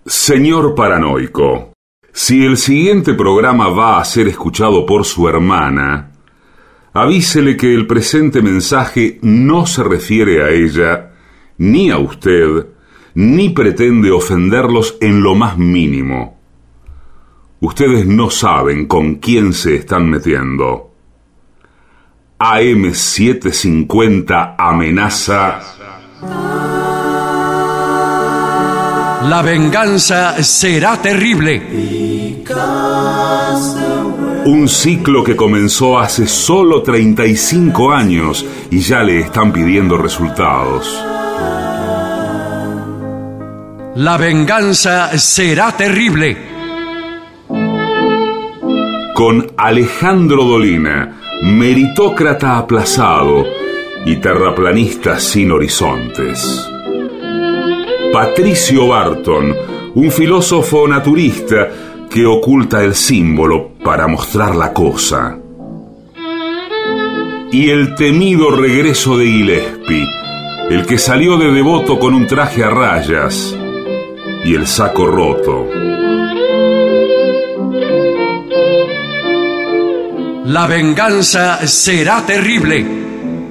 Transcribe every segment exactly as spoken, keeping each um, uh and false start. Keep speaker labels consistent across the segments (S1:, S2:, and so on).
S1: Señor paranoico, si el siguiente programa va a ser escuchado por su hermana, avísele que el presente mensaje no se refiere a ella, ni a usted, ni pretende ofenderlos en lo más mínimo. Ustedes no saben con quién se están metiendo. A M setecientos cincuenta amenaza.
S2: La venganza será terrible.
S1: Un ciclo que comenzó hace solo treinta y cinco años y ya le están pidiendo resultados.
S2: La venganza será terrible.
S1: Con Alejandro Dolina, meritócrata aplazado y terraplanista sin horizontes. Patricio Barton, un filósofo naturista que oculta el símbolo para mostrar la cosa. Y el temido regreso de Gillespie, el que salió de devoto con un traje a rayas y el saco roto.
S2: La venganza será terrible.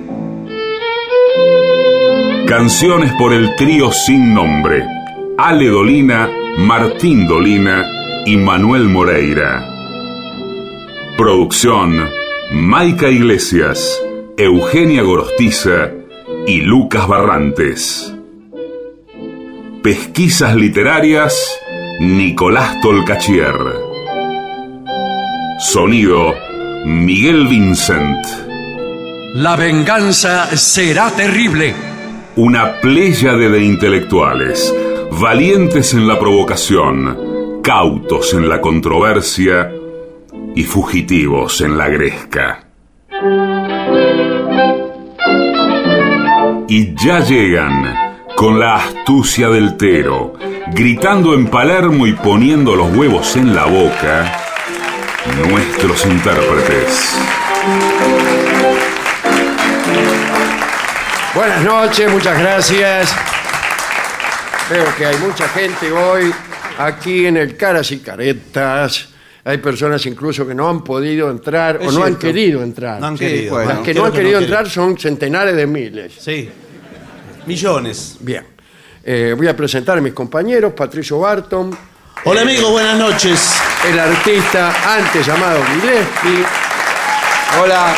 S1: Canciones por el trío sin nombre: Ale Dolina, Martín Dolina y Manuel Moreira. Producción: Maica Iglesias, Eugenia Gorostiza y Lucas Barrantes. Pesquisas literarias: Nicolás Tolcachier. Sonido: Miguel Vincent.
S2: La venganza será terrible.
S1: Una pléyade de intelectuales, valientes en la provocación, cautos en la controversia y fugitivos en la gresca. Y ya llegan, con la astucia del Tero, gritando en Palermo y poniendo los huevos en la boca, nuestros intérpretes.
S3: Buenas noches, muchas gracias. Veo que hay mucha gente hoy aquí en el Caras y Caretas. Hay personas incluso que no han podido entrar
S4: Es
S3: o no han
S4: cierto.
S3: querido entrar.
S4: No han
S3: Sí,
S4: querido.
S3: Las
S4: Bueno,
S3: que
S4: creo
S3: no han
S4: que
S3: querido
S4: no
S3: entrar son centenares de miles.
S4: Sí. Millones.
S3: Bien. Eh, voy a presentar a mis compañeros. Patricio Barton,
S4: Hola amigos, buenas noches.
S3: el artista antes llamado Gillespie.
S4: Hola.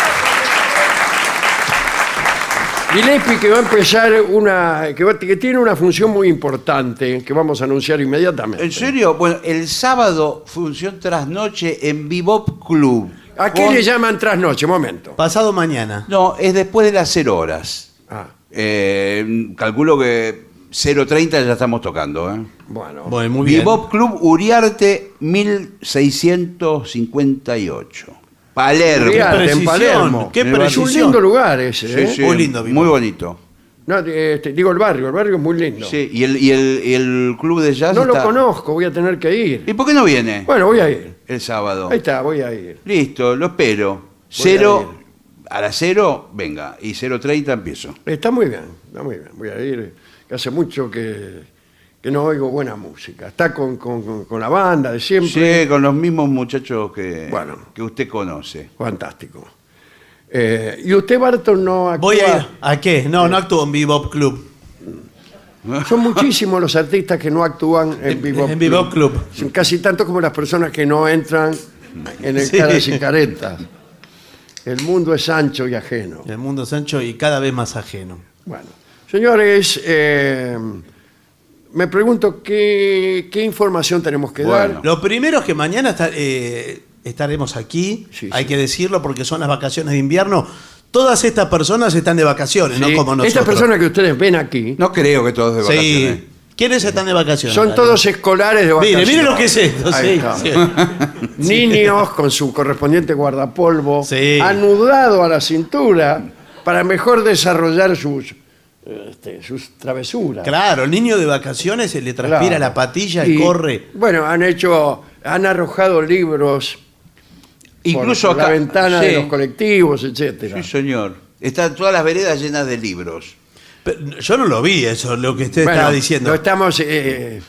S3: Gillespie, que va a empezar una... Que, va- que tiene una función muy importante que vamos a anunciar inmediatamente.
S5: ¿En serio? Bueno, el sábado, función trasnoche en Bebop Club.
S3: ¿A qué
S5: Con-
S3: le llaman trasnoche? Momento.
S4: Pasado mañana.
S5: No, es después de las cero horas.
S3: Ah,
S5: Eh, calculo que cero treinta ya estamos tocando. ¿eh?
S3: bueno.
S4: Bueno, muy bien.
S5: Bebop Club Uriarte mil seiscientos cincuenta y ocho. Palermo.
S3: Uriarte, en
S4: precisión,
S3: Palermo.
S4: qué
S3: Es un
S4: precisión.
S3: lindo lugar ese.
S5: Sí,
S3: ¿eh?
S5: sí,
S4: Muy lindo, Bebop.
S5: muy bonito.
S3: No, este, digo el barrio, el barrio es muy lindo.
S5: Sí, y el, y el, y el club de jazz
S3: No lo
S5: está-
S3: conozco, voy a tener que ir.
S5: ¿Y por qué no viene
S3: Bueno, voy a ir.
S5: el sábado?
S3: Ahí está, voy a ir.
S5: Listo, lo espero. Cero, a las cero, venga, y cero treinta empiezo.
S3: Está muy bien, está muy bien. Voy a ir. Que hace mucho que, que no oigo buena música. Está con, con- con- con la banda de siempre.
S5: Sí, con los mismos muchachos que,
S3: Bueno.
S5: que usted conoce.
S3: Fantástico. Eh, ¿Y usted, Barton, no actúa?
S4: Voy a ir. ¿A qué? No, no actúo en Bebop Club.
S3: Son muchísimos los artistas que no actúan en Bebop
S4: En Bebop Club.
S3: Son casi tantos como las personas que no entran en el
S4: Sí.
S3: Caras y Caretas. El mundo es ancho y ajeno.
S4: El mundo es ancho y cada vez más ajeno.
S3: Bueno, señores, eh, me pregunto qué, qué información tenemos que
S5: Bueno.
S3: dar.
S4: Lo primero es que mañana está- eh, estaremos aquí,
S3: Sí,
S4: hay
S3: sí.
S4: que decirlo porque son las vacaciones de invierno. Todas estas personas están de vacaciones,
S3: Sí,
S4: no como nosotros.
S3: Estas personas que ustedes ven aquí
S5: No creo que todos de vacaciones.
S4: Sí. ¿Quiénes están de vacaciones?
S3: son todos escolares de
S4: Mire,
S3: vacaciones.
S4: mire lo que es esto.
S3: Ahí
S4: Sí,
S3: está.
S4: sí.
S3: Niños con su correspondiente guardapolvo,
S4: Sí.
S3: anudado a la cintura para mejor desarrollar sus, este, sus travesuras.
S4: Claro, el niño de vacaciones se le transpira
S3: Claro.
S4: la patilla y, corre.
S3: Bueno, han hecho, han arrojado libros
S5: Incluso
S3: por la
S5: acá-
S3: ventana
S5: sí.
S3: de los colectivos, etcétera.
S5: Sí, señor. Están todas las veredas llenas de libros.
S4: Pero yo no lo vi eso, lo que usted
S3: Bueno,
S4: estaba diciendo.
S3: Lo estamos eh,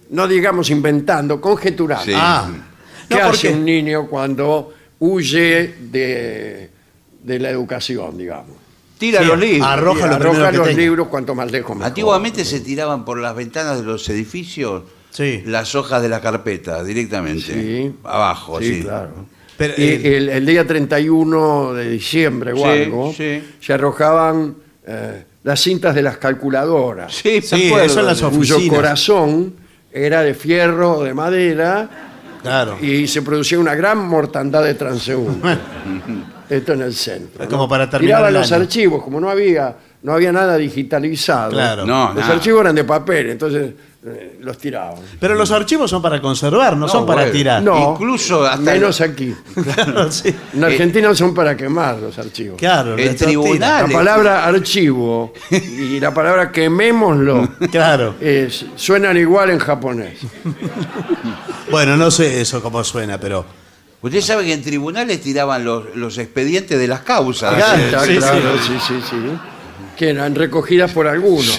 S3: no digamos inventando, conjeturando.
S5: Sí.
S4: Ah.
S3: ¿Qué
S4: No,
S3: hace
S4: porque-
S3: un niño cuando huye de, de la educación, digamos?
S5: Tira
S4: Sí,
S5: los libros.
S4: arroja
S3: Y
S4: lo primero
S3: arroja
S4: que
S3: los
S4: tenga.
S3: libros cuanto más lejos mejor.
S5: Antiguamente se tiraban por las ventanas de los edificios
S4: Sí.
S5: las hojas de la carpeta directamente.
S3: Sí.
S5: Abajo,
S3: Sí,
S5: sí.
S3: claro.
S4: Pero,
S3: Y
S4: eh,
S3: el, el día treinta y uno de diciembre o
S5: Sí,
S3: algo,
S5: sí.
S3: se arrojaban eh, las cintas de las calculadoras,
S5: Sí, me
S4: Sí,
S5: acuerdo.
S4: eso en las
S3: cuyo
S4: oficinas.
S3: corazón era de fierro o de madera
S4: Claro.
S3: y se producía una gran mortandad de transeúntes. Esto en el centro.
S4: Es como para terminar
S3: Tiraban
S4: el
S3: los
S4: año.
S3: archivos, como no había, no había nada digitalizado.
S4: Claro.
S5: No,
S3: los
S5: nada.
S3: archivos eran de papel, entonces eh, los tiraban.
S4: Pero los archivos son para conservar, no,
S5: No,
S4: son para
S5: bueno.
S4: tirar.
S3: No,
S5: Incluso hasta
S3: menos
S5: el-
S3: aquí.
S4: Claro, sí.
S3: En Argentina son para quemar los archivos.
S4: Claro,
S5: En
S4: los tira.
S5: tribunal.
S3: La palabra archivo y la palabra quemémoslo
S4: Claro.
S3: es- suenan igual en japonés.
S4: Bueno, no sé eso cómo suena, pero.
S5: Usted sabe que en tribunales tiraban los, los expedientes de las causas.
S4: Claro.
S3: Está
S4: sí,
S3: claro, sí, sí, sí. Que eran recogidas por algunos.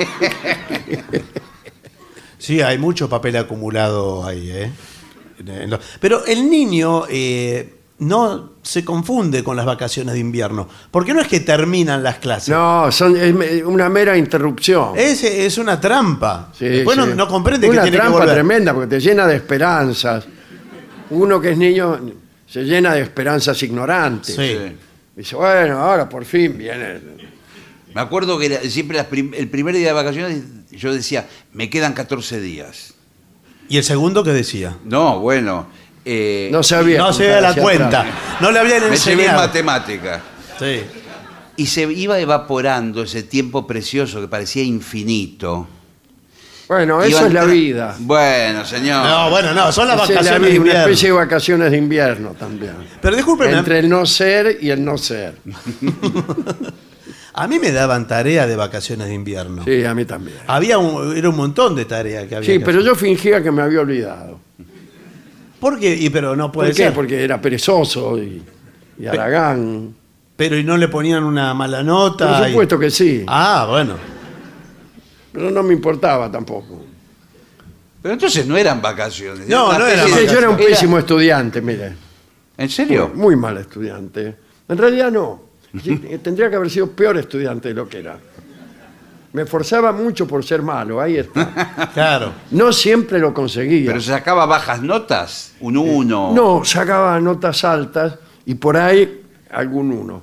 S4: Sí, hay mucho papel acumulado ahí, ¿eh? En- en lo- Pero el niño eh, no se confunde con las vacaciones de invierno. Porque no es que terminan las clases.
S3: No, son, es me- una mera interrupción.
S4: Es, es una trampa.
S3: Sí,
S4: Después no,
S3: sí.
S4: no comprende
S3: una
S4: que tiene que
S3: trampa
S4: volver.
S3: tremenda porque te llena de esperanzas. Uno que es niño se llena de esperanzas ignorantes.
S4: Sí.
S5: Sí.
S3: Dice, bueno, ahora por fin viene.
S5: Me acuerdo que era- siempre las prim- el primer día de vacaciones yo decía, me quedan catorce días.
S4: ¿Y el segundo qué decía?
S5: No, bueno. eh,
S3: No sabía.
S4: No se
S3: contar
S4: ve la
S3: hacia
S4: cuenta.
S3: atrás.
S4: No le habían
S5: me llevé en
S4: enseñado.
S5: matemática.
S4: Sí.
S5: Y se iba evaporando ese tiempo precioso que parecía infinito.
S3: Bueno, eso
S5: Iba
S3: es la
S5: entra-
S3: vida.
S5: Bueno, señor.
S4: No, bueno, no, son las
S3: Esa es la
S4: vacaciones de
S3: vida, una
S4: invierno.
S3: especie de vacaciones de invierno también.
S4: Pero discúlpeme,
S3: Entre el no ser y el no ser.
S4: a mí me daban tarea de vacaciones de invierno.
S3: Sí, a mí también.
S4: Había un, era un montón de tareas que había.
S3: Sí,
S4: que
S3: pero
S4: hacer.
S3: yo fingía que me había olvidado.
S4: ¿Por qué? Y, pero no puede
S3: ¿Por qué?
S4: ser.
S3: Porque era perezoso y, y haragán.
S4: Pero y no le ponían una mala nota.
S3: Por
S4: y-
S3: supuesto que sí,
S4: Ah, bueno.
S3: pero no me importaba tampoco.
S5: Pero entonces no eran vacaciones.
S4: No,
S5: una
S4: no
S5: especie
S4: eran
S3: Sí,
S5: de-
S3: yo era un
S5: era-
S3: pésimo estudiante, mire.
S5: ¿En serio?
S3: Muy mal estudiante. En realidad no. Sí, tendría que haber sido peor estudiante de lo que era. Me esforzaba mucho por ser malo, ahí está.
S4: Claro.
S3: No siempre lo conseguía.
S5: Pero se sacaba bajas notas, un uno.
S3: No, sacaba notas altas y por ahí algún uno.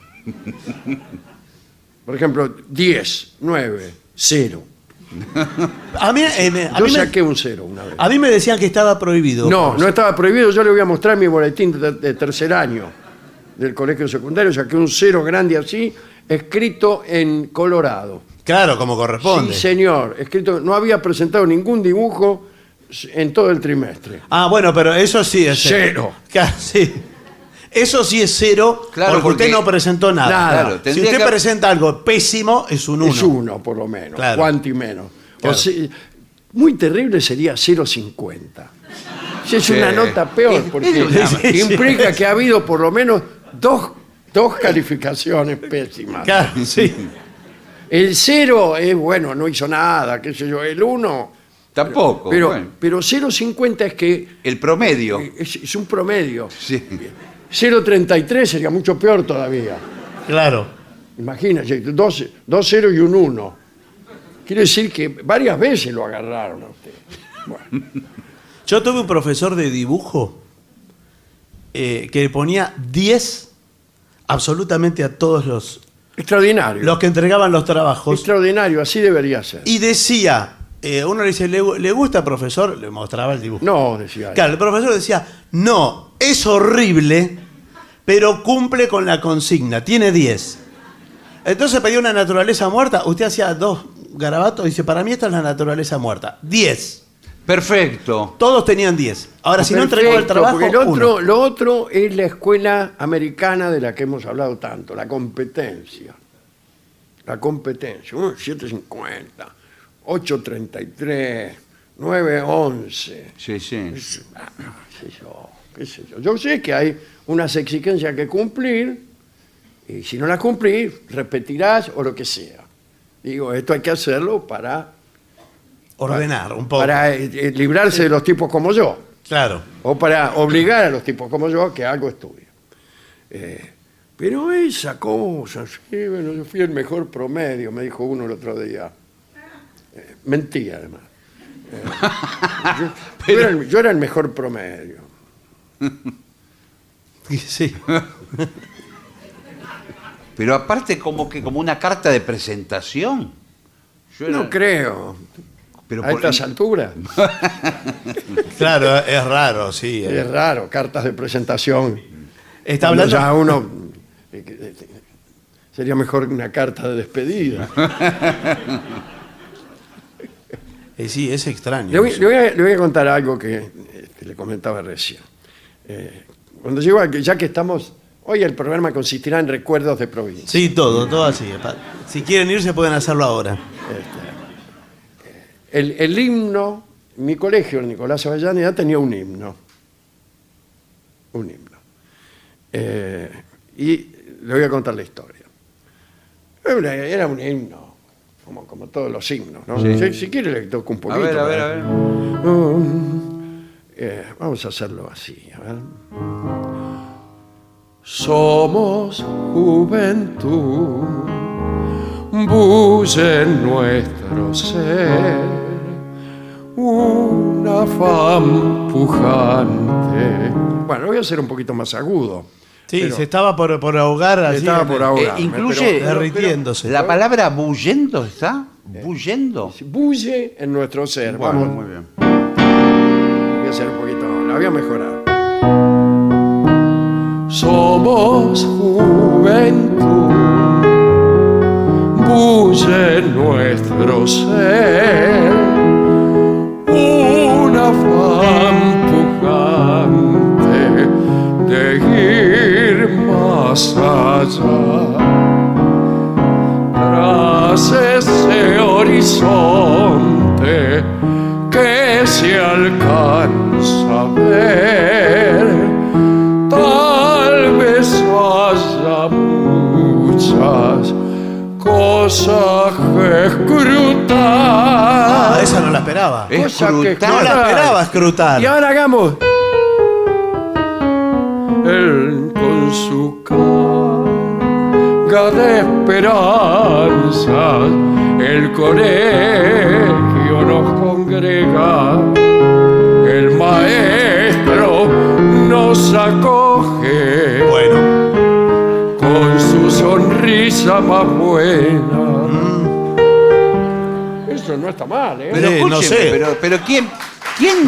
S3: Por ejemplo, diez, nueve, cero.
S4: A mí, eh, me- a
S3: Yo
S4: mí me-
S3: saqué un cero una vez.
S4: a mí me decían que estaba prohibido.
S3: No, no estaba prohibido. Yo le voy a mostrar mi boletín de, de tercer año del colegio secundario. Saqué un cero grande así, escrito en colorado.
S4: Claro, como corresponde.
S3: Sí, señor. Escrito, no había presentado ningún dibujo en todo el trimestre.
S4: Ah, bueno, pero eso sí es
S3: Cero.
S4: Claro, sí. Eso sí es cero,
S5: Claro,
S4: porque, usted
S5: porque-
S4: no presentó nada.
S3: Nada.
S5: Claro,
S4: Si
S5: tendría
S4: usted
S5: que-
S4: presenta algo pésimo, es un uno.
S3: Es uno, por lo menos.
S4: Claro.
S3: Cuanti menos.
S4: Claro.
S3: O sea, muy terrible sería cero coma cincuenta. Si es
S5: Sí.
S3: una nota peor,
S5: Es-
S3: porque
S5: es una-
S4: Sí, sí.
S3: implica que ha habido por lo menos dos, dos calificaciones pésimas.
S4: Claro, sí.
S3: El cero es, bueno, no hizo nada, qué sé yo. El uno,
S5: Tampoco.
S3: pero,
S5: bueno.
S3: pero cero coma cincuenta es que
S5: El promedio.
S3: es, es un promedio.
S5: Sí.
S3: cero coma treinta y tres sería mucho peor todavía.
S4: Claro.
S3: Imagínate, dos, dos ceros y un uno. Quiere decir que varias veces lo agarraron a usted. Bueno,
S4: Yo tuve un profesor de dibujo eh, que le ponía diez absolutamente a todos los,
S3: extraordinario.
S4: los que entregaban los trabajos.
S3: Extraordinario, así debería ser.
S4: Y decía, eh, uno le dice, ¿le, le gusta, profesor? Le mostraba el dibujo.
S3: No, decía. él.
S4: Claro, el profesor decía, no, es horrible, pero cumple con la consigna, tiene diez. Entonces pedía una naturaleza muerta, usted hacía dos garabatos y dice, para mí esta es la naturaleza muerta. diez.
S5: Perfecto.
S4: Todos tenían diez. Ahora, si no entregaba el
S3: Perfecto,
S4: trabajo,
S3: porque el otro,
S4: uno.
S3: lo otro es la escuela americana de la que hemos hablado tanto, la competencia. La competencia. Uh, siete cincuenta, ocho treinta y tres, nueve once.
S5: Sí, sí.
S3: qué sé yo, qué sé yo. Yo sé que hay unas exigencias que cumplir y si no las cumplís, repetirás o lo que sea. Digo, esto hay que hacerlo para
S4: Ordenar un poco.
S3: Para eh, librarse de los tipos como yo.
S4: Claro.
S3: O para obligar a los tipos como yo a que algo estudien. Eh, pero esa cosa, sí, bueno, yo fui el mejor promedio, me dijo uno el otro día. Eh, mentía, además. Eh, yo,
S5: Pero-
S3: yo era el, yo era el mejor promedio.
S4: Sí.
S5: Pero aparte como que como una carta de presentación. Yo era-
S3: No creo.
S5: pero
S3: A
S5: por-
S3: estas alturas.
S4: Claro, es raro, sí.
S3: Es raro, cartas de presentación.
S4: Está
S3: Cuando
S4: hablando.
S3: ya uno. eh, eh, eh, Sería mejor una carta de despedida.
S4: Eh, sí, es extraño.
S3: Le voy,
S4: eso.
S3: le voy a, le voy a contar algo que, eh, que le comentaba recién. Eh, cuando llego aquí, ya que estamos. Hoy el programa consistirá en recuerdos de provincia.
S4: Sí, todo, todo así. Pa- Si quieren irse, pueden hacerlo ahora.
S3: El, el himno, mi colegio, el Nicolás Avellaneda, tenía un himno. Un himno. Eh, y le voy a contar la historia. Era, una- era un himno, como, como todos los himnos, ¿no? Si, si quiere le toco un
S5: A
S3: poquito.
S5: ver, a ver, a
S3: ¿verdad?
S5: ver.
S3: Eh, vamos a hacerlo así. A ver. Somos juventud, bulle en nuestro ser, un afán pujante. Bueno, lo voy a hacer un poquito más agudo.
S4: Sí,
S3: pero
S4: se estaba por, por ahogar así.
S3: estaba
S4: en
S3: por
S4: el-
S3: ahogarme,
S5: Eh, incluye-
S3: pero-
S4: derritiéndose.
S5: La palabra bullendo está. Bullendo.
S3: pero- bulle en nuestro ser.
S5: Bueno,
S3: Vamos,
S5: muy bien.
S3: voy a hacer un poquito, la voy a mejorar. Somos juventud, bulle en nuestro ser, un afán pujante de ir más allá. Tras ese horizonte que se alcanza a ver, tal vez haya muchas cosas que escrutar.
S4: Ah, esa no la esperaba.
S5: Eh.
S3: Cosa que
S5: Escrutar.
S4: No la esperaba escrutar.
S3: Y ahora hagamos. Él con su carga de esperanza, el colegio nos congrega, el maestro nos acoge
S4: Bueno,
S3: con su sonrisa más buena. Eso no está mal, ¿eh?
S5: Pero
S4: Sí, no
S5: escúcheme,
S4: sé.
S5: pero, pero ¿quién? ¿Quién?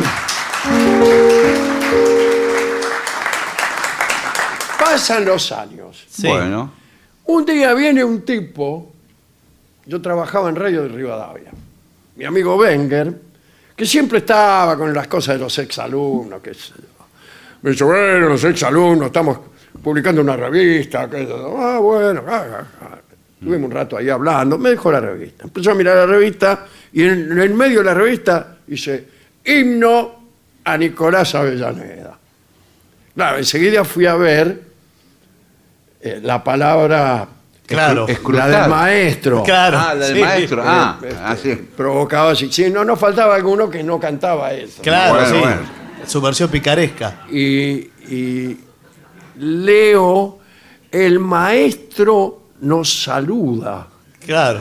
S3: Pasan los años.
S4: sí.
S5: Bueno.
S3: Un día viene un tipo, yo trabajaba en Radio de Rivadavia, mi amigo Wenger, que siempre estaba con las cosas de los exalumnos, qué sé yo. Me dice, bueno, los exalumnos, estamos publicando una revista, qué sé yo. Ah, bueno, ah, ah, ah. Estuvimos un rato ahí hablando, me dejó la revista. Empezó a mirar la revista y en, en el medio de la revista dice, himno a Nicolás Avellaneda. Claro, enseguida fui a ver eh, la palabra,
S4: Claro.
S5: Escrutar.
S3: la del maestro.
S4: Claro.
S5: Ah, la del
S4: sí.
S5: maestro. Ah,
S3: Este,
S5: así.
S3: provocaba así. Sí, no, nos faltaba alguno que no cantaba eso.
S4: Claro,
S5: Bueno,
S4: sí.
S5: bueno.
S4: Su versión picaresca.
S3: Y, y leo, el maestro nos saluda.
S4: Claro.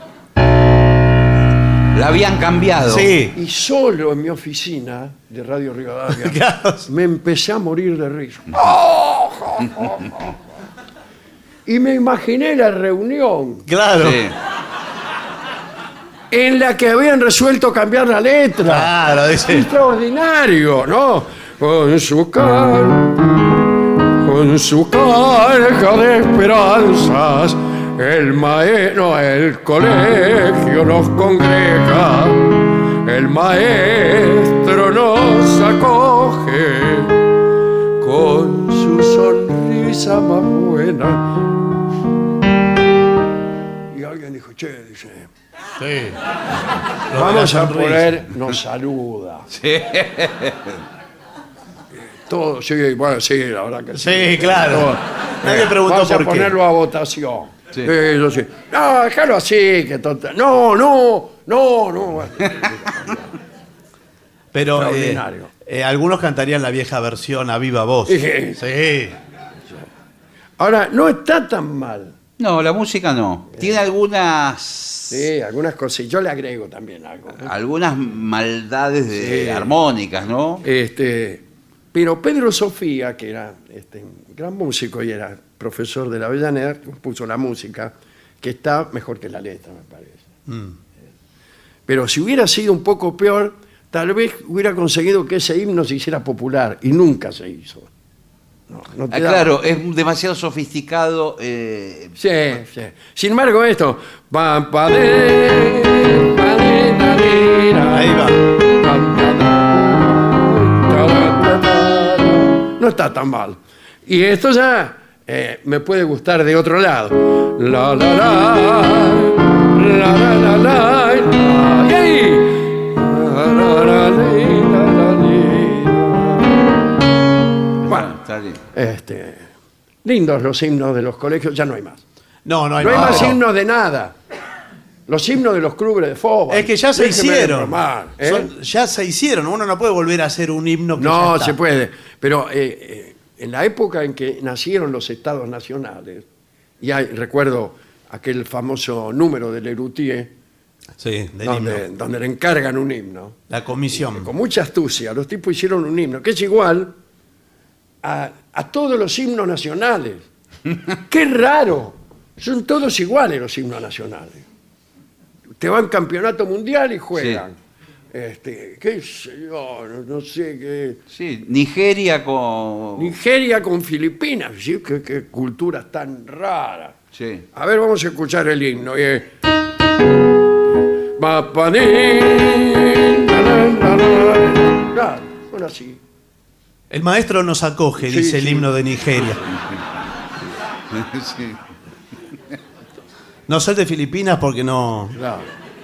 S5: La habían cambiado.
S4: Sí.
S3: Y solo en mi oficina de Radio Rivadavia
S4: Claro.
S3: me empecé a morir de risa. Y me imaginé la reunión
S4: Claro.
S5: Sí.
S3: en la que habían resuelto cambiar la letra.
S4: Claro, dice.
S3: Extraordinario, ¿no? Con su car, con su carga de esperanzas, el maestro, el colegio nos congrega, el maestro nos acoge con su sonrisa más buena. Y alguien dijo, che, dice,
S4: Sí.
S3: vamos a
S4: sonrisa.
S3: poner, nos saluda.
S5: Sí.
S3: Todo, sí, bueno, sí, la verdad que sí.
S4: Sí, claro.
S3: Todo.
S4: Nadie
S3: Eh,
S4: preguntó
S3: vamos
S4: por
S3: a
S4: qué.
S3: ponerlo a votación.
S5: Sí.
S3: Sí, yo sí. No, déjalo así, que total. No, no, No, no.
S4: Pero eh,
S3: Extraordinario.
S4: eh, algunos cantarían la vieja versión a viva voz.
S3: Sí.
S4: Sí.
S3: Ahora, no está tan mal.
S5: No, la música no. Tiene algunas
S3: Sí, algunas cosas. Yo le agrego también algo, ¿no?
S5: algunas maldades de
S3: Sí.
S5: armónicas, ¿no?
S3: Este, pero Pedro Sofía, que era este, un gran músico y era profesor de la Avellaneda, puso la música, que está mejor que la letra, me parece.
S4: Mm.
S3: Pero si hubiera sido un poco peor, tal vez hubiera conseguido que ese himno se hiciera popular, y nunca se hizo. No, no te
S5: Ah,
S3: da-
S5: claro, es demasiado sofisticado. eh,
S3: Sí, sí. Sin embargo, esto. pa, pa, de, pa, de, da, de, da,
S4: Ahí va.
S3: pa, pa, da, ta, da, ta, ta, ta. No está tan mal. Y esto ya eh, me puede gustar de otro lado. La, la, la, la, la, la, la, la, y ahí. La, la, la, li, la, la, li, la. Bueno,
S5: está bien.
S3: este, lindos los himnos de los colegios, ya no hay más.
S4: No, no hay,
S3: No hay
S4: más.
S3: más
S4: No.
S3: himnos de nada. Los himnos de los clubes de fútbol.
S4: Es que ya se
S3: Déjeme de
S4: hicieron.
S3: bromar, ¿eh?
S4: Son- ya se hicieron. Uno no puede volver a hacer un himno que ya
S3: No,
S4: está.
S3: se puede. Pero eh, eh, en la época en que nacieron los estados nacionales, y hay, recuerdo aquel famoso número de Lerutier,
S4: Sí, del
S3: donde,
S4: himno.
S3: donde le encargan un himno,
S4: La comisión.
S3: con mucha astucia, los tipos hicieron un himno que es igual a, a todos los himnos nacionales. ¡Qué raro! Son todos iguales los himnos nacionales. Te van campeonato mundial y juegan. Este, qué sé yo, no, no sé qué.
S5: Sí, Nigeria con.
S3: Nigeria con Filipinas, ¿sí? qué, qué culturas tan raras.
S5: Sí.
S3: A ver, vamos a escuchar el himno. y es- Va, pa, di, la, la, la, la. Claro, son así.
S4: El maestro nos acoge,
S3: Sí,
S4: dice el
S3: sí.
S4: himno de Nigeria.
S5: Sí.
S4: No soy de Filipinas porque no,
S3: Claro.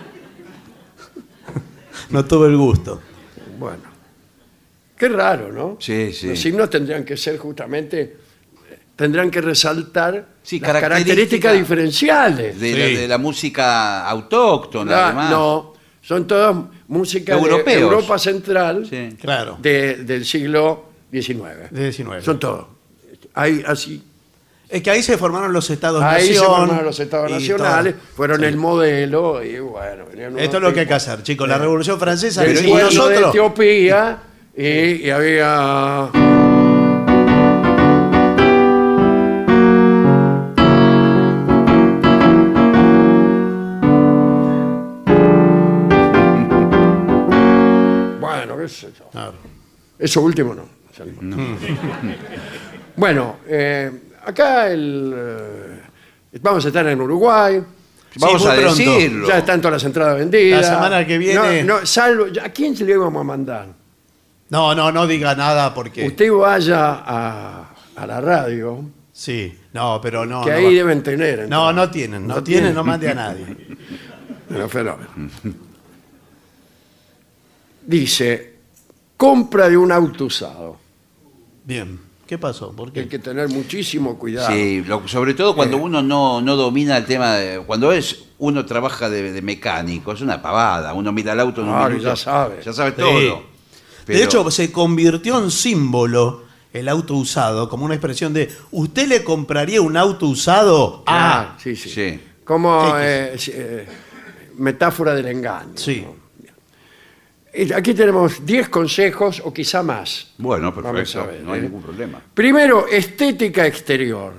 S4: no tuve el gusto.
S3: Bueno. Qué raro, ¿no?
S5: Sí, sí.
S3: Los himnos tendrían que ser justamente, eh, tendrán que resaltar
S5: Sí,
S3: las
S5: características
S3: características diferenciales.
S5: De,
S4: Sí.
S5: la, de la música autóctona,
S3: Ah,
S5: además.
S3: no, son todas músicas de
S5: Europeos.
S3: Europa Central
S5: Sí.
S4: Claro.
S3: de- del siglo diecinueve.
S4: De diecinueve.
S3: Son todos. Hay así.
S4: Es que ahí se formaron los estados
S3: Ahí se
S4: nación
S3: formaron los estados
S4: y
S3: nacionales,
S4: todo.
S3: fueron
S4: Sí.
S3: el modelo y bueno. venían unos
S4: Esto es lo que hay que
S3: tipos
S4: hacer, chicos. La Revolución Francesa
S3: del
S4: decimos
S3: pueblo de
S4: nosotros.
S3: Etiopía y, y había. Bueno, qué sé yo.
S4: Claro.
S3: Eso último no. Bueno, eh, acá el, eh, vamos a estar en Uruguay.
S5: Vamos
S4: muy
S5: a
S4: pronto.
S5: decirlo.
S3: Ya están todas las entradas vendidas.
S4: La semana que viene-
S3: No, no, salvo, ¿a quién se le íbamos a mandar?
S4: No, no, no diga nada porque.
S3: Usted vaya a, a la radio,
S4: Sí, no, pero no.
S3: que
S4: no
S3: ahí
S4: va-
S3: deben tener.
S4: No,
S3: entonces.
S4: no tienen, no,
S3: No
S4: tienen,
S3: tienen.
S4: no mande a nadie.
S3: Bueno, fenómeno. Dice, compra de un auto usado.
S4: Bien, ¿qué pasó? ¿Por
S3: Hay
S4: qué?
S3: que tener muchísimo cuidado.
S5: Sí, lo- sobre todo cuando
S3: Eh.
S5: uno no, no domina el tema, de, cuando es uno trabaja de, de mecánico, es una pavada, uno mira el auto en un
S3: Claro,
S5: minuto,
S3: ya sabe.
S5: ya sabe
S4: Sí.
S5: todo. Pero-
S4: De hecho, se convirtió en símbolo el auto usado, como una expresión de ¿usted le compraría un auto usado?
S3: Ah,
S4: Ah,
S3: sí, sí.
S5: sí.
S3: Como
S4: X.
S3: eh, sí, eh, metáfora del engaño.
S4: sí.
S3: ¿no? Y aquí tenemos diez consejos o quizá más.
S5: Bueno,
S3: Vamos
S5: perfecto,
S3: a ver,
S5: no hay
S3: ¿eh?
S5: ningún problema.
S3: Primero, estética exterior.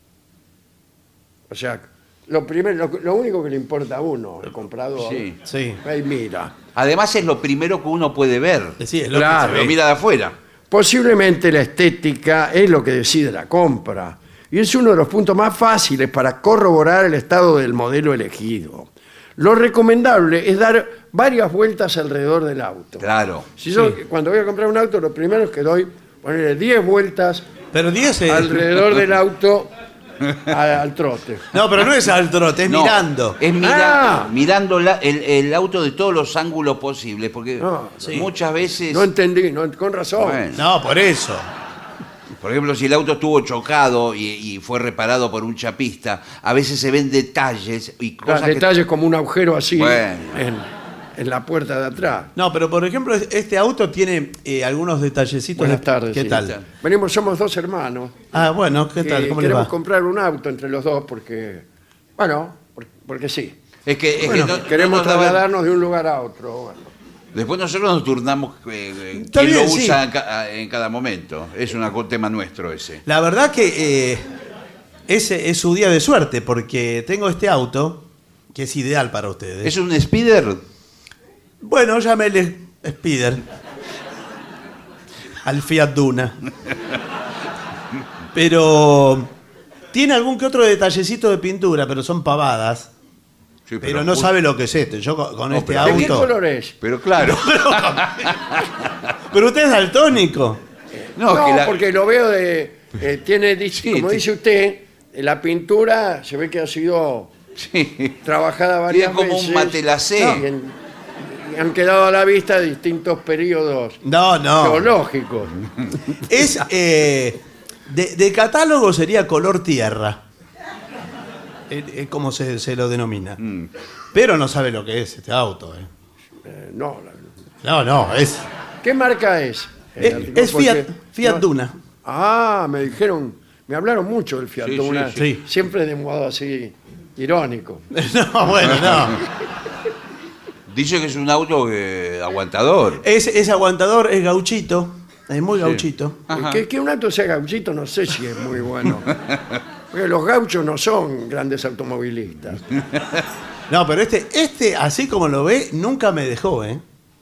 S3: O sea, lo, primero, lo, lo único que le importa a uno, el comprador,
S5: Sí.
S4: Sí.
S3: ahí mira.
S5: Además es lo primero que uno puede ver,
S4: Sí, es lo
S3: Claro.
S4: que se
S5: lo
S4: ve.
S5: mira de afuera.
S3: Posiblemente la estética es lo que decide la compra y es uno de los puntos más fáciles para corroborar el estado del modelo elegido. Lo recomendable es dar varias vueltas alrededor del auto.
S5: Claro.
S3: Si yo cuando voy a comprar un auto, lo primero es que doy ponerle diez vueltas
S4: Pero diez es-
S3: alrededor del auto a- al trote.
S4: No, pero no es al trote, es
S5: No,
S4: mirando.
S5: Es mira-
S3: Ah.
S5: mirando la- el, el auto de todos los ángulos posibles, porque
S3: No,
S4: sí.
S5: muchas veces...
S3: No entendí, no, con razón.
S5: Bueno.
S4: No, por eso.
S5: Por ejemplo, si el auto estuvo chocado y, y fue reparado por un chapista, a veces se ven detalles y cosas que-
S3: Detalles como un agujero así
S5: Bueno.
S3: en, en la puerta de atrás.
S4: No, pero por ejemplo, este auto tiene eh, algunos detallecitos.
S3: Buenas
S4: de-
S3: tardes.
S4: ¿Qué
S3: sí.
S4: tal?
S3: Venimos, somos dos hermanos.
S4: Ah, bueno, ¿qué
S3: que
S4: tal? ¿Cómo les
S3: queremos
S4: va?
S3: comprar un auto entre los dos porque, bueno, por- porque sí.
S5: Es que, es
S3: Bueno,
S5: que no-
S3: queremos
S5: no nos daban-
S3: trasladarnos de un lugar a otro. Bueno.
S5: Después nosotros nos turnamos eh, eh,
S4: Está
S5: quién
S4: bien,
S5: lo
S4: sí.
S5: usa en, ca- en cada momento. Es un aco- tema nuestro ese.
S4: La verdad que eh, ese es su día de suerte, porque tengo este auto que es ideal para ustedes.
S5: ¿Es un speeder?
S4: Bueno, llámele Spider. Al Fiat Duna. Pero tiene algún que otro detallecito de pintura, pero son pavadas.
S5: Sí,
S4: Pero no sabe lo que es este. Yo con, con
S5: No,
S4: este
S5: pero-
S3: ¿De qué
S4: auto.
S3: color es?
S5: Pero claro.
S4: Pero usted es daltónico.
S5: No,
S3: No,
S5: que la-
S3: porque lo veo de... eh, tiene, dis-
S5: Sí,
S3: como
S5: sí.
S3: dice usted, eh, la pintura se ve que ha sido
S5: Sí.
S3: trabajada varias
S5: Tiene como
S3: veces.
S5: un matelacé.
S3: Y en- y han quedado a la vista distintos periodos
S4: No, no.
S3: geológicos.
S4: Es. eh, de, de catálogo sería color tierra. Eh, eh, como se, se lo denomina.
S5: Mm.
S4: Pero no sabe lo que es este auto. eh.
S3: Eh, no, la-
S4: No, no, es.
S3: ¿Qué marca es?
S4: Eh,
S3: Eh,
S4: es Fiat,
S3: porque-
S4: Fiat
S3: no-
S4: Duna.
S3: Ah, me dijeron, me hablaron mucho del Fiat
S5: Sí,
S3: Duna,
S5: sí,
S4: sí.
S3: siempre de modo así irónico.
S4: No, bueno, no.
S5: Dice que es un auto eh, aguantador.
S4: Es, es aguantador, es gauchito. Es muy
S5: Sí.
S4: gauchito.
S5: Ajá.
S3: Que, que un auto sea gauchito no sé si es muy bueno. Porque los gauchos no son grandes automovilistas.
S4: No, pero este, este, así como lo ve, nunca me dejó, ¿eh?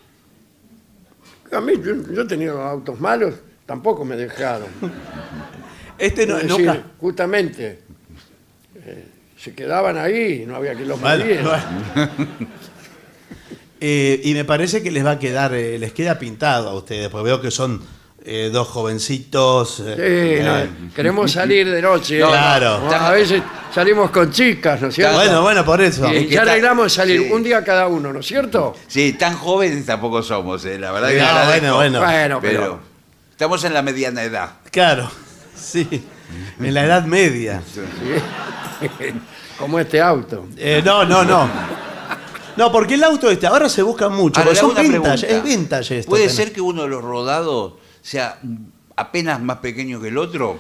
S3: A mí, yo, yo he tenido autos malos, tampoco me dejaron.
S4: Este no,
S3: Es decir,
S4: nunca.
S3: justamente, eh, se quedaban ahí y no había que los
S4: Bueno,
S3: movieran.
S4: bueno. Eh, y me parece que les va a quedar, eh, les queda pintado a ustedes, porque veo que son eh, dos jovencitos. eh,
S3: Sí,
S4: eh,
S3: no, queremos salir de noche.
S4: No, claro.
S3: No, a veces salimos con chicas, ¿no es cierto?
S4: Bueno, bueno, por eso.
S5: Sí.
S3: Y
S5: es que
S3: ya
S5: está-
S3: arreglamos salir
S5: sí.
S3: un día cada uno, ¿no es cierto?
S5: Sí, tan jóvenes tampoco somos, eh, la verdad que
S4: No,
S5: agradezco.
S4: bueno, bueno.
S3: Bueno,
S5: Pero,
S3: pero...
S5: estamos en la mediana edad.
S4: Claro, sí. En la Edad Media.
S3: como este auto.
S4: Eh, no, no, no. No, porque el auto este ahora se busca mucho.
S5: Ahora,
S4: porque
S5: le hago
S4: son
S5: una
S4: vintage,
S5: pregunta.
S4: es vintage esto.
S5: ¿Puede
S4: también.
S5: ser que uno de los rodados sea apenas más pequeño que el otro?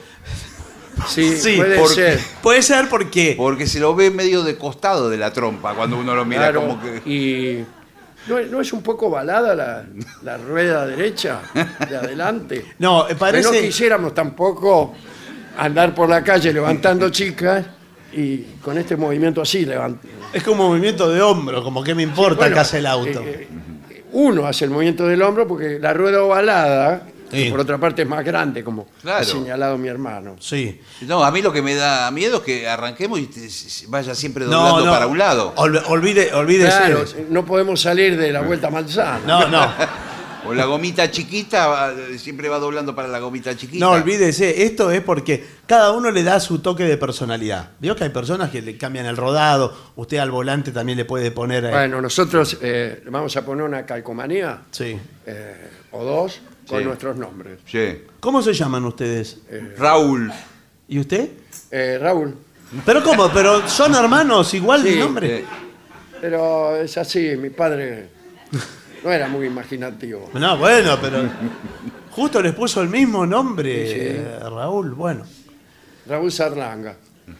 S3: Sí,
S4: Sí,
S3: puede
S5: porque-
S3: ser.
S4: Puede ser porque.
S5: Porque se lo ve medio de costado de la trompa cuando uno lo mira
S3: Claro,
S5: como que...
S3: y ¿no, es- no es un poco balada la, la rueda derecha de adelante?
S4: No, eh,
S3: Que
S4: parece.
S3: no quisiéramos tampoco andar por la calle levantando chicas y con este movimiento así levantando.
S4: Es como un movimiento de hombro, como que me importa que hace el auto.
S3: eh, eh, uno hace el movimiento del hombro porque la rueda ovalada,
S4: Sí.
S3: que por otra parte es más grande, como
S5: Claro.
S3: ha señalado mi hermano.
S4: Sí.
S5: No, a mí lo que me da miedo es que arranquemos y te- se- vaya siempre
S4: No,
S5: doblando
S4: no.
S5: para un lado.
S4: Ol- olvide, olvídese.
S3: Claro, no podemos salir de la vuelta manzana.
S4: No, no.
S5: O la gomita chiquita va- siempre va doblando para la gomita chiquita.
S4: No, olvídese. Esto es porque cada uno le da su toque de personalidad. Vio que hay personas que le cambian el rodado. Usted al volante también le puede poner. eh,
S3: Bueno, nosotros eh, le vamos a poner una calcomanía
S4: Sí.
S3: eh, o dos con
S5: Sí.
S3: nuestros nombres.
S5: Sí.
S4: ¿Cómo se llaman ustedes?
S5: Raúl.
S4: ¿Y usted?
S3: Eh, Raúl,
S4: ¿Pero cómo? ¿Pero son hermanos igual
S3: Sí,
S4: de nombre?
S5: eh,
S3: pero es así, mi padre no era muy imaginativo.
S4: No, bueno, pero. Justo les puso el mismo nombre,
S3: Sí, sí.
S4: eh, Raúl. Bueno.
S3: Raúl Sarlanga.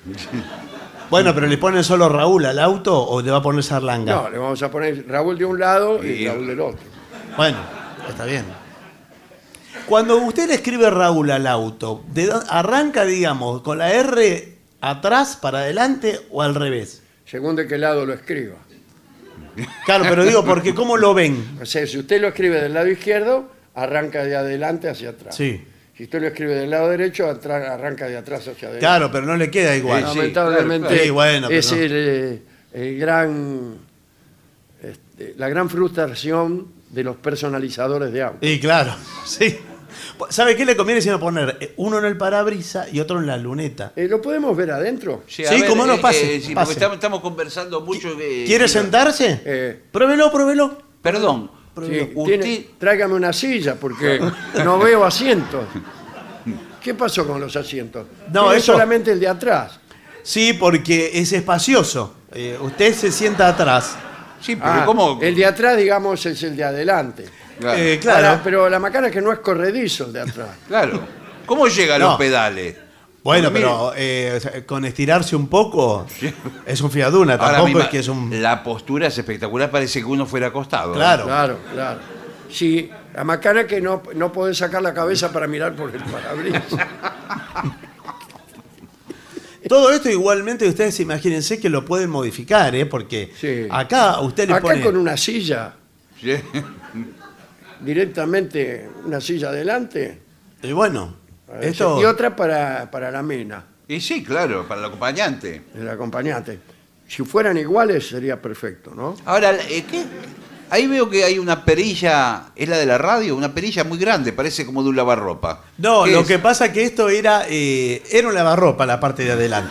S4: Bueno, pero le ponen solo Raúl al auto o le va a poner Sarlanga.
S3: No, le vamos a poner Raúl de un lado y
S5: Y-
S3: Raúl del otro.
S4: Bueno, está bien. Cuando usted le escribe Raúl al auto, ¿de dó- ¿arranca, digamos, con la R atrás para adelante o al revés?
S3: Según de qué lado lo escriba.
S4: Claro, pero digo, porque ¿cómo lo ven?
S3: O sea, si usted lo escribe del lado izquierdo, arranca de adelante hacia atrás.
S4: Sí.
S3: Si usted lo escribe del lado derecho, atra- arranca de atrás hacia adelante.
S4: Claro, pero no le queda igual.
S5: Sí, sí.
S3: Lamentablemente
S5: claro,
S4: claro. Sí, bueno, pero
S3: es
S4: no.
S3: el, eh, el gran, este, la gran frustración de los personalizadores de auto.
S4: Y claro, sí. ¿Sabe qué le conviene si no poner eh, uno en el parabrisa y otro en la luneta?
S3: Eh, ¿Lo podemos ver adentro?
S5: a
S4: Sí, cómo no, pase,
S5: sí,
S4: pase.
S5: porque estamos, estamos conversando mucho. eh,
S4: ¿Quiere
S5: y-
S4: sentarse?
S3: Eh,
S4: Pruébelo, pruébelo.
S5: Perdón.
S3: sí,
S5: Usted-
S3: tiene- tráigame una silla porque no veo asientos. ¿Qué pasó con los asientos?
S4: No,
S3: Tiene
S4: eso-
S3: solamente el de atrás.
S4: Sí, porque es espacioso. Eh, usted se sienta atrás.
S5: Sí, pero
S3: Ah,
S5: ¿cómo?
S3: el de atrás, digamos, es el de adelante.
S5: Claro.
S4: Eh, claro.
S3: Ahora, pero la macana es que no es corredizo el de atrás.
S5: Claro. ¿Cómo llega a
S4: No.
S5: los pedales?
S4: Bueno,
S5: Porque
S4: pero eh, o sea, con estirarse un poco es un Fiat Duna,
S5: Ahora
S4: tampoco
S5: mismo,
S4: es que es un...
S5: la postura es espectacular, parece que uno fuera acostado. ¿eh?
S4: Claro.
S3: Claro, claro. Sí, la macana es que no, no podés sacar la cabeza para mirar por el parabrisas.
S4: Todo esto igualmente ustedes imagínense que lo pueden modificar, ¿eh? Porque
S3: Sí.
S4: acá usted le
S3: Acá
S4: pone...
S3: con una silla,
S5: Sí.
S3: directamente una silla adelante,
S4: Y bueno, esto...
S3: y otra para, para la mina,
S5: Y sí, claro, para el acompañante.
S3: el acompañante. Si fueran iguales sería perfecto, ¿no?
S5: Ahora, eh, ¿qué? Ahí veo que hay una perilla, es la de la radio, una perilla muy grande, parece como de un lavarropa.
S4: No,
S5: ¿Qué
S4: lo
S5: es?
S4: que pasa que esto era eh, era un lavarropa la parte de adelante.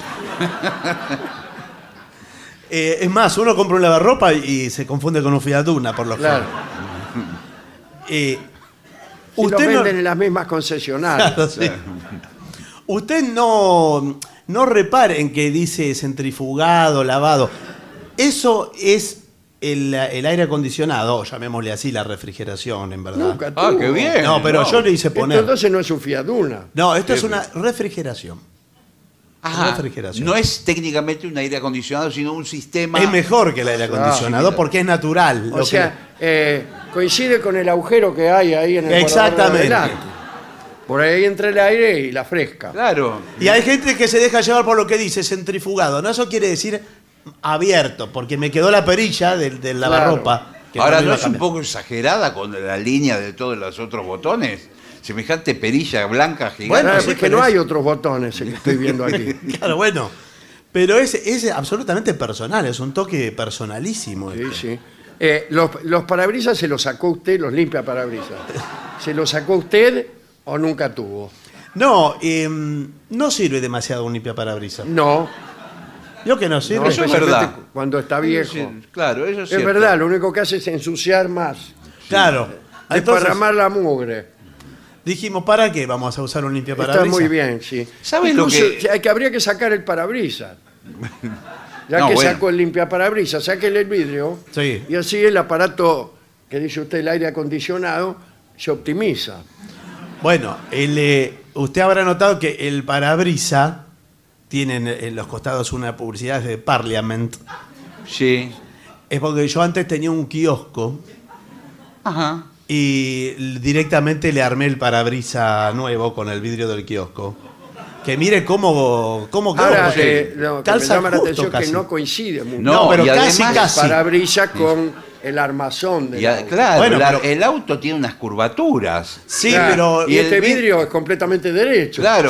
S4: Eh, es más, uno compra un lavarropa y se confunde con un Fiat Duna, por lo
S3: Claro.
S4: general. Eh,
S3: Si lo
S4: usted no,
S3: venden en las mismas concesionarias.
S4: Claro, sí. Usted no, no repare en que dice centrifugado, lavado. Eso es el, el aire acondicionado, o llamémosle así, la refrigeración, en verdad.
S3: Nunca
S5: Ah,
S3: tuvo.
S5: qué bien.
S4: No, pero
S5: no.
S4: yo le hice
S3: Esto
S4: poner.
S3: entonces no es un Fiat Duna.
S4: No, esto es una refrigeración.
S5: Ajá.
S4: refrigeración.
S5: No es técnicamente un aire acondicionado, sino un sistema.
S4: Es mejor que el aire acondicionado
S5: Ah,
S4: porque es natural.
S3: O
S4: lo
S3: sea, eh, coincide con el agujero que hay ahí en el
S4: Exactamente.
S3: corredor de adelante. Por ahí entra el aire y la fresca.
S5: Claro.
S4: que- y hay gente que se deja llevar por lo que dice centrifugado. No, eso quiere decir abierto, porque me quedó la perilla del, del
S3: Claro.
S4: lavarropa. que
S5: Ahora,
S4: me
S5: ¿no
S4: iba a
S5: es un
S4: cambiar.
S5: poco exagerada con la línea de todos los otros botones? Semejante perilla blanca gigante.
S4: Bueno,
S3: Ah,
S4: sí,
S3: es que
S4: pero
S3: no
S4: es-
S3: hay otros botones el que estoy viendo aquí.
S4: Claro, bueno. Pero es, es absolutamente personal, es un toque personalísimo.
S3: Sí,
S4: este.
S3: sí. Eh, los, los parabrisas se los sacó usted, los limpia parabrisas. ¿Se los sacó usted o nunca tuvo?
S4: No, eh, no sirve demasiado un limpiaparabrisas.
S3: No,
S4: Yo que no sirve.
S3: no,
S5: eso es
S3: especialmente
S5: verdad.
S3: cuando está viejo.
S5: Sí, claro, eso es
S3: Es
S5: cierto.
S3: verdad, lo único que hace es ensuciar más,
S4: Claro. Entonces,
S3: desparramar la mugre.
S4: dijimos, ¿para qué vamos a usar un
S3: Está
S4: limpiaparabrisas?
S3: muy bien, sí.
S5: ¿Sabe lo
S3: Incluso,
S5: que-
S3: hay que habría que sacar el parabrisas. Ya
S5: No,
S3: que
S5: bueno.
S3: sacó el limpiaparabrisas, sáquele el vidrio
S4: Sí.
S3: y así el aparato que dice usted, el aire acondicionado, se optimiza.
S4: Bueno, el, eh, usted habrá notado que el parabrisa tiene en, en los costados una publicidad de Parliament.
S5: Sí.
S4: Es porque yo antes tenía un kiosco
S5: Ajá.
S4: y l- directamente le armé el parabrisa nuevo con el vidrio del kiosco. Que mire cómo, cómo quedó,
S3: Ahora,
S4: porque
S3: eh, lo que me
S4: calza
S3: llama la
S4: justo
S3: atención es
S4: casi.
S3: que no coincide mucho.
S5: No,
S4: No, pero
S5: y
S4: casi,
S5: además-
S4: casi.
S3: Parabrisas con el armazón del
S5: Y a-
S3: auto.
S5: claro,
S4: Bueno,
S5: la-
S4: pero-
S5: el auto tiene unas curvaturas.
S4: Sí,
S3: Claro,
S4: pero...
S3: y
S5: el
S3: este
S5: vid-
S3: vidrio es completamente derecho.
S5: Claro.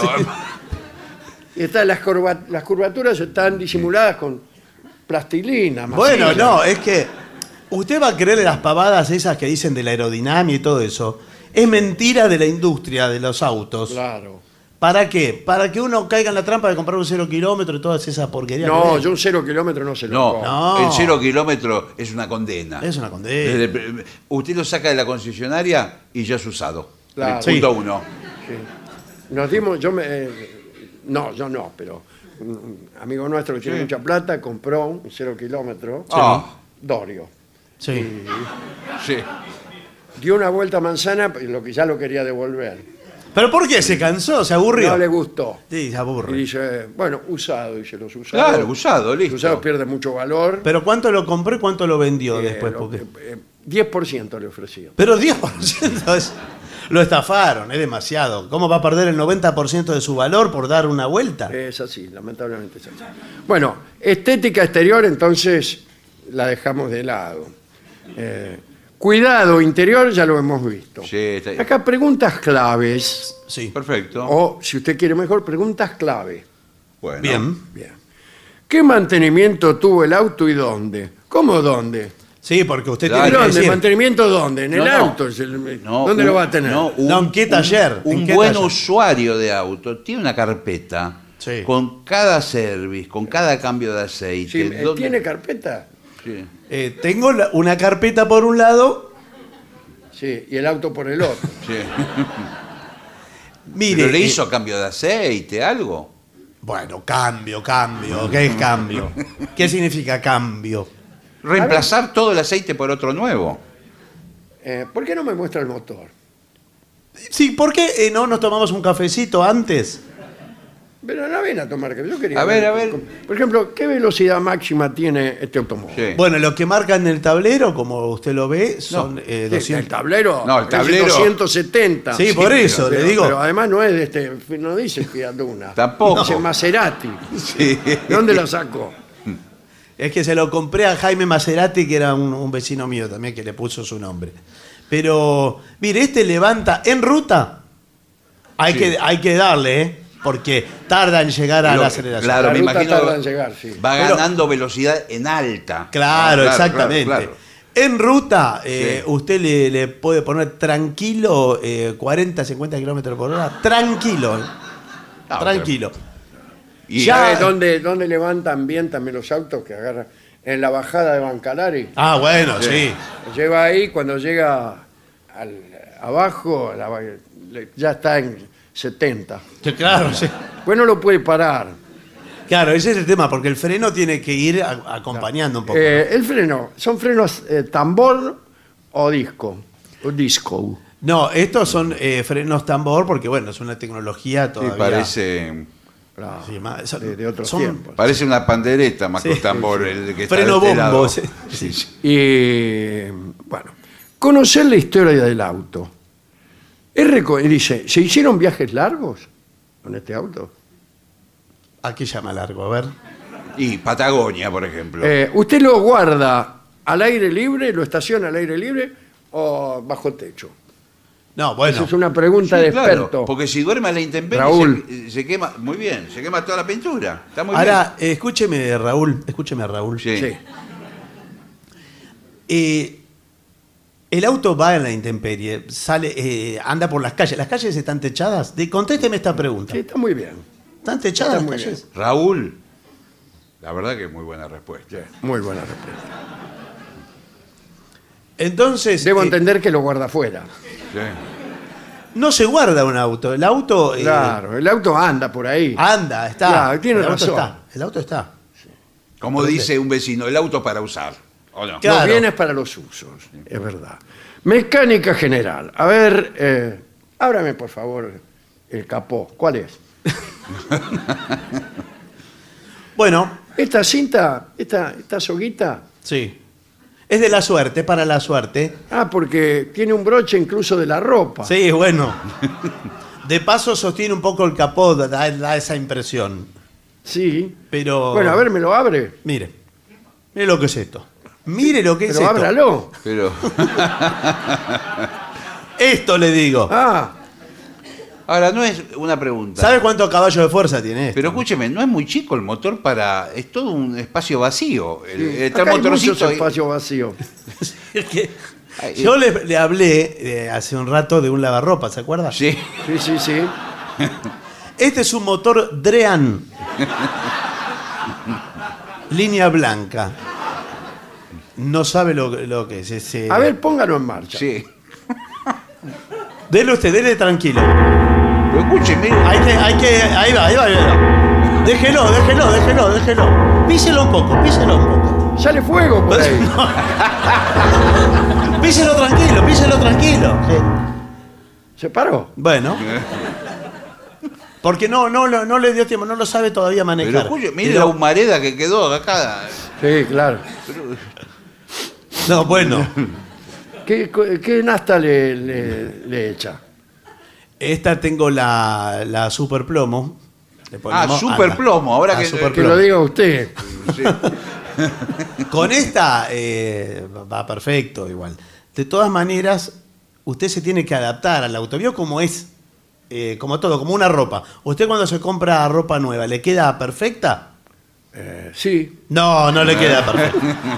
S3: Y están las, curva- las curvaturas están disimuladas con plastilina.
S4: Bueno,
S3: masilla.
S4: no, es que usted va a creer las pavadas esas que dicen de la aerodinámica y todo eso. Es mentira de la industria de los autos.
S3: Claro.
S4: ¿Para qué? Para que uno caiga en la trampa de comprar un cero kilómetro y todas esas porquerías. que
S3: No,
S4: ven.
S3: yo un cero kilómetro no se lo
S5: No,
S3: compro.
S4: No.
S5: el cero kilómetro es una condena.
S4: Es una condena.
S5: Desde el- usted lo saca de la concesionaria y ya es usado.
S3: Claro.
S5: El punto
S4: Sí.
S5: uno.
S3: Sí. Nos dimos, yo me, eh, no, yo no, pero un amigo nuestro que tiene
S5: Sí.
S3: mucha plata compró un cero kilómetro,
S5: Ah.
S3: Dorio.
S4: Sí.
S5: Sí.
S3: Dio una vuelta a manzana, lo que ya lo quería devolver.
S4: ¿Pero por qué? ¿Se cansó? ¿Se aburrió?
S3: No le gustó.
S4: Sí, se
S3: Y
S4: aburre.
S3: dice, bueno, usado, dice, los usados.
S5: Claro, usado,
S3: Los
S5: listo.
S3: usados pierden mucho valor.
S4: ¿Pero cuánto lo compró y cuánto lo vendió
S3: Eh,
S4: después?
S3: lo-
S4: Porque...
S3: eh, diez por ciento le ofreció.
S4: Pero diez por ciento es... Lo estafaron, es demasiado. ¿Cómo va a perder el noventa por ciento de su valor por dar una vuelta?
S3: Es así, lamentablemente es así. Bueno, estética exterior, entonces la dejamos de lado. Eh, cuidado interior, ya lo hemos visto.
S5: Sí, está-
S3: Acá preguntas claves,
S4: Sí.
S5: Perfecto.
S3: o si usted quiere mejor, preguntas clave.
S5: Bueno.
S4: Bien.
S3: Bien. ¿Qué mantenimiento tuvo el auto y dónde? ¿Cómo dónde?
S4: Sí, porque usted
S5: Claro.
S4: tiene que
S3: ¿Dónde?
S4: decir...
S3: ¿Mantenimiento dónde? En el
S5: No, no.
S3: auto. es el-
S5: No,
S3: ¿Dónde
S5: un-
S3: lo va a tener?
S5: no,
S4: No, ¿en qué taller?
S5: Un,
S4: ¿En
S5: un
S4: qué
S5: buen
S4: taller?
S5: usuario de auto tiene una carpeta
S4: Sí.
S5: con cada service, con cada cambio de aceite.
S3: Sí, eh,
S5: ¿Dónde-
S3: ¿Tiene carpeta?
S5: Sí.
S4: Eh, tengo la- una carpeta por un lado.
S3: Sí, y el auto por el otro.
S5: Sí.
S4: Mire,
S5: ¿Pero le
S4: eh,
S5: hizo cambio de aceite, algo?
S4: bueno, cambio, cambio. ¿Qué es cambio? ¿Qué significa cambio?
S5: Reemplazar todo el aceite por otro nuevo.
S3: Eh, ¿Por qué no me muestra el motor?
S4: Sí, ¿por qué eh, no nos tomamos un cafecito antes?
S3: Pero no ven a tomar café. Yo quería
S5: A ver, a ver.
S3: Por ejemplo, ¿qué velocidad máxima tiene este automóvil?
S5: Sí.
S4: Bueno, lo que marca en el tablero, como usted lo ve, son eh,
S3: Sí,
S4: doscientos.
S3: el tablero.
S5: No, el
S3: es
S5: tablero-
S3: doscientos setenta.
S4: Sí, por eso,
S3: pero,
S4: le digo.
S3: Pero además no es de este. No dice Fiat Duna.
S5: Tampoco.
S3: Dice Maserati.
S5: Sí.
S3: ¿De dónde la sacó?
S4: Es que se lo compré a Jaime Maserati, que era un, un vecino mío también, que le puso su nombre. Pero, mire, este levanta en ruta. Hay,
S5: Sí.
S4: que, hay que darle, ¿eh? Porque tarda en llegar a
S5: Lo-
S4: la aceleración.
S5: Claro,
S3: La
S5: me
S3: ruta
S5: imagino.
S3: tarda en llegar, sí.
S5: Va
S4: Pero-
S5: ganando velocidad en alta.
S4: Claro,
S5: Ah,
S4: exactamente.
S5: claro, claro.
S4: En ruta, eh,
S5: Sí.
S4: usted le, le puede poner tranquilo eh, cuarenta, cincuenta kilómetros por hora. Tranquilo. ¿eh?
S5: Ah,
S4: tranquilo.
S5: Y
S4: Ya-
S3: ¿Sabes dónde, dónde levantan bien también los autos que agarran? En la bajada de Bancalari.
S4: Ah, bueno, sí.
S3: Lleva ahí, cuando llega al, abajo, la va- le- ya está en setenta.
S4: Sí, claro, sí.
S3: Pues no lo puede parar.
S4: Claro, ese es el tema, porque el freno tiene que ir a- acompañando un poco.
S3: Eh, el freno, ¿son frenos eh, tambor o disco? O disco.
S4: No, estos son eh, frenos tambor, porque bueno, es una tecnología
S5: Sí,
S4: todavía.
S5: parece,
S3: Claro,
S4: Sí, ma- son-
S3: de, de otros
S4: son-
S3: tiempos.
S5: parece una pandereta más
S4: Sí,
S5: que un tambor. El que está
S4: Freno
S5: de este
S4: bombo.
S5: lado.
S4: Sí.
S5: Sí, sí.
S3: Y bueno, conocer la historia del auto. Es reco- dice, ¿se hicieron viajes largos con este auto?
S4: ¿A qué llama largo? A ver.
S5: Y Patagonia, por ejemplo.
S3: Eh, ¿Usted lo guarda al aire libre, lo estaciona al aire libre o bajo techo?
S4: No, bueno.
S3: Esa es una pregunta
S5: Sí,
S3: de
S5: claro,
S3: experto.
S5: porque si duerme a la intemperie
S3: Raúl.
S5: se, se quema, muy bien, se quema toda la pintura. Está muy
S4: Ahora, eh, escúcheme, Raúl. Escúcheme, Raúl.
S5: bien. Sí.
S3: Sí.
S4: Eh, el auto va en la intemperie, sale, eh, anda por las calles. ¿Las calles están techadas? De, contésteme esta pregunta.
S3: Sí, está muy bien.
S4: ¿Están techadas
S3: Está
S4: las
S3: muy
S4: calles?
S5: Raúl, la verdad que es muy buena respuesta.
S3: Muy buena respuesta.
S4: Entonces,
S3: Debo
S4: eh,
S3: entender que lo guarda afuera.
S5: Sí.
S4: no se guarda un auto. El auto eh,
S3: Claro, el auto anda por ahí.
S4: anda, está.
S3: Claro, tiene
S4: el auto
S3: razón.
S4: está. El auto está.
S5: Como dice un vecino, el auto para usar. ¿O no?
S4: Claro.
S3: Los bienes para los usos, es verdad. Mecánica general. A ver, eh, ábrame por favor el capó. ¿Cuál es?
S4: Bueno,
S3: Esta cinta, esta, esta soguita.
S4: sí. Es de la suerte, para la suerte.
S3: Ah, porque tiene un broche incluso de la ropa.
S4: Sí, bueno. De paso sostiene un poco el capó, da, da esa impresión.
S3: Sí.
S4: Pero.
S3: Bueno, a ver, me lo abre.
S4: Mire. Mire lo que es esto. Mire lo que es
S3: Pero
S4: esto.
S3: ábralo.
S5: Pero,
S4: Esto le digo.
S3: Ah,
S5: ahora, no es una pregunta.
S4: ¿Sabe cuántos caballos de fuerza tiene esto?
S5: Pero escúcheme, no es muy chico el motor para... Es todo un espacio vacío. El,
S3: sí.
S5: está el
S3: Acá hay
S5: motorcito
S3: mucho
S5: ahí.
S3: espacio vacío.
S4: Es que
S5: Ay,
S4: yo le, le hablé eh, hace un rato de un lavarropa, ¿se acuerda?
S5: Sí.
S3: Sí, sí, sí.
S4: Este es un motor Drean. Línea blanca. No sabe lo, lo que es ese.
S3: A ver, póngalo en marcha.
S5: Sí.
S4: Dele usted, dele tranquilo.
S5: Pero escúcheme.
S4: Hay que, hay que. Ahí va, ahí va, ahí va. Déjelo, déjelo, déjelo, déjelo. Píselo un poco, píselo un poco.
S3: Sale fuego por ahí.
S4: Píselo tranquilo, píselo tranquilo.
S3: ¿Se paró?
S4: Bueno. Porque no, no, no, no le dio tiempo, no lo sabe todavía
S5: Pero
S4: manejar.
S5: escuche, mire
S4: Pero-
S5: la humareda que quedó acá.
S3: Sí, claro.
S4: No, bueno.
S3: ¿Qué, qué nafta le, le- le echa?
S4: Esta tengo la, la super plomo. Le
S5: Ah,
S4: ponemos-
S5: super
S4: anda.
S5: plomo. Ahora
S4: Ah,
S5: que...
S4: super
S3: Que
S4: plomo.
S3: lo diga usted.
S5: Sí.
S4: Con esta eh, va perfecto igual. De todas maneras, usted se tiene que adaptar al auto. ¿Vio cómo es? Eh, como todo, como una ropa. ¿Usted cuando se compra ropa nueva, le queda perfecta?
S3: Eh, sí.
S4: No, no le queda perfecta.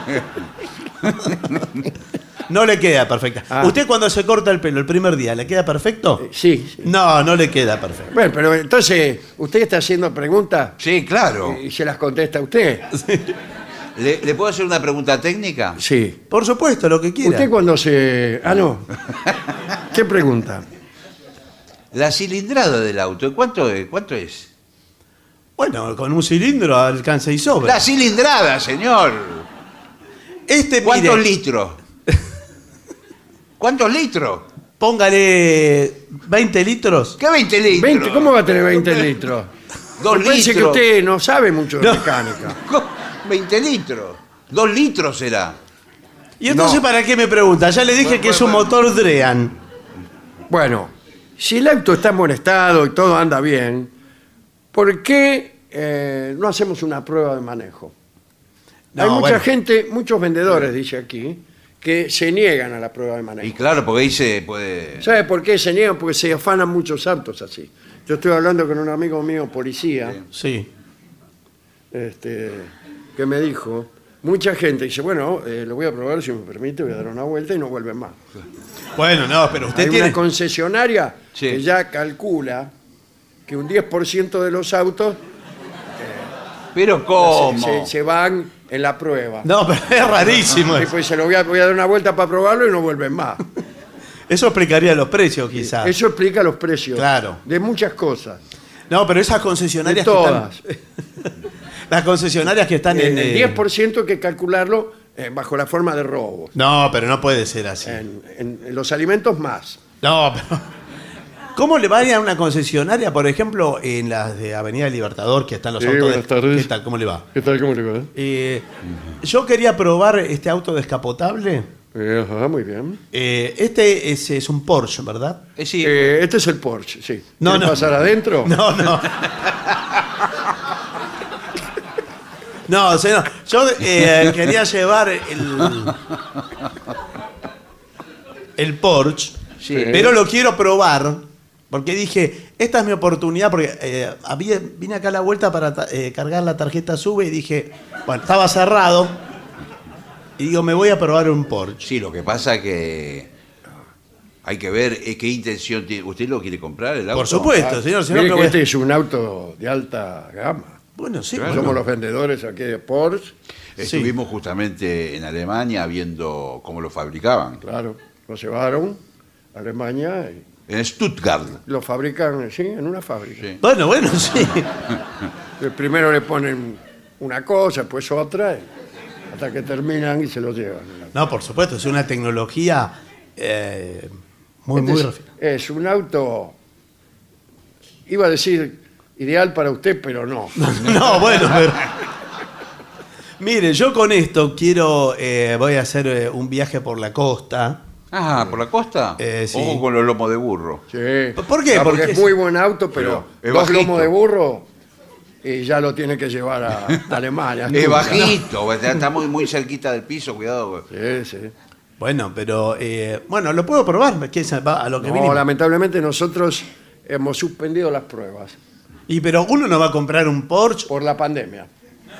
S4: No le queda perfecta.
S3: Ah.
S4: ¿Usted cuando se corta el pelo el primer día, le queda perfecto?
S3: Eh, sí, sí.
S4: No, no le queda perfecto.
S3: Bueno, pero entonces usted está haciendo preguntas
S5: Sí, claro.
S3: y se las contesta usted.
S5: ¿Le, le puedo hacer una pregunta técnica?
S3: Sí.
S4: Por supuesto, lo que quiera.
S3: Usted cuando se... Ah, no. ¿Qué pregunta?
S5: La cilindrada del auto, ¿cuánto es? ¿Cuánto es?
S4: Bueno, con un cilindro alcanza y sobra.
S5: La cilindrada, señor.
S4: Este,
S5: ¿Cuántos
S4: mire,
S5: litros? ¿Cuántos litros?
S4: póngale veinte litros.
S5: ¿Qué veinte litros?
S3: veinte, ¿cómo va a tener veinte litros?
S5: Dos
S3: Me parece que
S5: litros.
S3: usted no sabe mucho de
S4: No.
S3: mecánica.
S5: veinte litros. Dos litros será.
S4: ¿Y entonces
S3: No.
S4: para qué me pregunta? Ya le dije
S5: Bueno,
S4: que es un
S5: bueno,
S4: motor Drean.
S3: Bueno, si el auto está en buen estado y todo anda bien, ¿por qué eh, no hacemos una prueba de manejo?
S4: No,
S3: Hay mucha
S4: bueno.
S3: gente, muchos vendedores, dice aquí, que se niegan a la prueba de manejo.
S5: Y claro, porque ahí se puede...
S3: ¿Sabe por qué se niegan? Porque se afanan muchos autos así. Yo estoy hablando con un amigo mío, policía,
S4: Sí.
S3: este, que me dijo, mucha gente dice, bueno, eh, lo voy a probar, si me permite, voy a dar una vuelta y no vuelven más.
S4: Bueno, no, pero usted
S3: Hay
S4: tiene...
S3: una concesionaria
S5: Sí.
S3: que ya calcula que un diez por ciento de los autos
S5: Pero ¿cómo?
S3: se, se- se van en la prueba.
S4: No, pero es rarísimo.
S3: Y
S4: eso.
S3: pues se lo voy a, voy a dar una vuelta para probarlo y no vuelven más.
S4: Eso explicaría los precios, quizás.
S3: Eso explica los precios
S4: Claro.
S3: de muchas cosas.
S4: No, pero esas
S3: De
S4: concesionarias
S3: todas.
S4: que están... Las concesionarias que están en...
S3: En el
S4: eh,
S3: diez por ciento hay que calcularlo eh, bajo la forma de robo.
S4: No, pero no puede ser así.
S3: En, en- en los alimentos más.
S4: No, pero... ¿Cómo le va a ir a una concesionaria, por ejemplo, en las de Avenida Libertador, que están los
S3: Sí,
S4: autos
S3: buenas
S4: de...
S3: tardes.
S4: ¿Qué tal? ¿Cómo le va?
S3: ¿Qué tal? ¿Cómo le va?
S4: Eh, yo quería probar este auto descapotable.
S3: Eh, ajá, muy bien.
S4: Eh, este es, es un Porsche, ¿verdad?
S5: Eh, sí,
S3: Eh, este es el Porsche, sí.
S4: No,
S3: ¿Quiere
S4: no.
S3: pasar adentro?
S4: No, no. No, señor. Yo eh, quería llevar el, el Porsche,
S5: Sí.
S4: pero lo quiero probar. Porque dije, esta es mi oportunidad, porque eh, había, vine acá a la vuelta para ta- eh, cargar la tarjeta SUBE y dije, bueno, estaba cerrado. Y digo, me voy a probar un Porsche.
S5: sí, lo que pasa que hay que ver eh, qué intención tiene. ¿Usted lo quiere comprar el auto?
S4: Por supuesto, señor. señor
S3: Mire
S4: que
S3: que
S4: voy a-
S3: este es un auto de alta gama.
S4: Bueno, sí.
S5: Claro.
S4: bueno.
S3: Somos los vendedores aquí de Porsche.
S5: Estuvimos justamente en Alemania viendo cómo lo fabricaban.
S3: Claro, lo llevaron a Alemania y
S5: En Stuttgart.
S3: lo fabrican, sí, en una fábrica.
S5: Sí.
S4: Bueno, bueno, sí.
S3: Eh, Primero le ponen una cosa, después otra, y hasta que terminan y se lo llevan.
S4: No, por supuesto, es una tecnología eh, muy,
S3: Este
S4: muy
S3: es,
S4: refinada.
S3: es un auto, iba a decir ideal para usted, pero no.
S4: No, bueno, pero... Mire, yo con esto quiero, eh, voy a hacer eh, un viaje por la costa.
S5: Ah, ¿por la costa?
S4: Eh, sí.
S5: Ojo con los lomos de burro.
S3: Sí.
S4: ¿Por qué?
S3: Ah, porque,
S4: Porque
S3: es
S4: es-
S3: muy buen auto, pero,
S5: Pero es
S3: dos
S5: bajito.
S3: lomos de burro y ya lo tiene que llevar a, a Alemania.
S5: Es bajito, está muy, muy cerquita del piso, cuidado.
S3: Sí, sí.
S4: Bueno, pero, eh, bueno, lo puedo probar, ¿qué es a lo que
S3: No,
S4: vinimos?
S3: lamentablemente nosotros hemos suspendido las pruebas
S4: Y pero uno no va a comprar un Porsche.
S3: por la pandemia.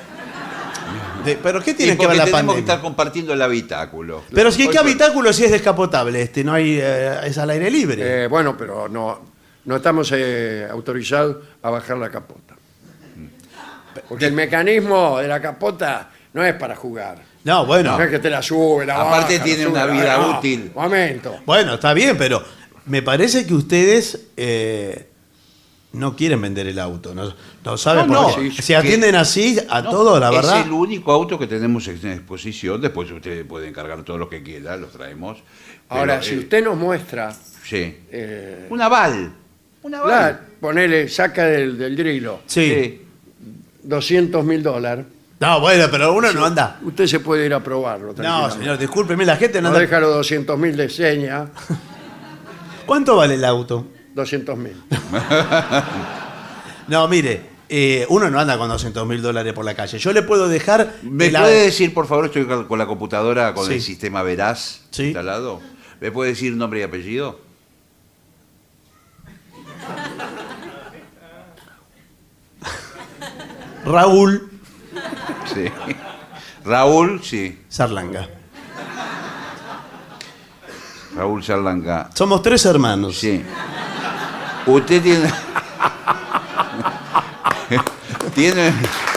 S4: de- ¿Pero qué
S5: Y
S4: tiene que
S5: porque
S4: ver la
S5: tenemos que
S4: pandemia?
S5: estar compartiendo el habitáculo.
S4: Pero si
S5: Hoy-
S4: qué habitáculo si es descapotable este, no hay, eh, es al aire libre.
S3: Eh, bueno, pero no, no estamos eh, autorizados a bajar la capota. Porque el mecanismo de la capota no es para jugar.
S4: No, bueno,
S3: No es que te la sube, la
S5: Aparte
S3: baja,
S5: tiene
S3: la sube,
S5: una
S3: la
S5: vida
S3: baja. No,
S5: útil.
S3: Momento.
S4: bueno, está bien, pero me parece que ustedes eh, no quieren vender el auto, no, no saben
S5: No,
S4: por
S5: no,
S4: qué.
S3: sí,
S4: Se atienden así a
S5: No,
S4: todo, la verdad.
S5: Es el único auto que tenemos en exposición. Después ustedes pueden cargar todo lo que quieran, los traemos. Pero,
S3: Ahora, si
S5: eh,
S3: usted nos muestra,
S5: Sí.
S3: eh,
S5: Un aval. Un aval.
S3: la- ponele, saca del, del drilo
S4: Sí.
S5: Sí.
S3: doscientos mil dólares,
S4: No, bueno, pero uno no anda.
S3: usted se puede ir a probarlo.
S4: No,
S3: tranquilamente.
S4: señor, discúlpeme, la gente no
S3: No
S4: anda.
S3: deja los doscientos mil de seña,
S4: ¿Cuánto vale el auto?
S3: doscientos mil.
S4: No, mire, eh, uno no anda con doscientos mil dólares por la calle. Yo le puedo dejar.
S5: ¿Me
S4: el-
S5: puede decir, por favor, estoy con con la computadora, con
S4: Sí.
S5: el sistema Veraz
S4: Sí.
S5: instalado? ¿Me puede decir nombre y apellido?
S4: Raúl
S5: Sí. Raúl, sí.
S4: Sarlanga.
S5: Raúl Charlanga.
S4: Somos tres hermanos.
S5: Sí. Usted tiene. tiene.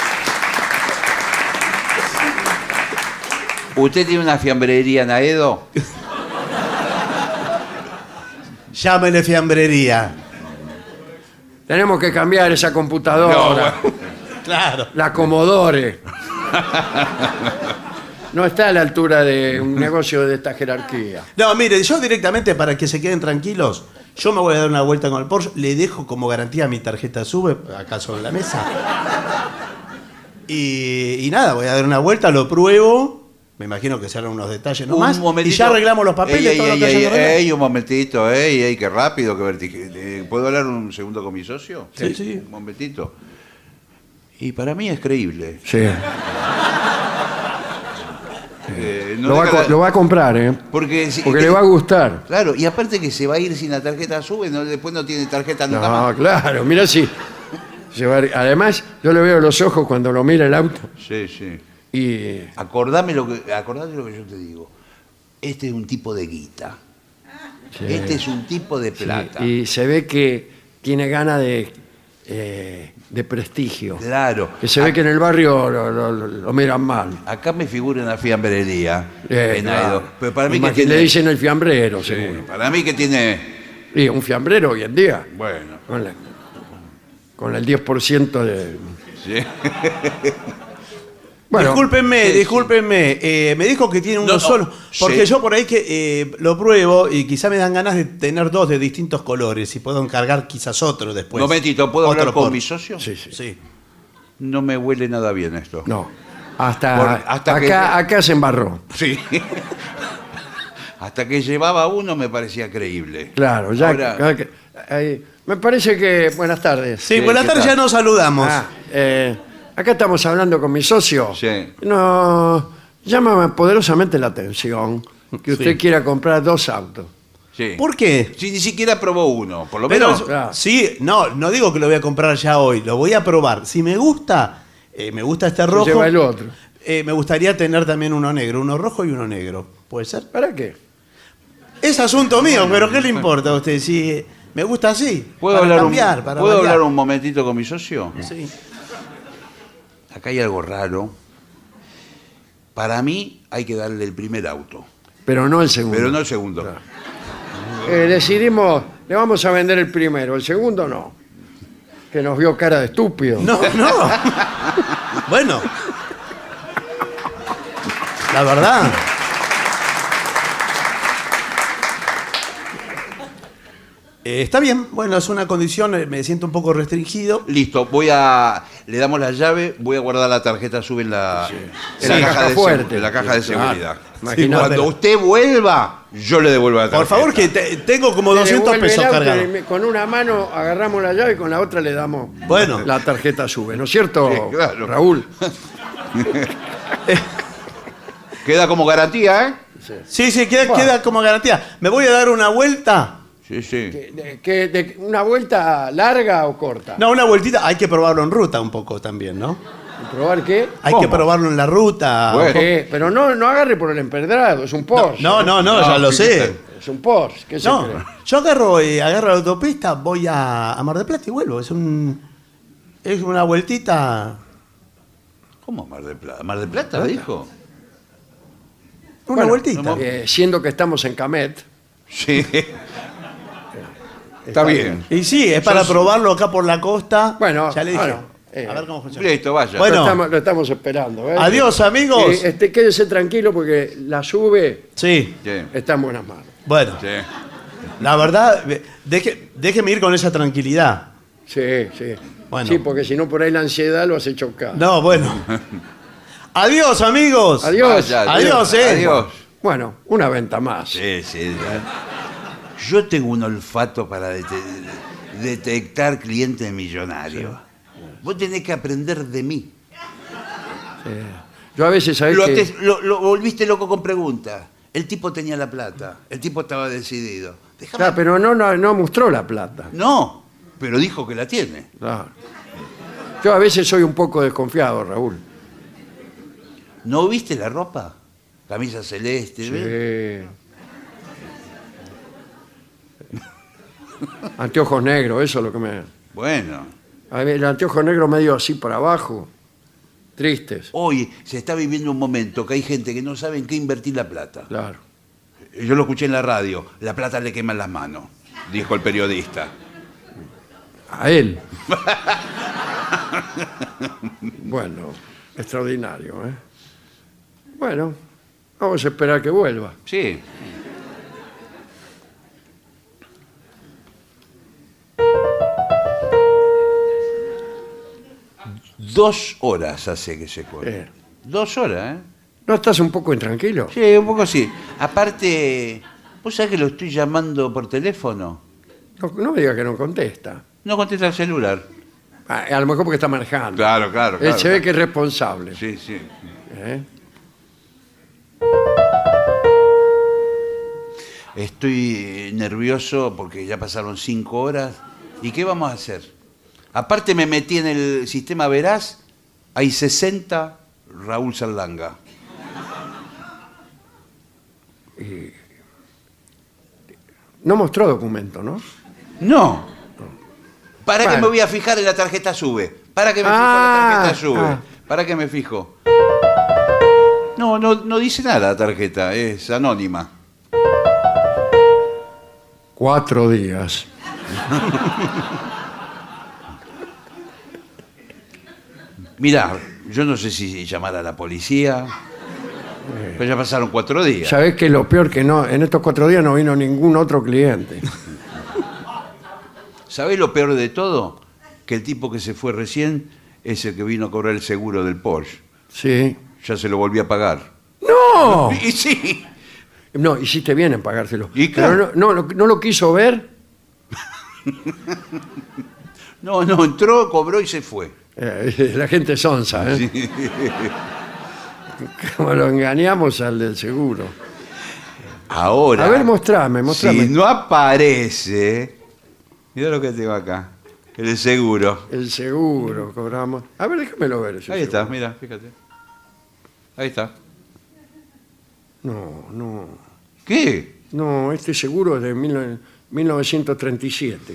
S5: ¿Usted tiene una fiambrería en Aedo?
S4: Llámele fiambrería.
S3: tenemos que cambiar esa computadora.
S5: No, bueno.
S4: Claro.
S3: La Commodore. No está a la altura de un negocio de esta jerarquía.
S4: No, mire, yo directamente, para que se queden tranquilos, yo me voy a dar una vuelta con el Porsche, le dejo como garantía mi tarjeta SUBE, acá sobre la mesa. Y, y nada, voy a dar una vuelta, lo pruebo, me imagino que serán unos detalles nomás,
S5: Un momentito.
S4: y ya arreglamos los papeles,
S5: Ey,
S4: todo
S5: ey,
S4: lo que
S5: ey,
S4: haya que
S5: ey,
S4: arreglar.
S5: ey, un momentito, ey, ey, qué rápido, qué vertical. ¿Puedo hablar un segundo con mi socio?
S4: Sí, sí.
S5: Un momentito. Y para mí es creíble.
S3: Sí.
S5: Eh, no
S3: Lo va, a,
S5: deja
S3: co-
S5: la-
S3: lo va a comprar, ¿eh?
S5: Porque, si-
S3: Porque le va a gustar.
S5: Claro, y aparte que se va a ir sin la tarjeta SUBE, no, después no tiene tarjeta nunca
S3: No,
S5: más.
S3: claro, mira si. se va a- Además, yo le veo los ojos cuando lo mira el auto.
S5: Sí, sí.
S3: Y.
S5: Acordame lo que, acordate lo que yo te digo. Este es un tipo de guita.
S3: Sí.
S5: Este es un tipo de plata.
S3: Y se ve que tiene ganas de, eh, de prestigio.
S5: Claro.
S3: Que se ve que en el barrio lo, lo- lo- lo miran mal.
S5: Acá me figura una fiambrería
S3: Eh,
S5: en
S3: claro.
S5: Aedo. Pero para mí
S3: Imagínate,
S5: que tiene.
S3: le dicen el fiambrero,
S5: Sí,
S3: seguro.
S5: para mí que tiene.
S3: Y un fiambrero hoy en día,
S5: Bueno.
S3: con, la- con el diez por ciento de.
S5: Sí.
S3: Bueno,
S4: discúlpenme,
S5: sí, sí.
S4: discúlpenme. eh, me dijo que tiene uno
S5: No, no,
S4: solo. Porque
S5: sí.
S4: yo por ahí que eh, lo pruebo y quizá me dan ganas de tener dos de distintos colores y puedo encargar quizás otro después.
S5: Momentito, ¿puedo
S4: Otro
S5: hablar con
S4: Porsche.
S5: mi socio?
S3: sí, sí.
S4: Sí.
S5: No me huele nada bien esto.
S3: No. Hasta,
S5: Por- hasta
S3: acá,
S5: que-
S3: acá se embarró.
S5: Sí. Hasta que llevaba uno me parecía creíble.
S3: Claro, ya.
S5: Ahora-
S3: cada que- ahí- me parece que. Buenas tardes.
S4: Sí,
S5: Sí,
S4: buenas
S5: ¿qué
S4: tardes,
S5: tal?
S4: ya nos saludamos.
S3: Ah, eh, acá estamos hablando con mi socio.
S5: Sí.
S3: Nos llama poderosamente la atención que usted
S4: Sí.
S3: quiera comprar dos autos.
S5: Sí.
S4: ¿Por qué?
S5: Si ni siquiera probó uno, por lo
S4: Pero,
S5: menos.
S3: claro.
S4: sí, no, no digo que lo voy a comprar ya hoy, lo voy a probar. Si me gusta, eh, me gusta este rojo.
S3: lleva el otro.
S4: eh, me gustaría tener también uno negro, uno rojo y uno negro. ¿Puede ser?
S3: ¿Para qué?
S4: Es asunto mío, pero ¿qué le importa a usted? Si me gusta así.
S5: ¿Puedo,
S4: para
S5: hablar,
S4: cambiar,
S5: un,
S4: para
S5: ¿puedo
S4: variar.
S5: hablar un momentito con mi socio?
S4: Sí.
S5: Acá hay algo raro. Para mí hay que darle el primer auto,
S3: Pero no el segundo.
S5: pero no el segundo.
S3: Claro. Eh, decidimos, le vamos a vender el primero, el segundo no. Que nos vio cara de estúpido.
S4: No, no. Bueno. La verdad. Eh, está bien, bueno, es una condición, eh, me siento un poco restringido.
S5: Listo, voy a. Le damos la llave, voy a guardar la tarjeta SUBE en la, en la
S3: Sí,
S5: caja,
S3: caja
S5: de,
S3: fuerte.
S5: en la caja de
S3: Sí, claro.
S5: seguridad.
S3: Imagínate.
S5: Cuando usted vuelva, yo le devuelvo la tarjeta.
S4: Por favor, que te- tengo como
S3: Le
S4: doscientos
S3: devuelve el
S4: pesos
S3: auto
S4: cargados.
S3: y me- Con una mano agarramos la llave y con la otra le damos
S4: Bueno.
S3: la tarjeta sube, ¿no es cierto,
S5: Sí, claro.
S3: Raúl?
S5: Queda como garantía, ¿eh?
S4: Sí, sí, queda,
S3: Bueno.
S4: queda como garantía. ¿Me voy a dar una vuelta?
S5: Sí, sí.
S3: ¿Que- de, que- de ¿Una vuelta larga o corta?
S4: No, una vueltita. Hay que probarlo en ruta un poco también, ¿no?
S3: ¿Probar qué?
S4: Hay
S5: ¿Cómo?
S4: que probarlo en la ruta.
S5: Bueno.
S3: ¿Qué? Pero no, no agarre por el empedrado, es un Porsche.
S4: No, no, no,
S5: No,
S4: ya lo
S5: fíjate.
S4: sé.
S3: Es un Porsche, ¿qué se
S4: No,
S3: cree?
S4: yo agarro, eh, agarro la autopista, voy a, a Mar del Plata y vuelvo. Es un es una vueltita.
S5: ¿Cómo Mar del Plata? ¿Mar del Plata, dijo?
S4: Una
S3: Bueno,
S4: vueltita.
S3: Eh, siendo que estamos en Camet.
S5: Sí. Está bien.
S4: Y sí, es para probarlo acá por la costa.
S3: Bueno,
S4: ya le dije.
S3: bueno, eh,
S4: a ver cómo funciona.
S5: Listo, vaya.
S4: Bueno.
S3: Lo estamos, lo estamos esperando. ¿eh?
S4: Adiós, amigos.
S3: Eh, este, quédese tranquilo porque la sube
S4: Sí,
S5: Sí.
S3: está en buenas manos.
S4: bueno.
S5: Sí.
S4: La verdad, deje, déjeme ir con esa tranquilidad.
S3: Sí, sí.
S4: Bueno.
S3: Sí, porque si no por ahí la ansiedad lo hace chocar.
S4: No, bueno. Adiós, amigos.
S3: Adiós.
S5: Vaya,
S4: Adiós, eh.
S5: Adiós.
S3: Bueno, una venta más.
S5: Sí, sí. Yo tengo un olfato para dete- detectar clientes millonarios. Vos tenés que aprender de mí.
S3: Yo a veces, ¿sabés
S5: Lo,
S3: que
S5: te- lo- lo volviste loco con preguntas. El tipo tenía la plata. El tipo estaba decidido. Déjame-
S3: Claro, pero no, no, no mostró la plata.
S5: No, pero dijo que la tiene.
S3: Claro. Yo a veces soy un poco desconfiado, Raúl.
S5: ¿No viste la ropa? Camisa celeste,
S3: Sí.
S5: ¿ves?
S3: Anteojos negros, eso es lo que me...
S5: Bueno,
S3: A ver, el anteojo negro medio así para abajo. Tristes,
S5: hoy se está viviendo un momento que hay gente que no sabe en qué invertir la plata.
S3: claro.
S5: Yo lo escuché en la radio. La plata le quema en las manos, dijo el periodista.
S3: A él. Bueno, extraordinario, ¿eh? Bueno, vamos a esperar que vuelva.
S5: Sí. Dos horas hace que se cuelga.
S3: Eh.
S5: Dos horas, ¿eh?
S3: ¿No estás un poco intranquilo?
S5: Sí, un poco sí. Aparte, ¿vos sabés que lo estoy llamando por teléfono?
S3: No, no me diga que no contesta.
S5: No contesta el celular.
S3: Ah, a lo mejor porque está manejando.
S5: Claro, claro,
S3: Él se ve que es responsable.
S5: Sí, sí.
S3: ¿Eh?
S5: Estoy nervioso porque ya pasaron cinco horas. ¿Y qué vamos a hacer? Aparte me metí en el sistema Veraz, hay sesenta Raúl Salanga.
S3: No mostró documento, ¿no?
S5: No. ¿Para
S3: Bueno.
S5: qué me voy a fijar en la tarjeta SUBE? ¿Para qué me
S3: Ah,
S5: fijo en la tarjeta SUBE?
S3: ah.
S5: ¿Para qué me fijo? No, no, no dice nada la tarjeta, es anónima.
S3: Cuatro días.
S5: Mirá, yo no sé si llamar a la policía, pero ya pasaron cuatro días.
S3: ¿Sabés que lo peor que no? En estos cuatro días no vino ningún otro cliente.
S5: ¿Sabés lo peor de todo? Que el tipo que se fue recién es el que vino a cobrar el seguro del Porsche.
S3: Sí.
S5: Ya se lo volví a pagar.
S3: ¡No!
S5: Y sí.
S3: No, hiciste bien en pagárselo.
S5: Y claro.
S3: Pero no, no, no lo quiso ver.
S5: No, no, entró, cobró y se fue.
S3: Eh, la gente es onza, ¿eh?
S5: Sí.
S3: Como lo engañamos al del seguro.
S5: Ahora.
S3: A ver, mostrame, mostrame.
S5: Si no aparece. Mira lo que tengo acá. El seguro.
S3: El seguro, cobramos. A ver, déjamelo ver. ese
S5: Ahí está,
S3: seguro.
S5: mira, fíjate. Ahí está.
S3: No, no.
S5: ¿Qué?
S3: No, este seguro es de mil novecientos treinta y siete.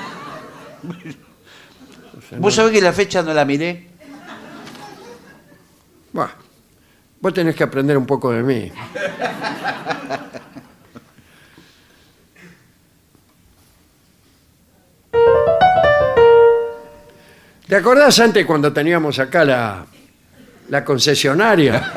S5: ¿Vos sabés que la fecha no la miré?
S3: Bueno, vos tenés que aprender un poco de mí. ¿Te acordás antes cuando teníamos acá la, la concesionaria?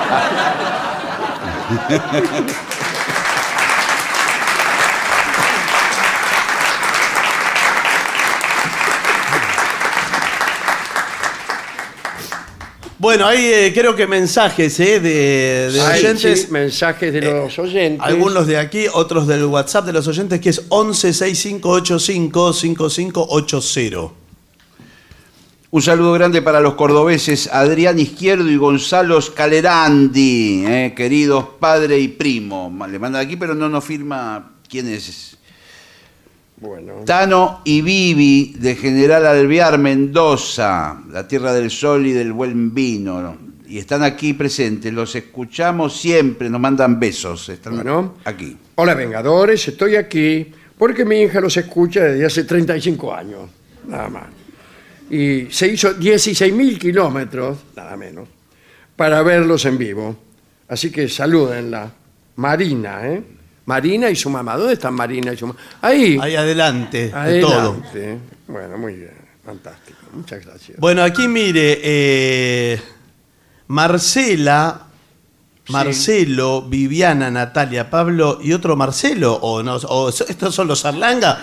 S4: Bueno, hay eh, creo que mensajes eh, de, de
S3: Hay,
S4: oyentes.
S3: sí, mensajes de los oyentes.
S4: Algunos de aquí, otros del WhatsApp de los oyentes, que es once sesenta y cinco ochenta y cinco cincuenta y cinco ochenta.
S5: Un saludo grande para los cordobeses Adrián Izquierdo y Gonzalo Scalerandi, eh, queridos padre y primo. Le mandan aquí, pero no nos firma quién es.
S3: Bueno,
S5: Tano y Vivi de General Alvear, Mendoza, la tierra del sol y del buen vino, ¿no? Y están aquí presentes, los escuchamos siempre, nos mandan besos. Están
S3: Bueno.
S5: aquí.
S3: hola Vengadores, estoy aquí porque mi hija los escucha desde hace treinta y cinco años, nada más. Y se hizo dieciséis mil kilómetros, nada menos, para verlos en vivo. Así que salúdenla. Marina, ¿eh? Marina y su mamá. ¿Dónde están Marina y su mamá? Ahí.
S4: Ahí adelante, de todo.
S3: Adelante. Bueno, muy bien. Fantástico. Muchas gracias.
S4: Bueno, aquí mire, eh, Marcela, Marcelo, Viviana, Natalia, Pablo y otro Marcelo, o no, o estos son los Arlanga.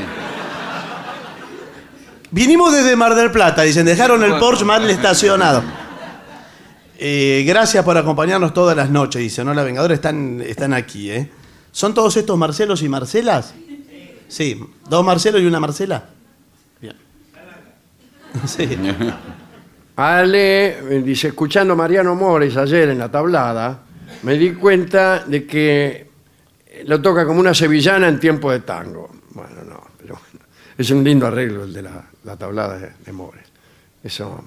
S4: Vinimos desde Mar del Plata, dicen, dejaron el Porsche mal estacionado. Eh, gracias por acompañarnos todas las noches, dicen, ¿no? Las Vengadoras están, están aquí, ¿eh? ¿Son todos estos Marcelos y Marcelas? Sí, dos Marcelos y una Marcela. Bien. Sí.
S3: Ale eh, dice, escuchando a Mariano Mores ayer en la tablada, me di cuenta de que lo toca como una sevillana en tiempo de tango. Bueno, no, pero bueno, es un lindo arreglo el de la, la tablada de, de Mores. Eso.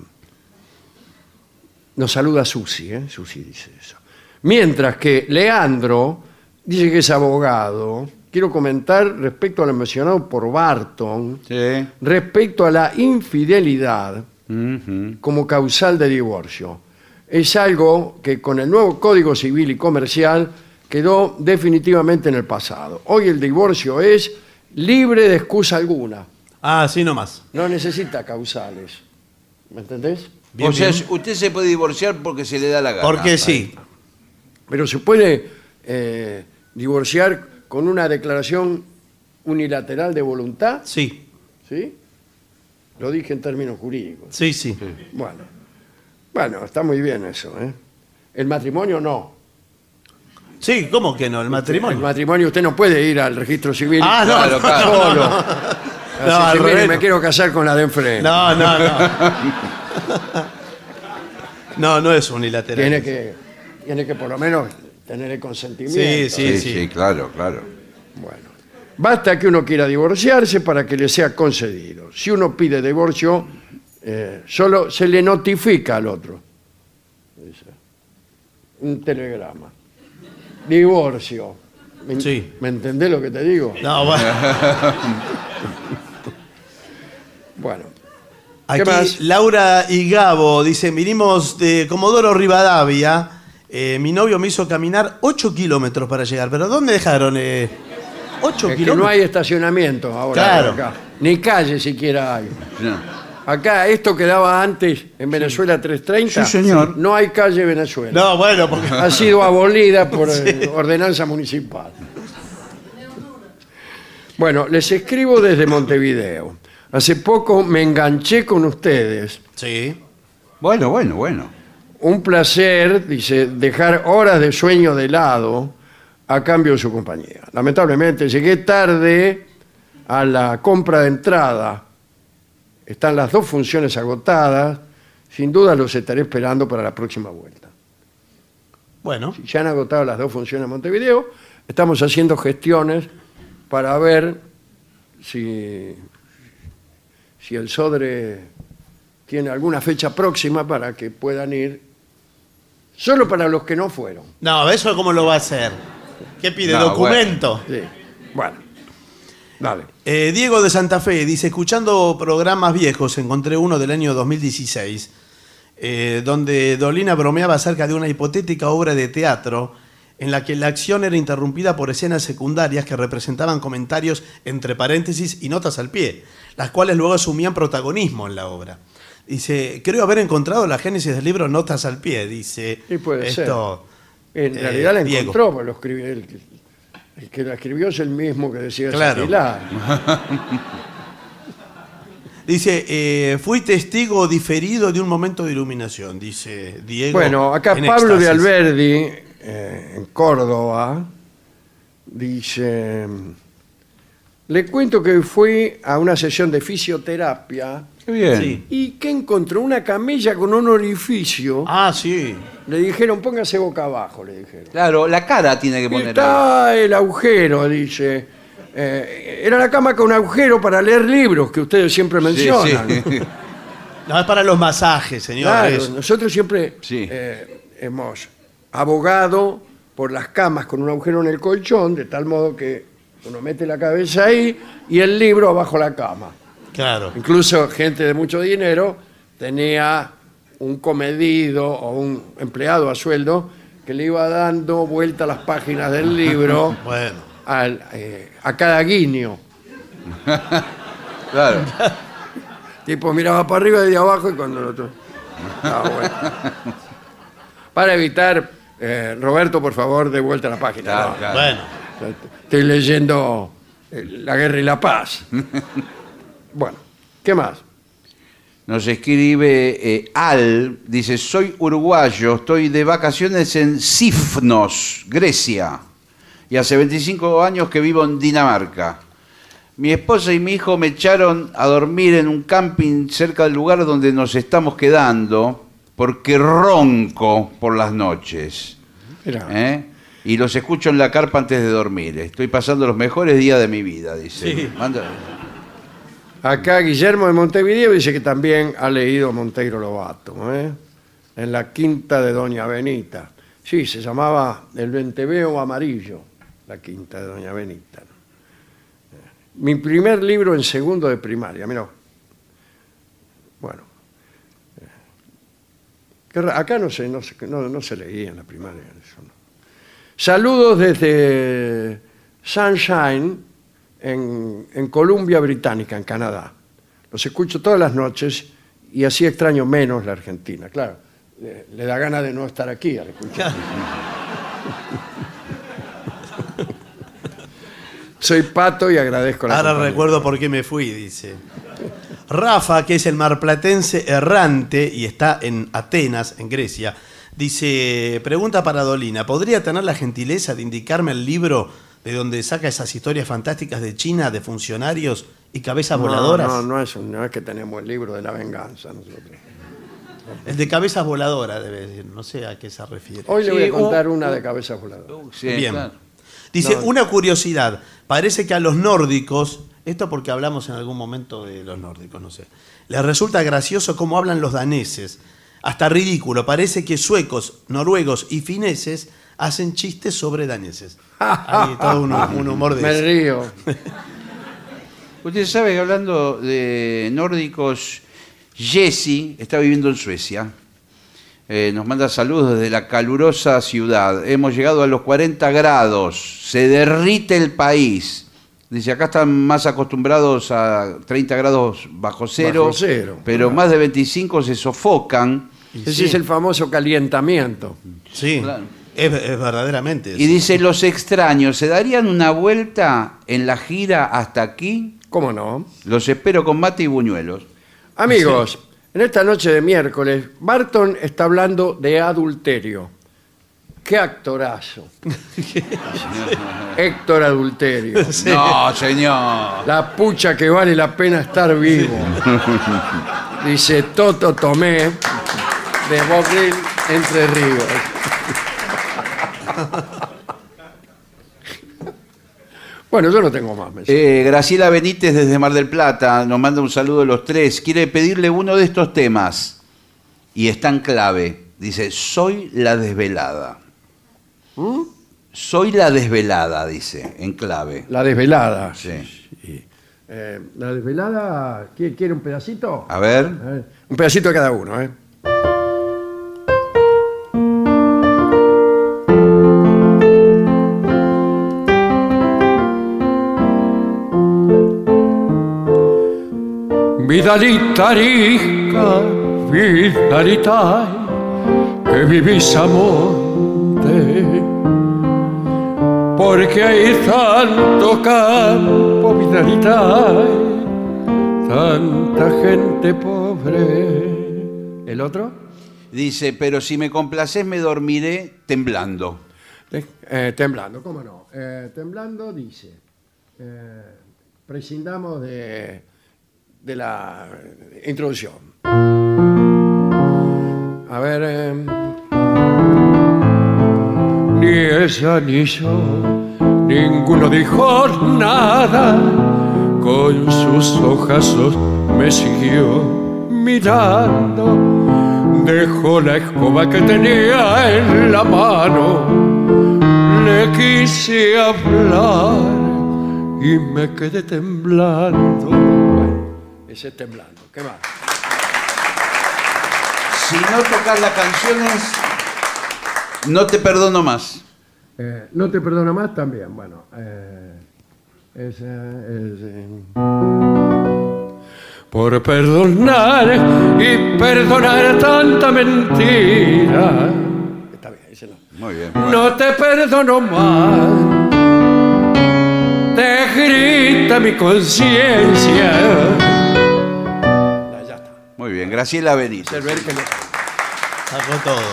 S3: Nos saluda Susi, ¿eh? Susi dice eso. Mientras que Leandro dice que es abogado. Quiero comentar respecto a lo mencionado por Barton,
S5: Sí.
S3: respecto a la infidelidad
S5: Ujú.
S3: como causal de divorcio. Es algo que con el nuevo Código Civil y Comercial quedó definitivamente en el pasado. Hoy el divorcio es libre de excusa alguna.
S4: Ah, sí, nomás.
S3: No necesita causales. ¿Me entendés?
S4: Bien,
S5: o sea,
S4: bien.
S5: usted se puede divorciar porque se le da la gana.
S4: Porque sí.
S3: Pero se puede eh, divorciar con una declaración unilateral de voluntad,
S4: Sí,
S3: ¿sí? Lo dije en términos jurídicos.
S4: sí, sí.
S3: Bueno, bueno, está muy bien eso, ¿eh? El matrimonio no.
S4: Sí, ¿cómo que no? El
S3: El
S4: matrimonio.
S3: matrimonio usted no puede ir al registro civil
S4: Ah, no,
S5: Claro,
S4: no,
S5: claro.
S3: solo.
S4: No,
S3: Así,
S4: al
S3: "Sí, mire,
S4: revés,
S3: me
S4: no.
S3: quiero casar con la de enfrente.
S4: No, no, no. No, no es unilateral.
S3: Tiene que, tiene que por lo menos tener el consentimiento.
S4: Sí,
S5: Sí,
S4: sí.
S5: sí, claro, claro.
S3: Bueno, basta que uno quiera divorciarse para que le sea concedido. Si uno pide divorcio, eh, solo se le notifica al otro. Dice, un telegrama. Divorcio. ¿Me,
S4: Sí.
S3: ¿Me entendés lo que te digo?
S4: No, bueno.
S3: Bueno,
S4: Aquí
S3: más?
S4: Laura y Gabo dicen, vinimos de Comodoro Rivadavia. Eh, mi novio me hizo caminar ocho kilómetros para llegar. ¿Pero dónde dejaron? Eh, ¿ocho
S3: es que
S4: kilómetros?
S3: no hay estacionamiento ahora.
S4: Claro.
S3: Acá. Ni calle siquiera hay.
S5: No.
S3: Acá, esto que daba antes en Venezuela trescientos treinta,
S5: Sí, señor.
S3: no hay calle Venezuela.
S4: No, bueno, porque...
S3: Ha sido abolida por eh, ordenanza municipal. Bueno, les escribo desde Montevideo. Hace poco me enganché con ustedes.
S4: Sí.
S5: Bueno, bueno, bueno.
S3: Un placer, dice, dejar horas de sueño de lado a cambio de su compañía. Lamentablemente llegué tarde a la compra de entrada. Están las dos funciones agotadas. Sin duda los estaré esperando para la próxima vuelta.
S4: Bueno,
S3: Ya han agotado las dos funciones en Montevideo. Estamos haciendo gestiones para ver si, si el Sodre tiene alguna fecha próxima para que puedan ir. Solo para los que no fueron.
S4: no, ¿eso cómo lo va a hacer? ¿Qué pide?
S5: No,
S4: ¿Documento?
S3: Sí. Bueno, dale.
S4: Eh, Diego de Santa Fe dice, escuchando programas viejos, encontré uno del año dos mil dieciséis, eh, donde Dolina bromeaba acerca de una hipotética obra de teatro en la que la acción era interrumpida por escenas secundarias que representaban comentarios entre paréntesis y notas al pie, las cuales luego asumían protagonismo en la obra. Dice, creo haber encontrado la génesis del libro Notas al pie, dice.
S3: Sí, puede
S4: esto,
S3: En
S4: eh,
S3: realidad la
S4: Diego.
S3: encontró, porque lo escribió, el, que- el que la escribió es el mismo que decía esa
S4: Claro.
S3: Pilar.
S4: Dice, eh, fui testigo diferido de un momento de iluminación, dice Diego.
S3: Bueno, acá
S4: en
S3: Pablo de
S4: éxtasis.
S3: Alberdi, eh, en Córdoba, dice, le cuento que fui a una sesión de fisioterapia
S5: Qué bien.
S4: Sí.
S3: y que encontró una camilla con un orificio.
S4: Ah, sí.
S3: Le dijeron, póngase boca abajo, le dijeron.
S5: Claro, la cara tiene que
S3: Y
S5: poner ahí.
S3: está el agujero, dice. Eh, era la cama con agujero para leer libros que ustedes siempre
S5: Sí,
S3: mencionan.
S5: sí.
S4: No, es para los masajes, señores.
S3: Claro, nosotros siempre
S5: Sí.
S3: eh, hemos abogado por las camas con un agujero en el colchón, de tal modo que uno mete la cabeza ahí y el libro abajo la cama.
S4: Claro.
S3: Incluso gente de mucho dinero tenía un comedido o un empleado a sueldo que le iba dando vuelta a las páginas del libro
S4: Bueno.
S3: al, eh, a cada guiño.
S5: Claro.
S3: Tipo miraba para arriba y de abajo y cuando el otro... Ah, bueno. Para evitar, eh, Roberto, por favor, de vuelta a la página.
S5: Claro,
S3: No,
S5: claro.
S4: Bueno.
S3: estoy leyendo eh, La Guerra y la Paz. Bueno, ¿qué más?
S5: Nos escribe eh, Al, dice, soy uruguayo, estoy de vacaciones en Sifnos, Grecia, y hace veinticinco años que vivo en Dinamarca. Mi esposa y mi hijo me echaron a dormir en un camping cerca del lugar donde nos estamos quedando porque ronco por las noches.
S3: Mira,
S5: ¿eh? Y los escucho en la carpa antes de dormir. Estoy pasando los mejores días de mi vida, dice.
S4: Sí.
S5: Manda-
S3: acá Guillermo de Montevideo dice que también ha leído Monteiro Lobato, ¿eh? En la quinta de Doña Benita. Sí, se llamaba El Venteveo Amarillo, la quinta de Doña Benita. Mi primer libro en segundo de primaria, mira. Bueno. Qué ra- Acá no se, no, se, no, no se leía en la primaria. Eso no. Saludos desde Sunshine, en, en Columbia Británica, en Canadá. Los escucho todas las noches y así extraño menos la Argentina. Claro, le, le da ganas de no estar aquí al escuchar. Soy Pato y agradezco la
S4: Ahora
S3: compañía.
S4: recuerdo por qué me fui, dice. Rafa, que es el marplatense errante y está en Atenas, en Grecia, dice, pregunta para Dolina, ¿podría tener la gentileza de indicarme el libro de donde saca esas historias fantásticas de China, de funcionarios y cabezas
S3: No,
S4: voladoras?
S3: No, no es, un- no es que tenemos el libro de la venganza nosotros.
S4: El de cabezas voladoras, debe decir, no sé a qué se refiere.
S3: Hoy le
S5: Sí,
S3: voy a contar
S5: un-
S3: una de cabezas voladoras.
S5: Sí,
S4: Bien.
S5: claro.
S4: Dice,
S3: No.
S4: una curiosidad, parece que a los nórdicos, esto porque hablamos en algún momento de los nórdicos, no sé, les resulta gracioso cómo hablan los daneses, hasta ridículo, parece que suecos, noruegos y fineses hacen chistes sobre daneses. Hay todo un, un humor de
S3: Me
S4: eso.
S3: río.
S5: Usted sabe que hablando de nórdicos, Jesse está viviendo en Suecia. Eh, nos manda saludos desde la calurosa ciudad. Hemos llegado a los cuarenta grados. Se derrite el país. Dice, acá están más acostumbrados a treinta grados bajo cero.
S3: Bajo cero,
S5: Pero
S3: claro.
S5: más de veinticinco se sofocan.
S3: Ese
S4: sí.
S3: es el famoso calentamiento.
S4: Sí,
S5: Claro.
S4: es, es verdaderamente
S5: Y
S4: eso.
S5: dice, los extraños, ¿se darían una vuelta en la gira hasta aquí?
S3: ¿Cómo no?
S5: Los espero con mate y buñuelos.
S3: Amigos, en esta noche de miércoles, Barton está hablando de adulterio. ¡Qué actorazo! Héctor Adulterio.
S5: No, señor.
S3: La pucha que vale la pena estar vivo. Dice Toto Tomé de Bobril, Entre Ríos. Bueno, yo no tengo más. me sé.
S5: Eh, Graciela Benítez desde Mar del Plata nos manda un saludo a los tres. Quiere pedirle uno de estos temas. Y está en clave. Dice, soy la desvelada.
S3: ¿Mm?
S5: Soy la desvelada, dice, en clave.
S3: La desvelada.
S5: Sí.
S3: Sí. Eh, la desvelada, ¿quiere, quiere un pedacito?
S5: A ver.
S3: A ver, un pedacito de cada uno, ¿eh?
S2: Vidalita rica, vidalita, que vivís a monte, porque hay tanto campo, vidalita, tanta gente pobre.
S3: ¿El otro?
S5: Dice, pero si me complaces me dormiré temblando.
S3: Eh, eh, temblando, ¿cómo no? Eh, temblando dice, eh, prescindamos de, de la introducción. A ver, eh,
S2: Ni ella ni yo, ninguno dijo nada, con sus ojazos me siguió mirando. Dejó la escoba que tenía en la mano, le quise hablar y me quedé temblando.
S3: bueno, ese es temblando. ¿Qué más?
S5: Si no tocas las canciones, no te perdono más.
S3: Eh, no te perdono más también. Bueno, eh, esa es, eh,
S2: Por perdonar y perdonar tanta mentira,
S3: está bien, ese no.
S5: Muy bien.
S2: no te perdono más. Te grita mi conciencia.
S3: Ya, ya está.
S5: Muy bien. Graciela Benítez.
S3: Hacer ver que no-
S4: Sacó todo.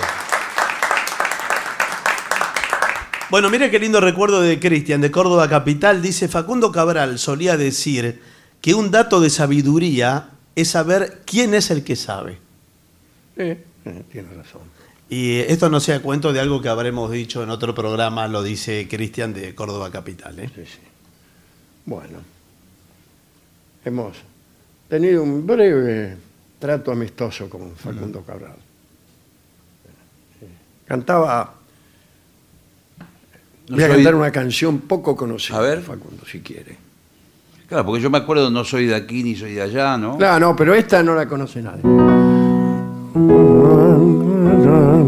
S4: Bueno, mire qué lindo recuerdo de Cristian, de Córdoba Capital. Dice, Facundo Cabral solía decir que un dato de sabiduría es saber quién es el que sabe.
S3: Eh, eh, tienes razón.
S4: Y esto no sea cuento de algo que habremos dicho en otro programa, lo dice Cristian de Córdoba Capital. ¿eh?
S3: Sí, sí. Bueno, hemos tenido un breve trato amistoso con Facundo Cabral. Sí. Cantaba.
S5: No
S3: Voy a
S5: soy-
S3: cantar una canción poco conocida,
S5: A ver.
S3: Facundo, si quiere.
S5: Claro, porque yo me acuerdo, no soy de aquí ni soy de allá, ¿no?
S3: Claro, no, pero esta no la conoce nadie.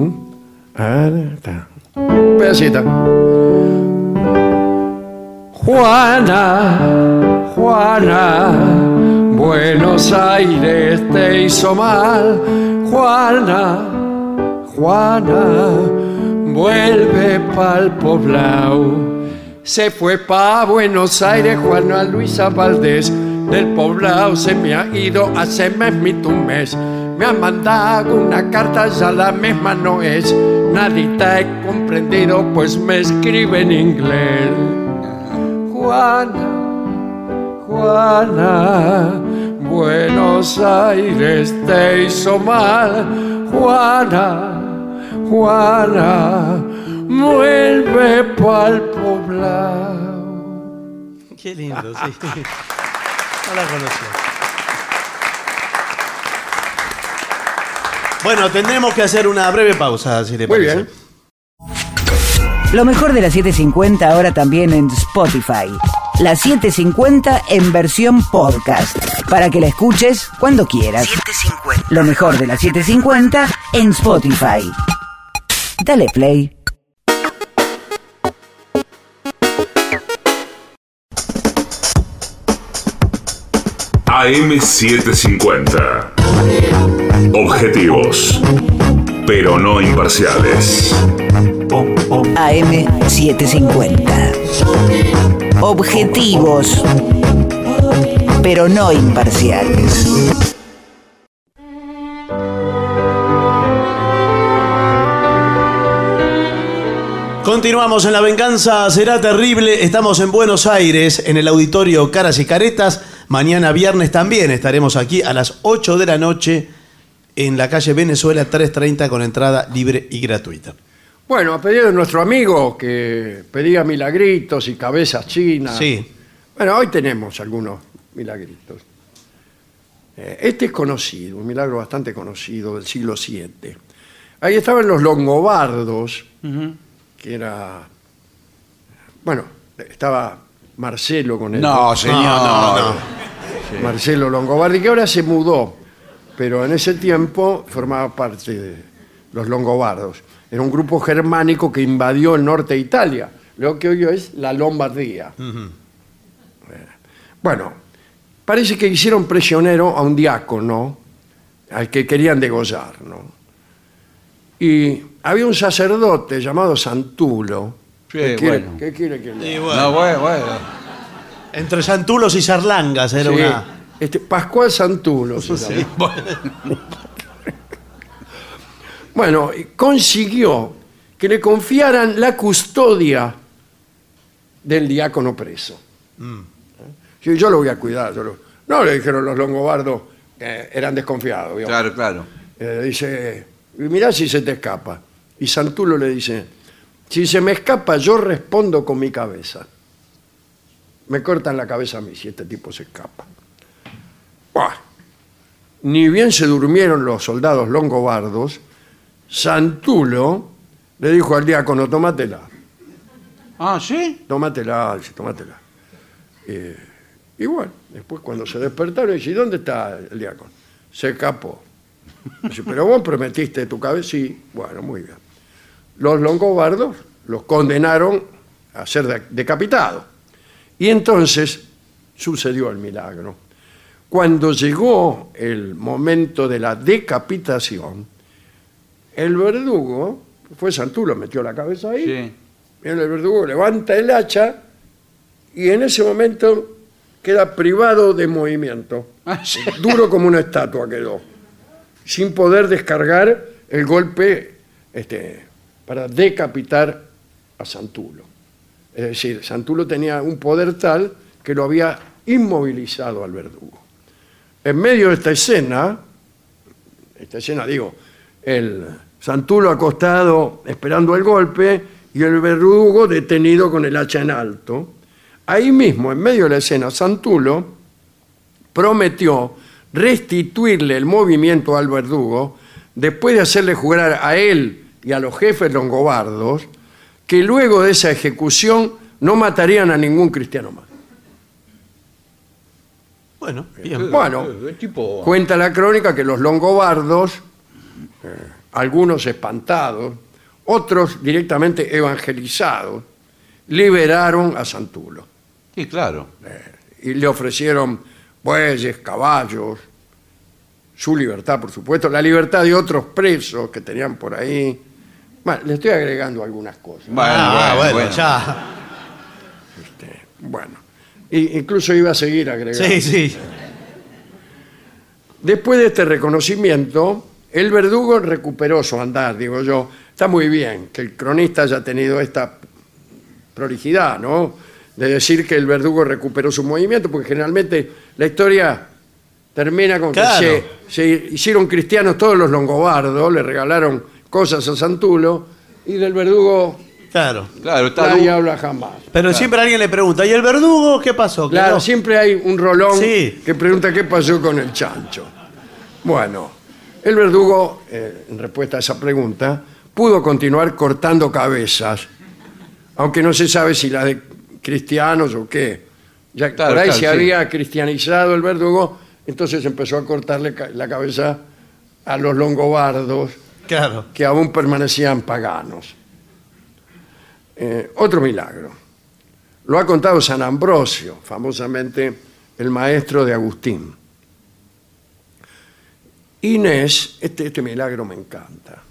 S3: Pedacita.
S2: Juana, Juana, Buenos Aires te hizo mal. Juana, Juana, vuelve pa'l poblao. Se fue pa' Buenos Aires Juana Luisa Valdés. Del poblado se me ha ido hace mes mi tu mes. Me ha mandado una carta, ya la misma no es. Nadita he comprendido, pues me escribe en inglés. Juana, Juana, Buenos Aires te hizo mal. Juana, Juana, vuelve pa'l poblado.
S4: Qué lindo, sí. No la conocía. Bueno, tendremos que hacer una breve pausa, si le
S3: Muy
S4: parece.
S3: bien.
S6: Lo mejor de la setecientos cincuenta ahora también en Spotify. La setecientos cincuenta en versión podcast, para que la escuches cuando quieras. setecientos cincuenta. Lo mejor de la setecientos cincuenta en Spotify. Dale play.
S1: A M setecientos cincuenta. Objetivos, pero no imparciales.
S6: A M setecientos cincuenta. Objetivos, pero no imparciales.
S4: Continuamos en La Venganza Será Terrible. Estamos en Buenos Aires, en el auditorio Caras y Caretas. Mañana viernes también estaremos aquí a las ocho de la noche en la calle Venezuela trescientos treinta con entrada libre y gratuita.
S3: Bueno, a pedido de nuestro amigo que pedía milagritos y cabezas chinas.
S4: Sí.
S3: Bueno, hoy tenemos algunos milagritos. Eh, Este es conocido, un milagro bastante conocido del siglo siete. Ahí estaban los longobardos, que era... Bueno, estaba Marcelo con él.
S5: No, señor.
S4: No, no, no.
S3: Marcelo Longobardi, que ahora se mudó, pero en ese tiempo formaba parte de los longobardos. Era un grupo germánico que invadió el norte de Italia, lo que hoy es la Lombardía. Uh-huh. Bueno, parece que hicieron prisionero a un diácono al que querían degollar, ¿no? Y había un sacerdote llamado Santulo.
S5: Sí,
S3: ¿Qué quiere,
S5: bueno.
S3: ¿qué quiere que le
S4: Y
S3: haga?
S4: bueno,
S5: No, bueno, bueno.
S4: entre santulos y sarlangas era
S3: Sí,
S4: una...
S3: este, Pascual Santulo se
S4: Sí,
S3: llama.
S4: bueno.
S3: Bueno, consiguió que le confiaran la custodia del diácono preso. Mm. Sí, yo lo voy a cuidar. Yo lo... No, le dijeron los longobardos, que eran desconfiados. ¿vio?
S5: Claro, claro.
S3: Eh, dice, mirá si se te escapa. Y Santulo le dice, si se me escapa, yo respondo con mi cabeza. Me cortan la cabeza a mí si este tipo se escapa. Buah. Ni bien se durmieron los soldados longobardos, Santulo le dijo al diácono, tómatela,
S5: Ah, ¿sí?
S3: tómatela, dice, tómatela. Eh, y bueno, después cuando se despertaron, dice, ¿y dónde está el diácono? Se escapó. Dice, pero vos prometiste tu cabeza. Sí, bueno, muy bien. Los longobardos los condenaron a ser de- decapitados. Y entonces sucedió el milagro. Cuando llegó el momento de la decapitación, el verdugo, fue Santulo, metió la cabeza ahí,
S5: Sí.
S3: y el verdugo levanta el hacha y en ese momento queda privado de movimiento.
S5: Ah, sí.
S3: Duro como una estatua quedó, sin poder descargar el golpe este, para decapitar a Santulo. Es decir, Santulo tenía un poder tal que lo había inmovilizado al verdugo. En medio de esta escena, esta escena digo, el Santulo acostado esperando el golpe y el verdugo detenido con el hacha en alto. Ahí mismo, en medio de la escena, Santulo prometió restituirle el movimiento al verdugo después de hacerle jurar a él y a los jefes longobardos que luego de esa ejecución no matarían a ningún cristiano más.
S4: Bueno, bien.
S3: Bueno,
S5: El tipo...
S3: cuenta la crónica que los longobardos, eh, algunos espantados, otros directamente evangelizados, liberaron a Santulo.
S5: Sí, claro.
S3: Y le ofrecieron bueyes, caballos, su libertad, por supuesto, la libertad de otros presos que tenían por ahí. Bueno, le estoy agregando algunas cosas.
S5: Bueno,
S4: Ah,
S5: bueno,
S4: bueno,
S5: bueno.
S4: ya.
S3: Este, bueno, y incluso iba a seguir agregando.
S4: Sí, sí.
S3: Después de este reconocimiento, el verdugo recuperó su andar, digo yo. Está muy bien que el cronista haya tenido esta prolijidad, ¿no? De decir que el verdugo recuperó su movimiento, porque generalmente la historia termina con
S4: Claro.
S3: que se, se hicieron cristianos todos los longobardos, le regalaron cosas a Santulo, y del verdugo
S4: Claro.
S5: Claro, está
S3: nadie
S5: Du-
S3: habla jamás.
S4: Pero siempre alguien le pregunta, ¿y el verdugo qué pasó? ¿Qué
S3: Claro,
S4: no?
S3: siempre hay un rolón
S4: Sí.
S3: que pregunta qué pasó con el chancho. Bueno, el verdugo, eh, en respuesta a esa pregunta, pudo continuar cortando cabezas, aunque no se sabe si las de cristianos o qué. Ya
S5: Claro,
S3: por ahí
S5: claro,
S3: se
S5: sí.
S3: había cristianizado el verdugo, entonces empezó a cortarle ca- la cabeza a los longobardos
S4: Claro.
S3: que aún permanecían paganos. Eh, otro milagro. Lo ha contado San Ambrosio, famosamente el maestro de Agustín. Inés, este, este milagro me encanta.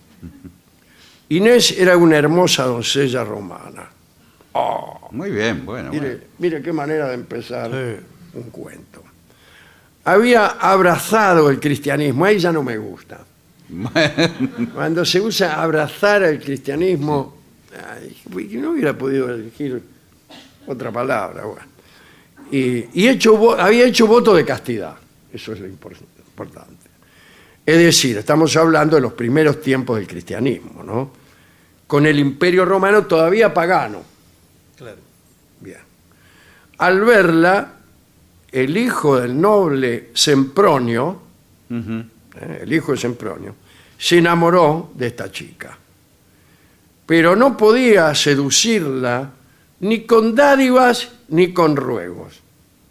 S3: Inés era una hermosa doncella romana. Oh,
S5: Muy bien, bueno.
S3: mire,
S5: bueno.
S3: mire qué manera de empezar
S4: Sí.
S3: un cuento. Había abrazado el cristianismo, ahí ya no me gusta. Cuando se usa abrazar el cristianismo, ay, no hubiera podido elegir otra palabra. Bueno. Y, y hecho, vo- había hecho voto de castidad, eso es lo impor- importante. Es decir, estamos hablando de los primeros tiempos del cristianismo, ¿no? Con el imperio romano todavía pagano.
S4: Claro.
S3: Bien. Al verla, el hijo del noble Sempronio,
S5: Ujú.
S3: eh, el hijo de Sempronio, se enamoró de esta chica. Pero no podía seducirla ni con dádivas ni con ruegos.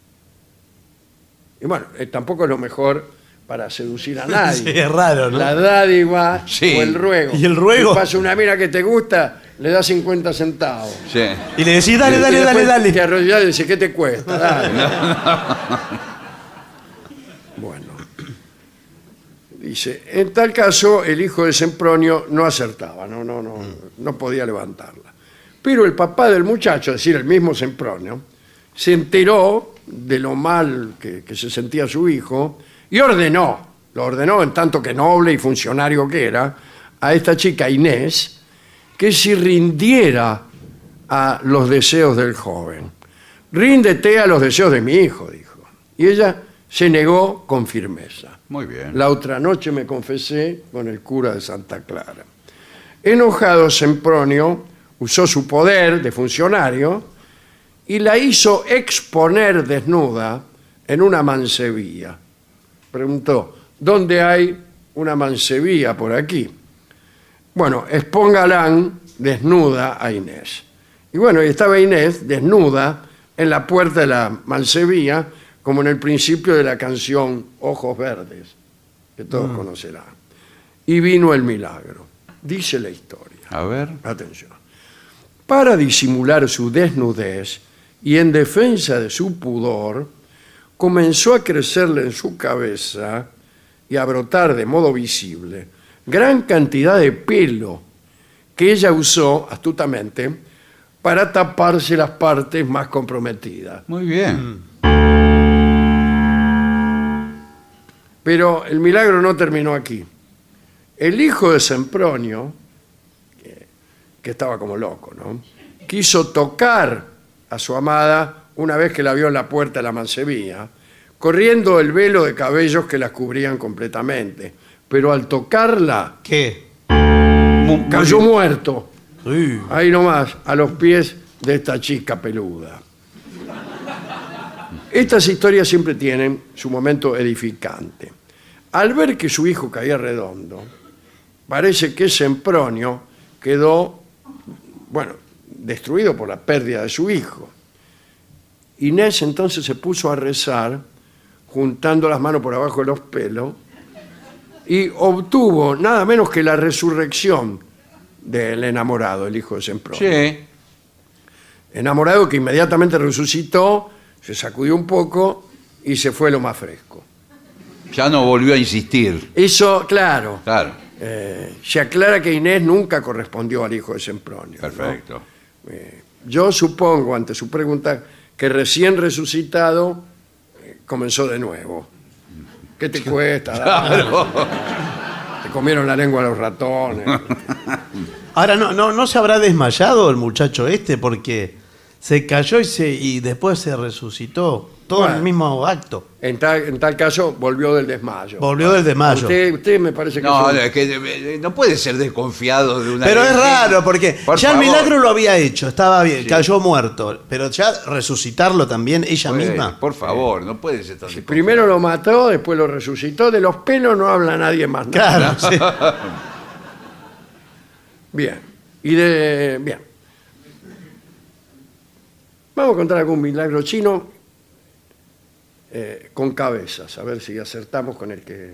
S3: Y bueno, eh, tampoco es lo mejor para seducir a nadie.
S4: Sí, es raro, ¿no?
S3: La dádiva
S5: Sí.
S3: o el ruego.
S4: ¿Y el ruego?
S3: Si pasa una mina que te gusta, le da cincuenta centavos.
S5: Sí.
S4: Y le decís, dale,
S3: Y
S4: dale, dale,
S3: después
S4: dale.
S3: Te arrodillás y dices, ¿qué te cuesta? Dale. Bueno. Dice, en tal caso, el hijo de Sempronio no acertaba, no, no, no, no podía levantarla. Pero el papá del muchacho, es decir, el mismo Sempronio, se enteró de lo mal que, que se sentía su hijo y ordenó, lo ordenó en tanto que noble y funcionario que era, a esta chica Inés, que se rindiera a los deseos del joven. Ríndete a los deseos de mi hijo, dijo. Y ella se negó con firmeza.
S5: Muy bien.
S3: La otra noche me confesé con el cura de Santa Clara. Enojado, Sempronio usó su poder de funcionario y la hizo exponer desnuda en una mancebía. Preguntó, ¿dónde hay una mancebía por aquí? Bueno, expóngalán desnuda a Inés. Y bueno, y estaba Inés desnuda en la puerta de la mancebía, como en el principio de la canción Ojos Verdes, que todos conocerán. Y vino el milagro. Dice la historia.
S5: A ver.
S3: Atención. Para disimular su desnudez y en defensa de su pudor, comenzó a crecerle en su cabeza y a brotar de modo visible gran cantidad de pelo que ella usó astutamente para taparse las partes más comprometidas.
S5: Muy bien.
S3: Pero el milagro no terminó aquí. El hijo de Sempronio, que, que estaba como loco, ¿no?, quiso tocar a su amada una vez que la vio en la puerta de la mancebía, corriendo el velo de cabellos que la cubrían completamente. Pero al tocarla,
S4: ¿Qué?
S5: Mu- muy
S3: cayó
S5: bien.
S3: muerto,
S4: Sí.
S3: ahí nomás, a los pies de esta chica peluda. Estas historias siempre tienen su momento edificante. Al ver que su hijo caía redondo, parece que Sempronio quedó, bueno, destruido por la pérdida de su hijo. Inés entonces se puso a rezar, juntando las manos por abajo de los pelos, y obtuvo nada menos que la resurrección del enamorado, el hijo de Sempronio.
S5: Sí.
S3: enamorado que inmediatamente resucitó, se sacudió un poco y se fue lo más fresco.
S5: Ya no volvió a insistir.
S3: Eso, claro,
S5: Claro.
S3: eh, se aclara que Inés nunca correspondió al hijo de Sempronio, ¿no?
S5: Perfecto.
S3: Eh, yo supongo, ante su pregunta, que recién resucitado eh, comenzó de nuevo. ¿Qué te cuesta?
S5: Claro.
S3: Te comieron la lengua los ratones.
S4: Ahora, no, no, ¿no se habrá desmayado el muchacho este? Porque se cayó y, se, y después se resucitó. Todo
S3: Bueno.
S4: en el mismo acto.
S3: En tal, en tal caso, volvió del desmayo.
S4: Volvió del desmayo.
S3: Usted, usted me parece que...
S5: No,
S3: es un-
S5: no, es que eh, no puede ser desconfiado de una...
S4: Pero es raro, porque
S5: Por
S4: ya
S5: favor.
S4: el milagro lo había hecho, estaba bien,
S5: Sí.
S4: cayó muerto. Pero ya resucitarlo también ella
S5: Puede,
S4: misma.
S5: Por favor, no puede ser tan
S3: Si
S5: desconfiado.
S3: primero lo mató, después lo resucitó. De los pelos no habla nadie más. ¿no?
S4: Claro, sí.
S3: Bien. Y de... Bien. Vamos a contar algún milagro chino eh, con cabezas, a ver si acertamos con el que...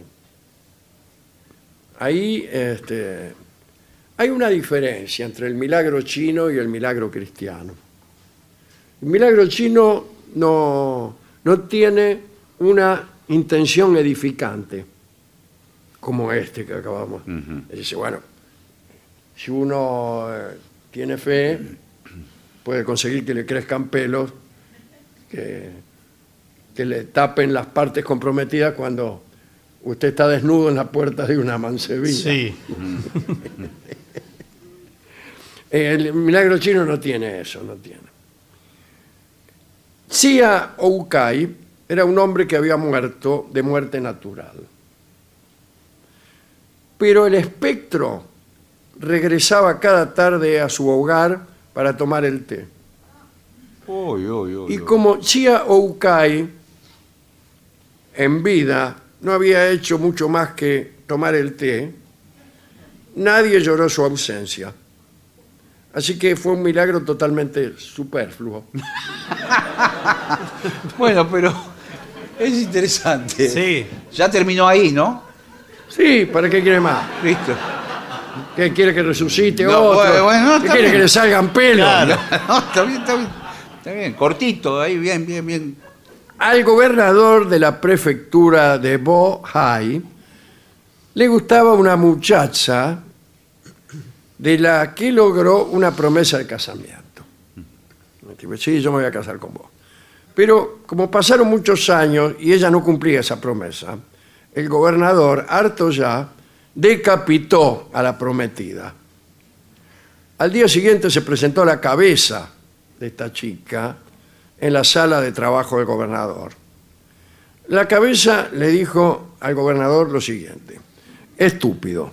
S3: Ahí este, hay una diferencia entre el milagro chino y el milagro cristiano. El milagro chino no, no tiene una intención edificante, como este que acabamos. Dice, bueno, si uno eh, tiene fe, puede conseguir que le crezcan pelos, que, que le tapen las partes comprometidas cuando usted está desnudo en la puerta de una mansevilla.
S4: Sí.
S3: El milagro chino no tiene eso, no tiene. Xia Oukai era un hombre que había muerto de muerte natural. Pero el espectro regresaba cada tarde a su hogar para tomar el té.
S5: Uy, uy, uy,
S3: Y
S5: uy.
S3: como Xia Oukai en vida no había hecho mucho más que tomar el té, nadie lloró su ausencia. Así que fue un milagro totalmente superfluo.
S5: Bueno, pero es interesante.
S4: Sí.
S5: Ya terminó ahí, ¿no?
S3: Sí, ¿para qué quiere más?
S5: Listo.
S3: ¿Qué quiere que resucite
S5: No,
S3: otro?
S5: bueno, bueno,
S3: ¿Qué
S5: está
S3: quiere
S5: bien.
S3: que le salgan pelos?
S5: No, está bien, está bien. Está bien, cortito, ahí, bien, bien, bien.
S3: Al gobernador de la prefectura de Bohai le gustaba una muchacha de la que logró una promesa de casamiento. Dijo, sí, yo me voy a casar con vos. Pero como pasaron muchos años y ella no cumplía esa promesa, el gobernador, harto ya, decapitó a la prometida. Al día siguiente se presentó la cabeza de esta chica en la sala de trabajo del gobernador. La cabeza le dijo al gobernador lo siguiente: estúpido.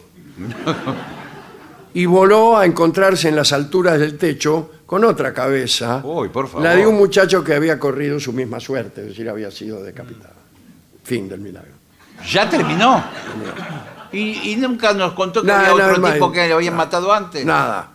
S3: Y voló a encontrarse en las alturas del techo con otra cabeza,
S5: Uy, por favor.
S3: la de un muchacho que había corrido su misma suerte, es decir, había sido decapitado. Fin del milagro.
S5: ¿Ya terminó? Y, y nunca nos contó que
S3: No,
S5: había
S3: no,
S5: otro
S3: no,
S5: tipo
S3: no.
S5: que le habían matado antes.
S3: Nada.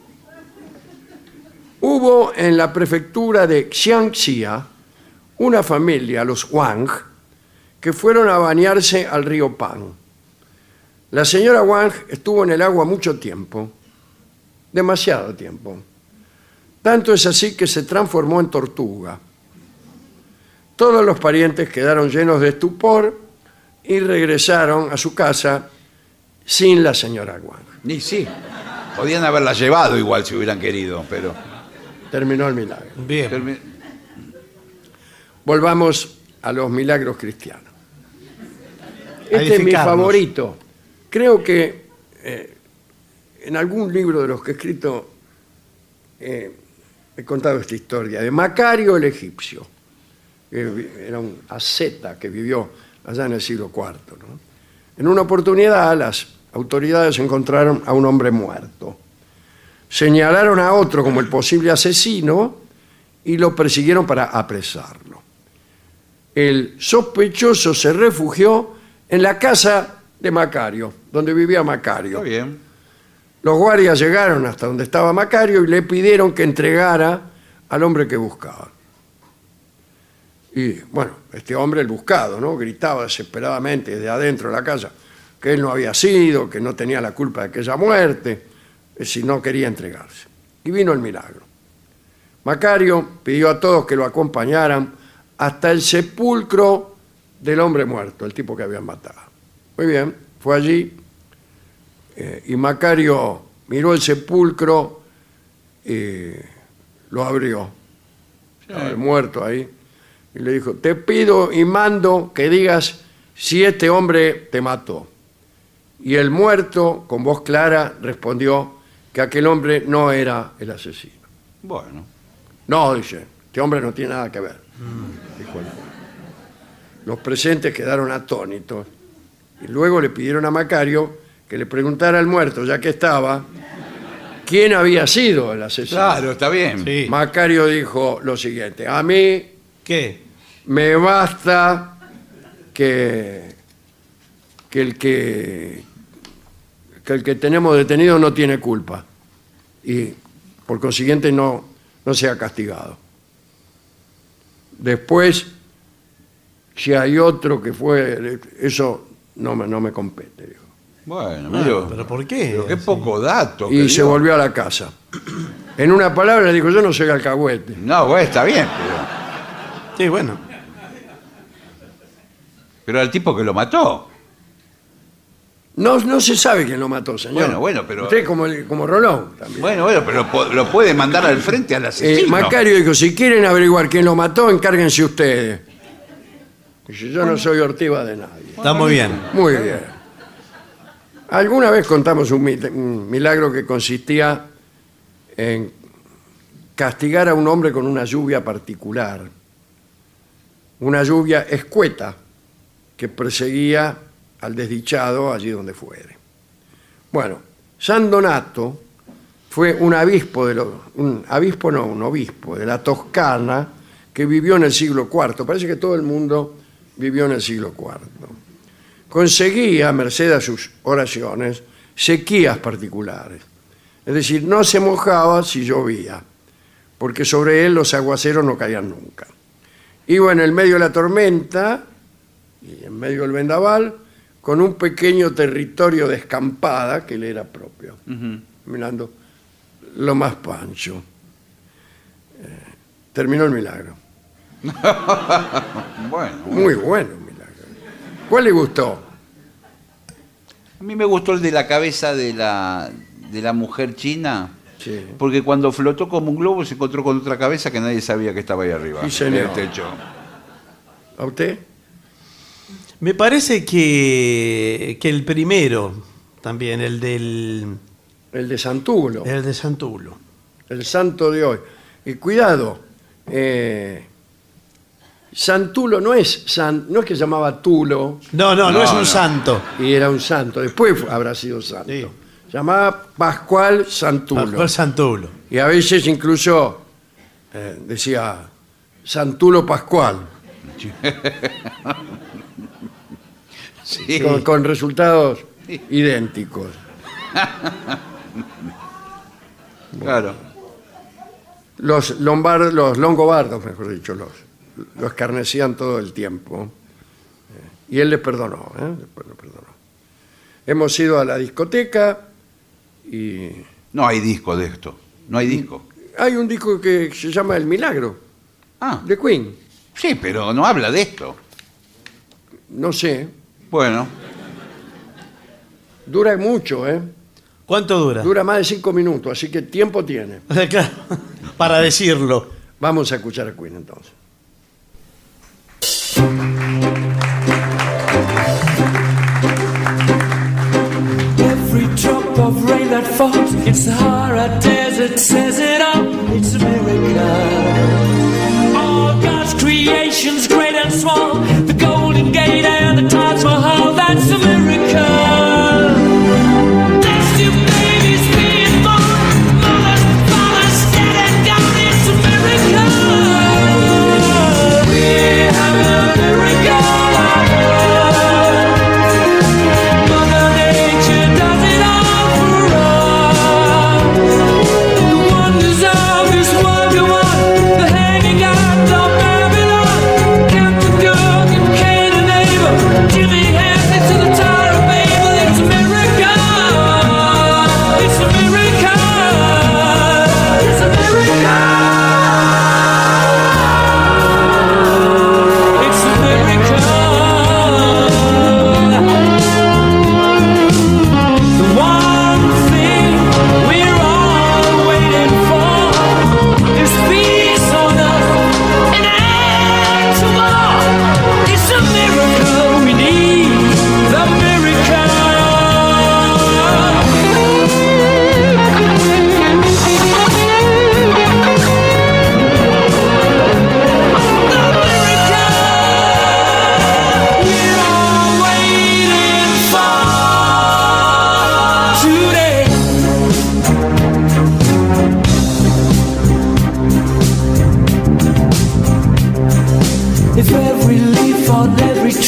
S3: Hubo en la prefectura de Xiangxia una familia, los Wang, que fueron a bañarse al río Pan. La señora Wang estuvo en el agua mucho tiempo, demasiado tiempo. Tanto es así que se transformó en tortuga. Todos los parientes quedaron llenos de estupor y regresaron a su casa sin la señora Wang.
S5: Y sí, podían haberla llevado igual si hubieran querido, pero...
S3: Terminó el milagro.
S4: Bien.
S5: termi-
S3: Volvamos a los milagros cristianos. Este es mi
S4: edificarnos.
S3: favorito. Creo que eh, en algún libro de los que he escrito eh, he contado esta historia de Macario el egipcio, que vi- era un asceta que vivió allá en el siglo cuarto, ¿no? En una oportunidad las autoridades encontraron a un hombre muerto. Señalaron a otro como el posible asesino y lo persiguieron para apresarlo. El sospechoso se refugió en la casa de Macario, donde vivía Macario.
S5: Está bien.
S3: Los guardias llegaron hasta donde estaba Macario y le pidieron que entregara al hombre que buscaban. Y bueno, este hombre, el buscado, ¿no?, gritaba desesperadamente desde adentro de la casa que él no había sido, que no tenía la culpa de aquella muerte, eh, si no quería entregarse. Y vino el milagro. Macario pidió a todos que lo acompañaran hasta el sepulcro del hombre muerto, el tipo que habían matado. Muy bien, fue allí eh, y Macario miró el sepulcro y lo abrió. Sí. El muerto ahí. Y le dijo, te pido y mando que digas si este hombre te mató. Y el muerto, con voz clara, respondió que aquel hombre no era el asesino.
S5: Bueno.
S3: No, dice, este hombre no tiene nada que ver. Mm. Dijo el muerto. Los presentes quedaron atónitos y luego le pidieron a Macario que le preguntara al muerto, ya que estaba, quién había sido el asesino.
S5: Claro, está bien.
S4: Sí.
S3: Macario dijo lo siguiente, a mí
S4: ¿Qué?
S3: me basta que, que, el que, que el que tenemos detenido no tiene culpa y por consiguiente no, no sea castigado. Después, si hay otro que fue, eso no me, no me compete. Digo.
S5: Bueno,
S4: Ah,
S5: medio-
S4: ¿pero por qué?
S5: pero qué poco dato.
S3: Y
S5: que
S3: se
S5: dio.
S3: volvió a la casa. En una palabra le dijo, yo no soy alcahuete.
S5: No, bueno, está bien, pero,
S4: Sí, bueno.
S5: pero al tipo que lo mató.
S3: No, no se sabe quién lo mató, señor.
S5: Bueno, bueno, pero-
S3: Usted como, el- como Rolón también.
S5: Bueno, bueno, pero po- lo puede mandar al frente al
S3: Eh,
S5: asesino.
S3: Macario dijo, si quieren averiguar quién lo mató, encárguense ustedes. Dice, yo no soy ortiva de nadie.
S4: Está muy bien.
S3: Muy bien. Alguna vez contamos un, mi- un milagro que consistía en castigar a un hombre con una lluvia particular. Una lluvia escueta que perseguía al desdichado allí donde fuere. Bueno, San Donato fue un obispo, de lo- un obispo no, un obispo de la Toscana que vivió en el siglo cuarto. Parece que todo el mundo vivió en el siglo cuarto. Conseguía, merced a sus oraciones, sequías particulares. Es decir, no se mojaba si llovía, porque sobre él los aguaceros no caían nunca. Iba en el medio de la tormenta y en medio del vendaval con un pequeño territorio de escampada que le era propio, mirando lo más pancho. Eh, terminó el milagro.
S5: Bueno,
S3: Muy bueno el milagro. ¿Cuál le gustó?
S5: a mí me gustó el de la cabeza de la, de la mujer china.
S3: Sí.
S5: Porque cuando flotó como un globo se encontró con otra cabeza que nadie sabía que estaba ahí arriba.
S3: Sí, señor.
S5: En el techo.
S3: ¿A usted?
S4: Me parece que, que el primero también, el del
S3: El de Santulo,
S4: el de Santulo.
S3: el santo de hoy. Y cuidado, eh, Santulo no es, san, no es que se llamaba Tulo
S4: No, no, no,
S5: No,
S4: es un
S5: no.
S4: santo.
S3: y era un santo, después fu- habrá sido santo.
S4: Sí.
S3: Se llamaba Pascual Santulo.
S4: Pascual Santulo.
S3: Y a veces incluso eh, decía Santulo Pascual,
S5: Sí.
S3: con, con resultados idénticos.
S5: Claro.
S3: Los lombardos, los longobardos, mejor dicho, los, los escarnecían todo el tiempo. Eh, Y él les perdonó, ¿eh? Después les perdonó. Hemos ido a la discoteca y
S5: No hay disco de esto. No hay disco.
S3: hay un disco que se llama El Milagro,
S5: Ah,
S3: de Queen.
S5: sí, pero no habla de esto.
S3: No sé,
S5: Bueno,
S3: dura mucho, ¿eh?
S4: ¿Cuánto dura?
S3: Dura más de cinco minutos, así que tiempo tiene.
S4: Claro, para decirlo.
S3: Vamos a escuchar a Queen entonces.
S7: Every drop of rain that falls in Sahara Desert says it all. It's a miracle. All God's creations, great and small, the Golden Gate and the Taj Mahal, that's a miracle. There's two babies being born, mothers, fathers, dead and gone. It's a miracle. We have a miracle on earth. Mother Nature does it all for us.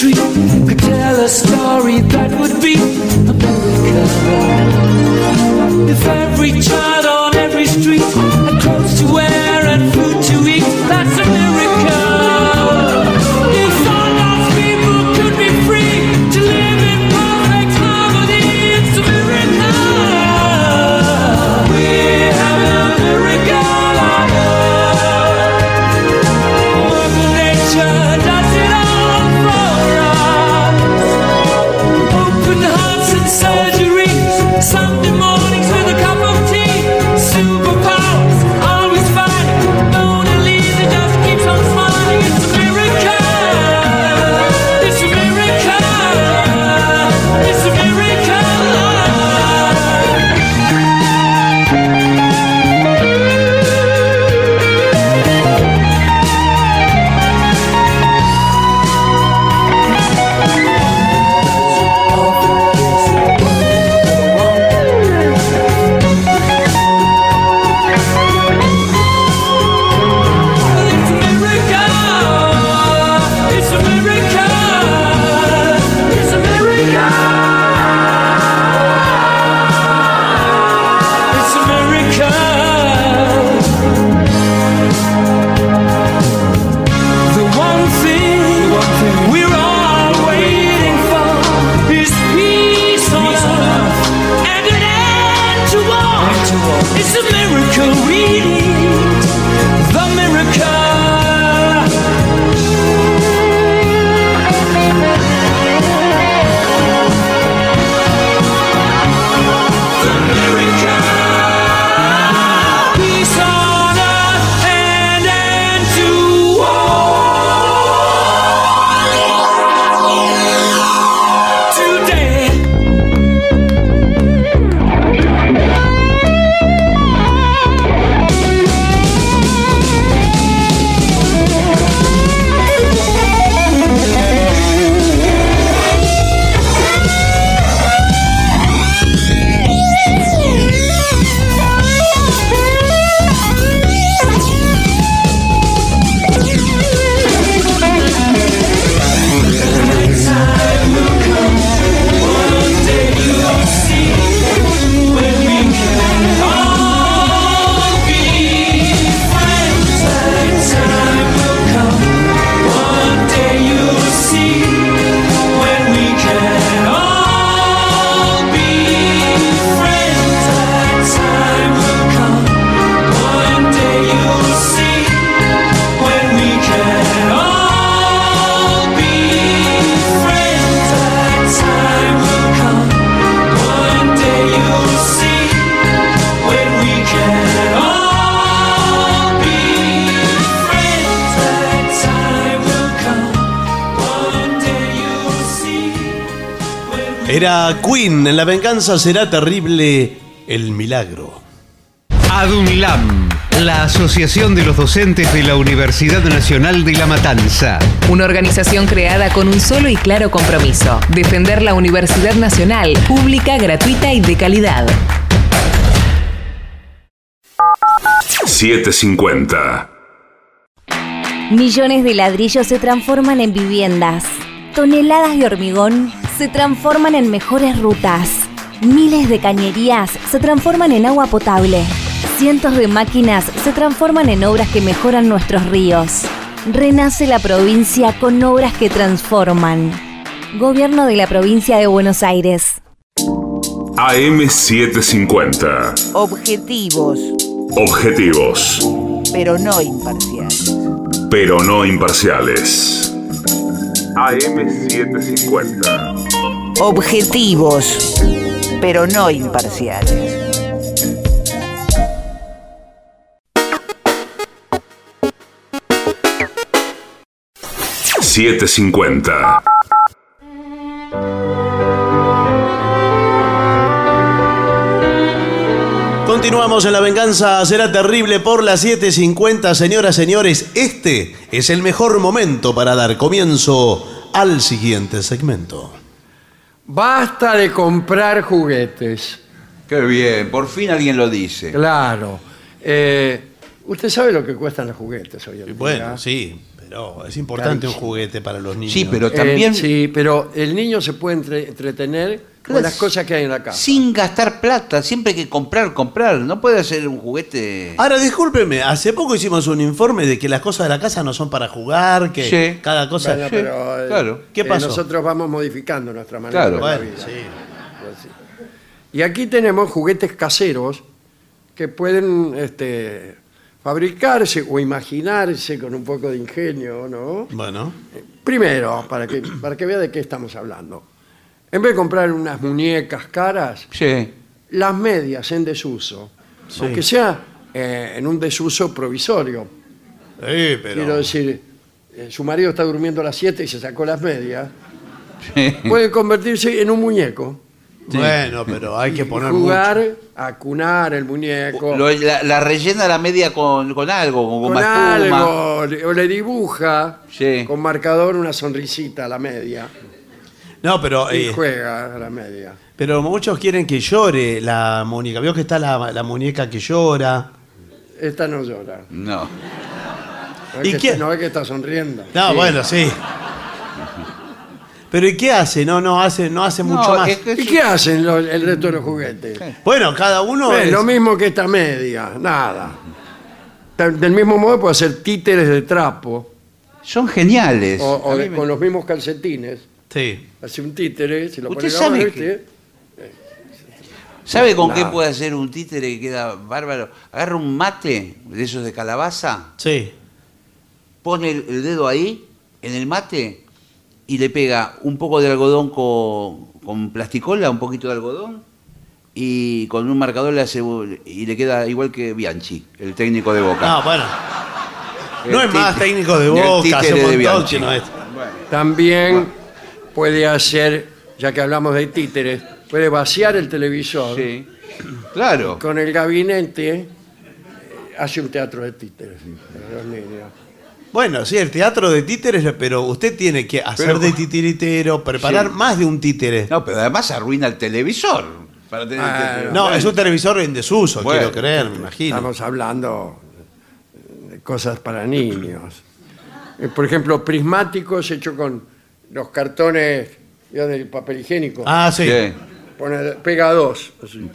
S7: street could tell a story that would be America. If every child on every street had clothes to wear and food to eat, that's America. If all those people could be free to live in perfect harmony, it's America. We have America on earth. Mother Nature does it all for us. Open hearts and surgeries, Sunday mornings with a cup of tea, superpowers, always fighting. Mona Lisa just keeps on smiling. It's America. It's America. It's America. It's America. It's America. It's America. The one thing we're all waiting for is peace on earth and an end to war. It's America we need. The miracle. Peace on earth and end to war. Today.
S4: Era Queen, en La venganza será terrible, el milagro.
S8: ADUNLAM, la Asociación de los Docentes de la Universidad Nacional de La Matanza.
S9: Una organización creada con un solo y claro compromiso: defender la Universidad Nacional, pública, gratuita y de calidad.
S1: siete cincuenta.
S10: Millones de ladrillos se transforman en viviendas. Toneladas de hormigón se transforman en mejores rutas. Miles de cañerías se transforman en agua potable. Cientos de máquinas se transforman en obras que mejoran nuestros ríos. Renace la provincia con obras que transforman. Gobierno de la Provincia de Buenos Aires.
S1: A M setecientos cincuenta.
S6: Objetivos,
S1: Objetivos,
S6: pero no imparciales.
S1: pero no imparciales. A M setecientos cincuenta.
S6: Objetivos, pero no imparciales.
S1: setecientos cincuenta.
S4: Continuamos en La venganza será terrible por las siete cincuenta. Señoras, señores, este es el mejor momento para dar comienzo al siguiente segmento.
S3: Basta de comprar juguetes.
S5: Qué bien, por fin alguien lo dice.
S3: Claro. Eh, usted sabe lo que cuestan los juguetes hoy en día.
S4: Bueno, sí, Pero es importante un juguete para los niños.
S5: Sí, pero
S3: Eh,
S5: también
S3: sí, pero el niño se puede entre- entretener con
S5: Claro,
S3: las cosas que hay en la casa.
S5: sin gastar plata. Siempre hay que comprar, comprar. No puede hacer un juguete.
S4: Ahora, discúlpeme, hace poco hicimos un informe de que las cosas de la casa no son para jugar, que
S5: Sí.
S4: cada cosa...
S3: Bueno, pero, eh,
S5: claro.
S4: ¿Qué
S3: eh,
S4: pasó?
S3: nosotros vamos modificando nuestra manera
S5: Claro.
S3: de ver la
S4: Bueno,
S3: vida.
S4: sí.
S3: Pues sí. Y aquí tenemos juguetes caseros que pueden este, fabricarse o imaginarse con un poco de ingenio, ¿no?
S4: Bueno,
S3: Primero, para que, para que vea de qué estamos hablando. En vez de comprar unas muñecas caras,
S5: Sí.
S3: las medias en desuso,
S4: Sí.
S3: aunque sea eh, en un desuso provisorio.
S4: sí, pero...
S3: Quiero decir, eh, su marido está durmiendo a las siete y se sacó las medias,
S5: Sí.
S3: puede convertirse en un muñeco.
S4: Bueno, pero hay que
S3: Y
S4: poner
S3: jugar
S4: mucho.
S3: a cunar el muñeco
S5: Lo- la, la rellena la media con, con algo, con,
S3: con
S5: goma espuma.
S3: algo, le- o le dibuja
S5: Sí.
S3: con marcador una sonrisita a la media
S4: No, pero...
S3: y
S4: eh,
S3: juega a la media.
S4: pero muchos quieren que llore la muñeca. Veo que está la, la muñeca que llora.
S3: Esta no llora.
S5: No.
S3: No es
S4: ¿Y
S3: que,
S4: qué?
S3: no es que está sonriendo.
S4: No,
S5: Sí.
S4: bueno, sí. Pero ¿y qué hace? No, no hace, no hace
S5: No,
S4: mucho más.
S5: es que
S3: ¿Y qué hacen los- el resto de los juguetes?
S4: Bueno, cada uno
S3: Es
S4: es-
S3: lo mismo que esta media, nada. Tal- Del mismo modo puede hacer títeres de trapo
S5: Son geniales.
S3: o, o
S5: A
S3: de-
S5: mí me-
S3: con los mismos calcetines.
S4: Sí.
S3: Hace un títere, se lo
S5: Usted
S3: pone en la
S5: sabe
S3: mano,
S5: que-
S3: ¿viste?
S5: ¿Sabe con qué
S3: Nada.
S5: puede hacer un títere que queda bárbaro? Agarra un mate de esos de calabaza,
S4: Sí.
S5: pone el, el dedo ahí, en el mate, y le pega un poco de algodón con, con plasticola, un poquito de algodón, y con un marcador le hace, y le queda igual que Bianchi, el técnico de Boca.
S4: No, bueno.
S5: El
S4: No es más
S5: títere-
S4: técnico de
S5: el
S4: Boca, hace
S5: títere
S4: un
S5: de
S4: montón
S5: Bianchi.
S4: que no es.
S3: También puede hacer, ya que hablamos de títeres, puede vaciar el televisor.
S5: Sí, claro.
S3: Con el gabinete eh, hace un teatro de títeres para los niños.
S4: Bueno, sí, el teatro de títeres, pero usted tiene que hacer
S5: Pero-
S4: de titiritero, preparar
S5: Sí.
S4: más de un títere.
S5: No, pero además arruina el televisor. Para tener
S3: Ah,
S5: el títere.
S4: No, es un televisor en desuso,
S5: Bueno,
S4: quiero creer, me imagino.
S3: Estamos hablando de cosas para niños. Eh, Por ejemplo, prismáticos hechos con los cartones ya, del papel higiénico.
S4: Ah, sí.
S5: Sí.
S3: Pone- pega dos. así.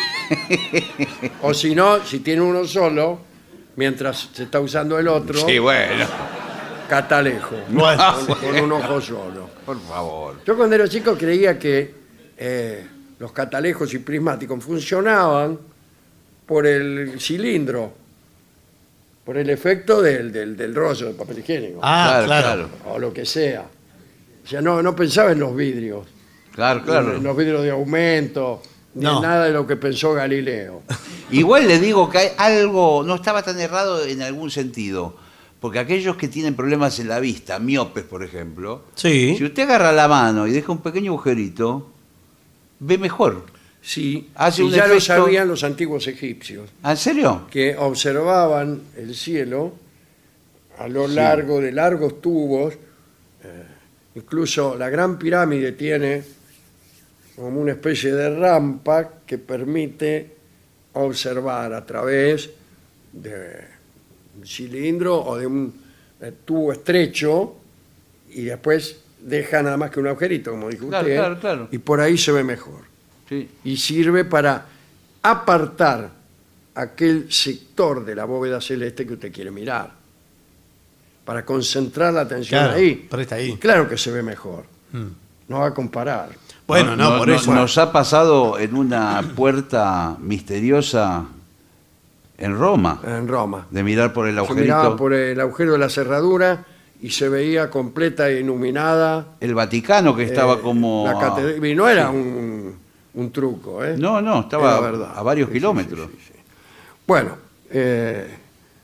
S3: O si no, si tiene uno solo, mientras se está usando el otro,
S5: Sí, bueno.
S3: catalejo.
S4: Bueno.
S3: Con, con un ojo solo.
S5: Por favor.
S3: Yo cuando era chico creía que eh, los catalejos y prismáticos funcionaban por el cilindro, por el efecto del, del, del rollo de papel higiénico,
S4: Ah,
S5: Claro,
S4: claro.
S5: claro.
S3: o lo que sea. O sea, no, no pensaba en los vidrios,
S5: Claro, claro.
S3: en los vidrios de aumento, ni
S4: No.
S3: en nada de lo que pensó Galileo.
S5: Igual le digo que hay algo, no estaba tan errado en algún sentido. Porque aquellos que tienen problemas en la vista, miopes, por ejemplo,
S4: Sí.
S5: si usted agarra la mano y deja un pequeño agujerito, ve mejor.
S3: Sí,
S5: Hace
S3: y
S5: un
S3: ya lo
S5: efecto-
S3: sabían los antiguos egipcios,
S5: ¿Ah, ¿En serio?
S3: que observaban el cielo a lo largo de largos tubos. eh, incluso la Gran Pirámide tiene como una especie de rampa que permite observar a través de un cilindro o de un eh, tubo estrecho y después deja nada más que un agujerito, como dijo
S5: Claro,
S3: usted,
S5: claro, claro.
S3: y por ahí se ve mejor.
S5: Sí.
S3: Y sirve para apartar aquel sector de la bóveda celeste que usted quiere mirar, para concentrar la atención
S4: Claro,
S3: ahí.
S4: presta ahí.
S3: Y claro que se ve mejor. No va a comparar.
S4: Bueno, no, por eso.
S5: Nos ha pasado en una puerta misteriosa en Roma,
S3: En Roma.
S5: de mirar por el
S3: Se miraba
S5: agujerito.
S3: por el agujero de la cerradura y se veía completa e iluminada
S5: El Vaticano, que estaba
S3: eh,
S5: como...
S3: la
S5: a-
S3: catedral. Y no era un, un truco, ¿eh?
S5: No, no, estaba
S3: Era verdad.
S5: a varios
S3: Sí, sí,
S5: kilómetros.
S3: sí, sí, sí. Bueno, eh,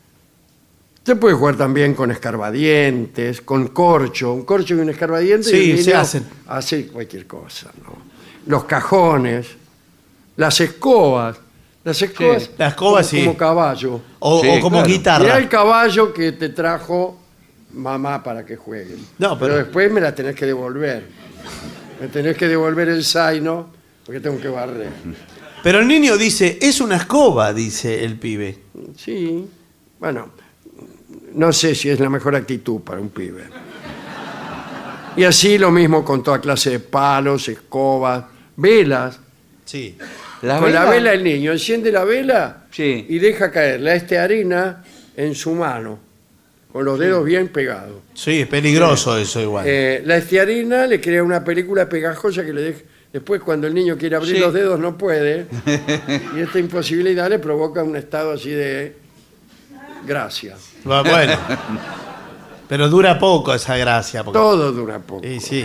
S3: se puede jugar también con escarbadientes, con corcho, un corcho y un escarbadiente.
S4: Sí,
S3: y el
S4: se
S3: niño
S4: hacen.
S3: hace cualquier cosa, ¿no? Los cajones, las escobas. Las escobas,
S4: Sí, la escoba,
S3: como,
S4: sí.
S3: como caballo.
S4: O,
S5: Sí,
S4: o como
S5: claro.
S4: guitarra.
S3: Mirá el caballo que te trajo mamá para que jueguen.
S4: No, pero-
S3: después me la tenés que devolver. Me tenés que devolver el zaino porque tengo que barrer.
S4: Pero el niño dice, es una escoba, dice el pibe.
S3: Sí, bueno, no sé si es la mejor actitud para un pibe. Y así lo mismo con toda clase de palos, escobas, velas.
S4: Sí.
S5: ¿La
S3: Con la
S5: vela?
S3: vela el niño enciende la vela
S5: Sí.
S3: y deja caer la estearina en su mano, con los dedos bien pegados.
S4: Sí, es peligroso eso igual.
S3: Eh, la estearina le crea una película pegajosa que le deja. Después, cuando el niño quiere abrir
S5: Sí.
S3: los dedos, no puede. Y esta imposibilidad le provoca un estado así de gracia.
S4: Va- Bueno. Pero dura poco esa gracia. porque-
S3: Todo dura poco.
S4: Sí, sí.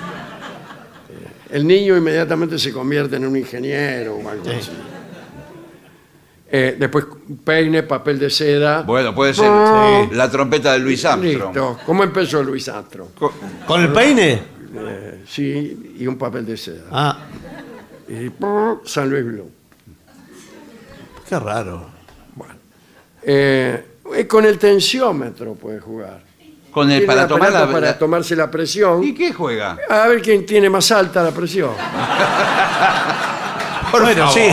S3: El niño inmediatamente se convierte en un ingeniero o algo
S4: Sí.
S3: así. Eh, después, peine, papel de seda.
S5: Bueno, puede ser
S3: Sí.
S5: la trompeta de Luis Armstrong.
S3: Listo. ¿Cómo empezó Luis Armstrong?
S4: ¿Con el peine?
S3: Eh, sí, y un papel de seda.
S4: Ah,
S3: Y ¡pum! San Luis Blue.
S4: qué raro.
S3: Eh, eh, con el tensiómetro puede jugar.
S5: Con el
S3: Tiene
S5: para
S3: un
S5: tomar la,
S3: aparato para
S5: la-
S3: tomarse la presión.
S5: ¿Y qué juega?
S3: A ver quién tiene más alta la presión.
S4: Bueno, sí.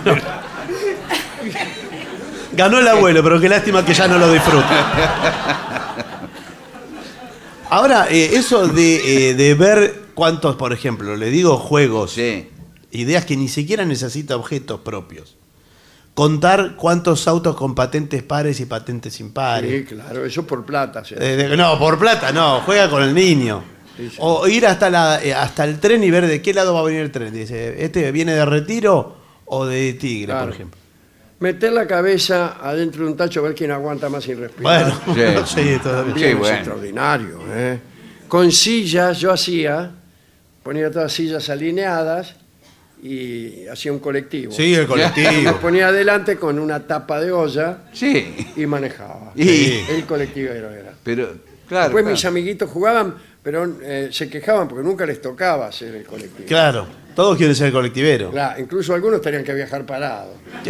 S4: Ganó el abuelo, pero qué lástima que ya no lo disfruta. Ahora, eh, eso de, eh, de ver cuántos, por ejemplo, le digo juegos,
S5: Sí.
S4: ideas que ni siquiera necesita objetos propios. Contar cuántos autos con patentes pares y patentes impares.
S3: Sí, claro, eso por plata. se
S4: Eh, de- no, por plata no, juega con el niño.
S3: Sí, sí.
S4: O ir hasta, la, eh, hasta el tren y ver de qué lado va a venir el tren. Dice, ¿este viene de Retiro o de Tigre,
S3: Claro.
S4: por ejemplo?
S3: Meter la cabeza adentro de un tacho a ver quién aguanta más sin respirar.
S4: Bueno,
S5: Sí.
S4: sí, todavía.
S3: También
S5: Sí,
S3: es
S5: bueno.
S3: extraordinario. ¿eh? Con sillas, yo hacía, ponía todas sillas alineadas y hacía un colectivo.
S4: Sí, el
S3: Me
S4: colectivo.
S3: ponía adelante con una tapa de olla
S5: Sí.
S3: y manejaba.
S5: Y-
S3: El colectivero era.
S5: Pero, claro.
S3: Después
S5: claro.
S3: mis amiguitos jugaban, pero eh, se quejaban porque nunca les tocaba hacer el colectivo.
S4: Claro, todos quieren ser colectivero.
S3: Claro, incluso algunos tenían que viajar parados.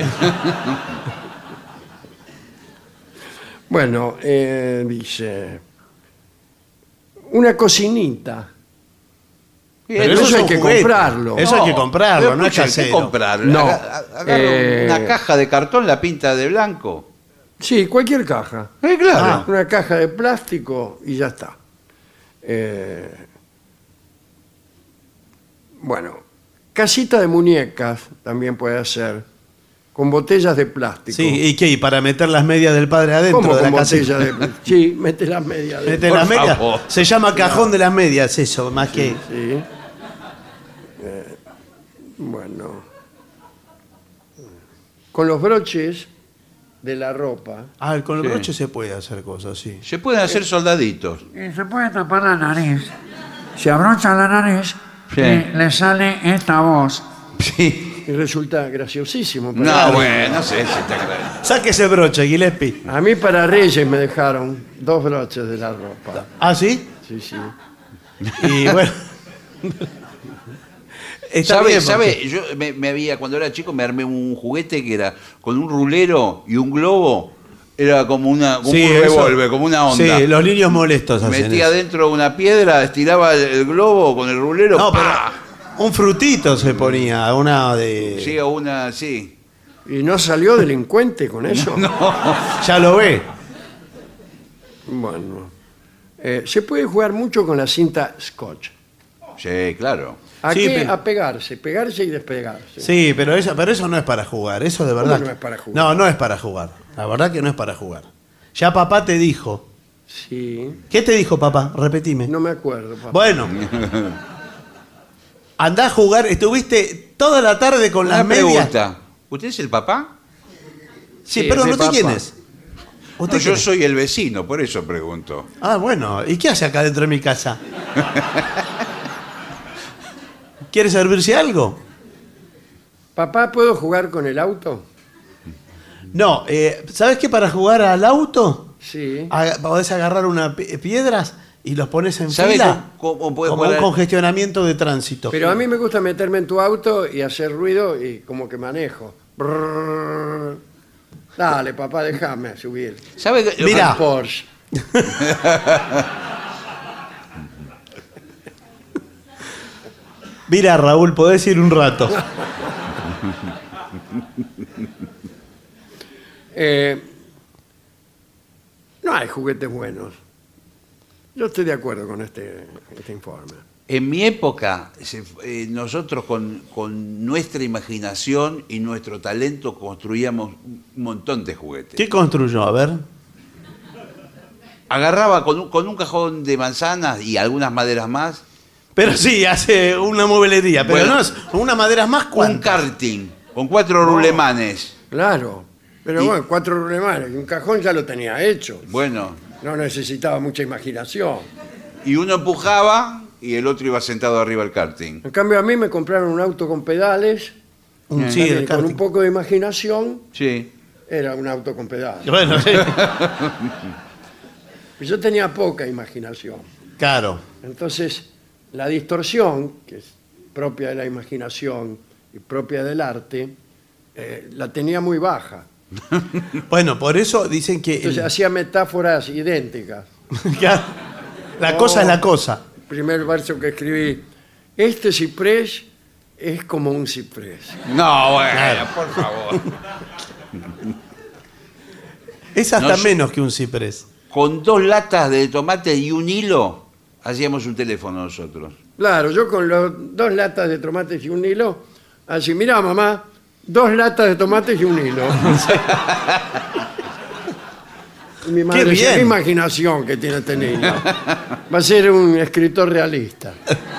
S3: Bueno, eh, dice, una cocinita.
S5: Bien,
S3: Pero
S4: eso
S3: eso
S4: es
S3: hay
S4: un
S3: que
S4: juguete.
S3: comprarlo.
S4: Eso hay que comprarlo,
S5: pero
S4: no es
S5: escucha, ¿qué
S4: casero.
S5: comprar?
S3: No,
S5: Aga- Agarra
S3: eh,
S5: una caja de cartón, la pinta de blanco.
S3: Sí, cualquier caja.
S5: Eh, claro.
S3: Ah, una caja de plástico y ya está. Eh, bueno, casita de muñecas también puede hacer, con botellas de plástico.
S4: Sí, ¿y qué? ¿Y para meter las medias del padre adentro
S3: ¿Cómo
S4: de la
S3: con
S4: casita?
S3: botella de Sí, mete las medias. de-
S4: Mete
S5: Por
S4: las medias.
S5: favor.
S4: Se llama cajón de las medias, eso, más que.
S3: Sí. Eh, bueno. Con los broches de la ropa.
S4: Ah, con el
S5: Sí.
S4: broche se puede hacer cosas, sí.
S5: Se pueden hacer soldaditos.
S2: Y se puede tapar la nariz. Se abrocha la nariz
S5: Sí.
S2: y le sale esta voz.
S5: Sí.
S3: Y resulta graciosísimo.
S5: No,
S3: Para-
S5: bueno, no sé si está claro.
S4: Saque ese broche, Gillespie.
S3: A mí para Reyes me dejaron dos broches de la ropa.
S4: ¿Ah, sí?
S3: Sí, sí.
S4: Y bueno. Está
S5: ¿Sabe?
S4: bien,
S5: ¿Sabe?
S4: porque-
S5: Yo me, me había, cuando era chico, me armé un juguete que era con un rulero y un globo. Era como, una, como
S4: Sí,
S5: un
S4: eso-
S5: revólver, como una onda.
S4: Sí, los niños molestos hacen
S5: Metía
S4: eso.
S5: adentro una piedra, estiraba el, el globo con el rulero.
S4: No,
S5: ¡pa!
S4: pero un frutito se ponía, una de.
S5: Sí, o una, sí.
S3: ¿Y no salió delincuente con eso?
S4: Ya lo ve.
S3: Bueno. Eh, se puede jugar mucho con la cinta scotch.
S5: Sí, claro.
S3: ¿A
S4: Sí,
S3: qué?
S4: pero-
S3: A pegarse, pegarse y despegarse.
S4: Sí, pero eso, pero eso no es para jugar, eso de verdad.
S3: no es para jugar?
S4: No, no es para jugar. La verdad que no es para jugar. Ya papá te dijo.
S3: Sí.
S4: ¿Qué te dijo papá? Repetime.
S3: No me acuerdo, papá.
S4: Bueno. Andá a jugar, estuviste toda la tarde con
S5: Una
S4: las medias.
S5: pregunta. ¿Usted es el papá?
S4: Sí,
S3: Sí,
S4: pero
S3: es de
S4: no te
S3: papá.
S4: quién es.
S5: No,
S4: ¿Usted
S5: yo
S4: quién es?
S5: soy el vecino, por eso pregunto.
S4: Ah, bueno. ¿Y qué hace acá dentro de mi casa? ¿Quiere servirse algo?
S3: Papá, ¿puedo jugar con el auto?
S4: No, eh, ¿sabes qué? Para jugar al auto,
S3: Sí.
S4: aga- podés agarrar unas piedras y los pones en
S5: ¿Sabe
S4: fila
S5: cómo- cómo puede
S4: como
S5: jugar
S4: un
S5: al-
S4: congestionamiento de tránsito.
S3: Pero a mí me gusta meterme en tu auto y hacer ruido y como que manejo. Brrr. Dale, papá, déjame subir.
S5: ¿Sabe que-
S4: Mira.
S3: Al Porsche.
S4: Mira, Raúl, podés ir un rato.
S3: Eh, No hay juguetes buenos. Yo estoy de acuerdo con este, este informe.
S5: En mi época, se- eh, nosotros con, con nuestra imaginación y nuestro talento construíamos un montón de juguetes.
S4: ¿Qué construyó? A ver.
S5: Agarraba con un, con un cajón de manzanas y algunas maderas más,
S4: Pero sí, hace una mueblería. Pero
S5: Bueno.
S4: no es una madera más
S5: un
S4: cuántas.
S5: karting con cuatro rulemanes.
S3: Claro. Pero
S5: Y-
S3: bueno, cuatro rulemanes. Y un cajón ya lo tenía hecho.
S5: Bueno,
S3: No necesitaba mucha imaginación.
S5: y uno empujaba y el otro iba sentado arriba del karting.
S3: En cambio, a mí me compraron un auto con pedales.
S4: Un,
S5: Eh,
S4: sí,
S3: También
S4: el
S3: con un
S4: karting.
S3: poco de imaginación,
S5: Sí.
S3: era un auto con pedales.
S4: Bueno, sí.
S3: Y yo tenía poca imaginación.
S4: Claro.
S3: Entonces, la distorsión, que es propia de la imaginación y propia del arte, eh, la tenía muy baja.
S4: Bueno, por eso dicen que...
S3: Entonces,
S4: el-
S3: hacía metáforas idénticas.
S4: Claro. La cosa es la cosa.
S3: El primer verso que escribí, este ciprés es como un ciprés.
S5: No, bueno,
S4: Claro.
S5: por favor.
S4: Es hasta
S5: No sé.
S4: menos que un ciprés.
S5: Con dos latas de tomate y un hilo, hacíamos un teléfono nosotros.
S3: Claro, yo con los dos latas de tomates y un hilo, así, mira mamá, dos latas de tomates y un hilo. Y mi madre
S4: Qué
S3: decía,
S4: bien.
S3: qué imaginación que tiene este niño. Va a ser un escritor realista.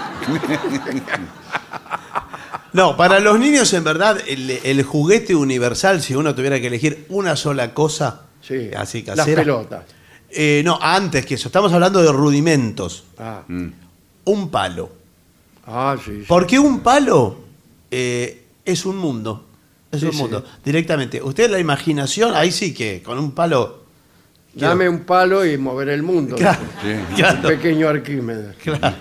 S4: No, para los niños en verdad el, el juguete universal, si uno tuviera que elegir una sola cosa,
S3: Sí,
S4: así
S3: las
S4: casera.
S3: pelotas.
S4: Eh, no, antes que eso, estamos hablando de rudimentos.
S3: Ah,
S4: Un palo.
S3: ah, sí, sí.
S4: Porque un palo eh, es un mundo. Es
S3: Sí,
S4: un
S3: sí.
S4: mundo. Directamente. Usted la imaginación, ahí sí que con un palo.
S3: Dame un palo y mover el mundo.
S4: Claro,
S3: Un
S4: claro,
S3: pequeño Arquímedes.
S4: claro.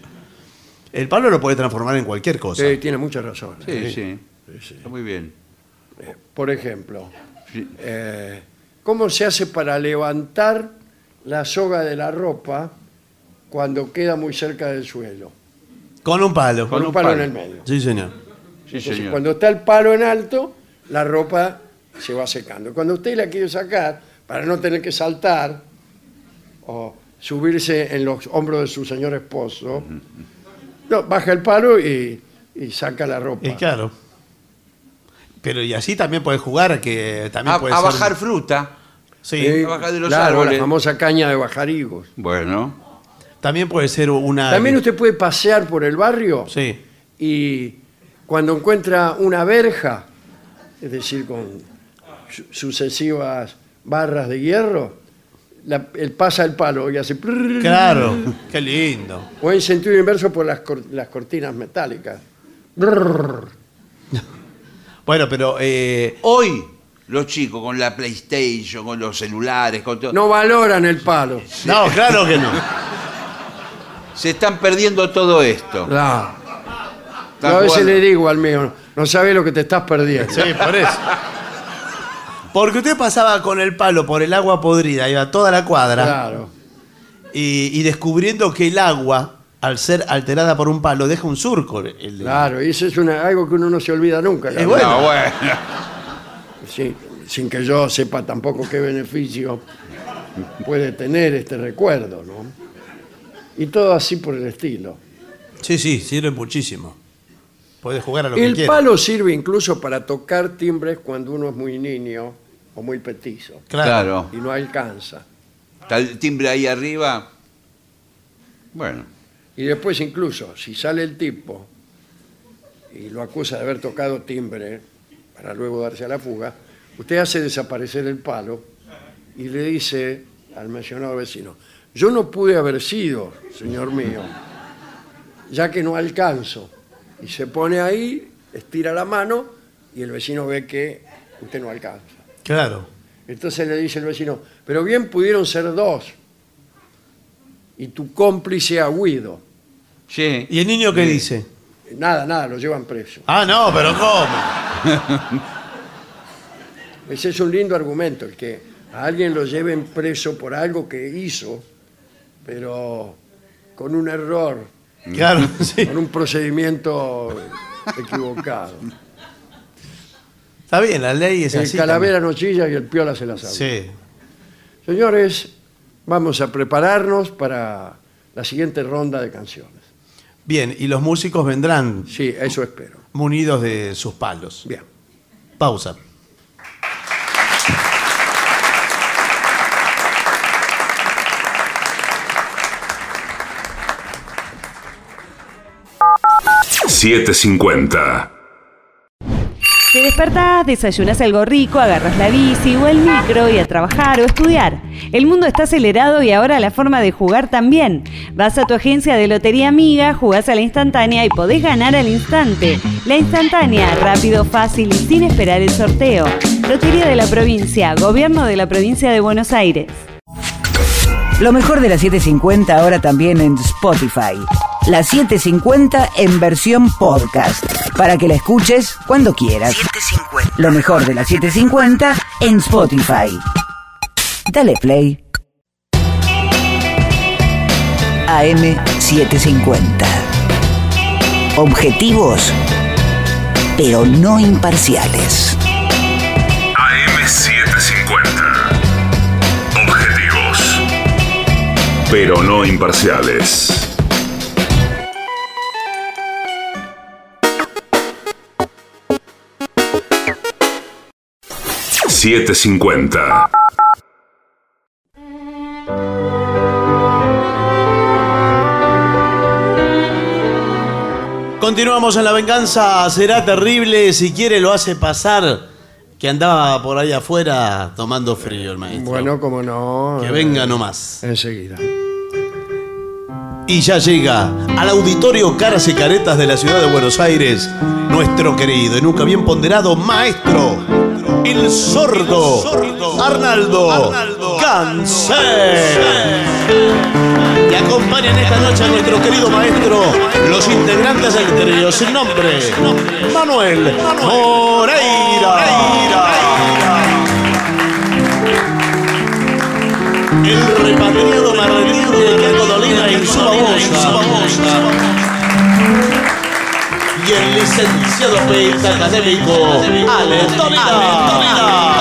S4: El palo lo puede transformar en cualquier cosa.
S3: Sí, tiene muchas razones.
S5: Sí, sí.
S3: Sí, sí.
S5: Está muy bien.
S3: Por ejemplo,
S5: Sí.
S3: eh, ¿cómo se hace para levantar la soga de la ropa cuando queda muy cerca del suelo?
S4: Con un palo.
S3: Con un
S5: un
S3: palo,
S5: palo.
S3: en el medio.
S4: Sí, señor.
S5: Sí,
S3: Entonces,
S5: señor.
S3: cuando está el palo en alto, la ropa se va secando. Cuando usted la quiere sacar, para no tener que saltar o subirse en los hombros de su señor esposo, no, baja el palo y, y saca la ropa.
S4: Y claro. Pero y así también puede jugar, que también
S5: A,
S4: puede
S5: a
S4: ser-
S5: bajar fruta.
S4: Sí.
S3: Eh,
S5: a bajar de los
S3: claro,
S5: árboles.
S3: la famosa caña de bajar higos.
S5: Bueno.
S4: También puede ser una.
S3: También usted puede pasear por el barrio
S4: Sí.
S3: y cuando encuentra una verja, es decir, con su- sucesivas barras de hierro, la- él pasa el palo y hace... prrrr.
S4: Claro. Qué lindo.
S3: O en sentido inverso por las, cor- las cortinas metálicas. Brrr.
S4: Bueno, pero eh,
S5: Hoy, los chicos con la PlayStation, con los celulares, con todo,
S3: No valoran el palo.
S4: no, claro que no.
S5: se están perdiendo todo esto.
S3: Claro.
S5: Están
S3: Yo a veces
S5: jugando.
S3: le digo al mío, no sabes lo que te estás perdiendo.
S4: Sí, por eso. Porque usted pasaba con el palo por el agua podrida, iba toda la cuadra,
S3: Claro.
S4: y, y descubriendo que el agua, al ser alterada por un palo, deja un surco. El-
S3: Claro, y eso es una- algo que uno no se olvida nunca.
S4: Es
S3: Gabriel.
S4: bueno.
S5: No, bueno.
S3: Sí, sin que yo sepa tampoco qué beneficio puede tener este recuerdo, ¿no? Y todo así por el estilo.
S4: Sí, sí, sirve muchísimo. Puede jugar a lo que
S3: El
S4: quiera.
S3: palo sirve incluso para tocar timbres cuando uno es muy niño o muy petizo
S4: Claro.
S5: Claro.
S3: y no alcanza.
S5: Está el timbre ahí arriba. Bueno.
S3: Y después incluso, si sale el tipo y lo acusa de haber tocado timbre para luego darse a la fuga, usted hace desaparecer el palo y le dice al mencionado vecino, yo no pude haber sido, señor mío, ya que no alcanzo. Y se pone ahí, estira la mano y el vecino ve que usted no alcanza.
S4: Claro.
S3: Entonces le dice el vecino, pero bien pudieron ser dos y tu cómplice ha huido.
S5: Sí.
S4: ¿Y el niño qué dice?
S3: Nada, nada, lo llevan preso.
S4: Ah, no, pero ¿cómo?
S3: Ese es un lindo argumento, el que a alguien lo lleven preso por algo que hizo, pero con un error,
S4: Claro, sí.
S3: con un procedimiento equivocado.
S4: Está bien, la ley es
S3: El
S4: así.
S3: calavera no chilla y el piola se la sabe.
S4: también. Sí.
S3: Señores, vamos a prepararnos para la siguiente ronda de canciones.
S4: Bien, y los músicos vendrán
S3: Sí, eso espero.
S4: munidos de sus palos.
S3: Bien.
S4: Pausa.
S1: siete cincuenta.
S11: Te despertás, desayunás algo rico, agarras la bici o el micro y a trabajar o estudiar. El mundo está acelerado y ahora la forma de jugar también. Vas a tu agencia de lotería amiga, jugás a la instantánea y podés ganar al instante. La instantánea, rápido, fácil y sin esperar el sorteo. Lotería de la provincia, Gobierno de la provincia de Buenos Aires.
S6: Lo mejor de la setecientos cincuenta ahora también en Spotify. La setecientos cincuenta en versión podcast, para que la escuches cuando quieras. setecientos cincuenta. Lo mejor de la setecientos cincuenta en Spotify. Dale play. A M setecientos cincuenta. Objetivos, pero no imparciales.
S1: A M setecientos cincuenta. Objetivos, pero no imparciales. setecientos cincuenta.
S4: Continuamos en La Venganza Será Terrible. Si quiere lo hace pasar, que andaba por ahí afuera tomando frío el maestro.
S3: Bueno, como no.
S4: Que venga nomás.
S3: Enseguida.
S4: Y ya llega al Auditorio Caras y Caretas de la ciudad de Buenos Aires nuestro querido y nunca bien ponderado maestro, el sordo, Arnaldo Ganser. Y acompañan esta noche a nuestro querido maestro los integrantes del trío sin nombre, Manuel Moreira. El repatriado marretín de Caco Dolina en su babosa. Y el licenciado poeta académico Ale Dolina.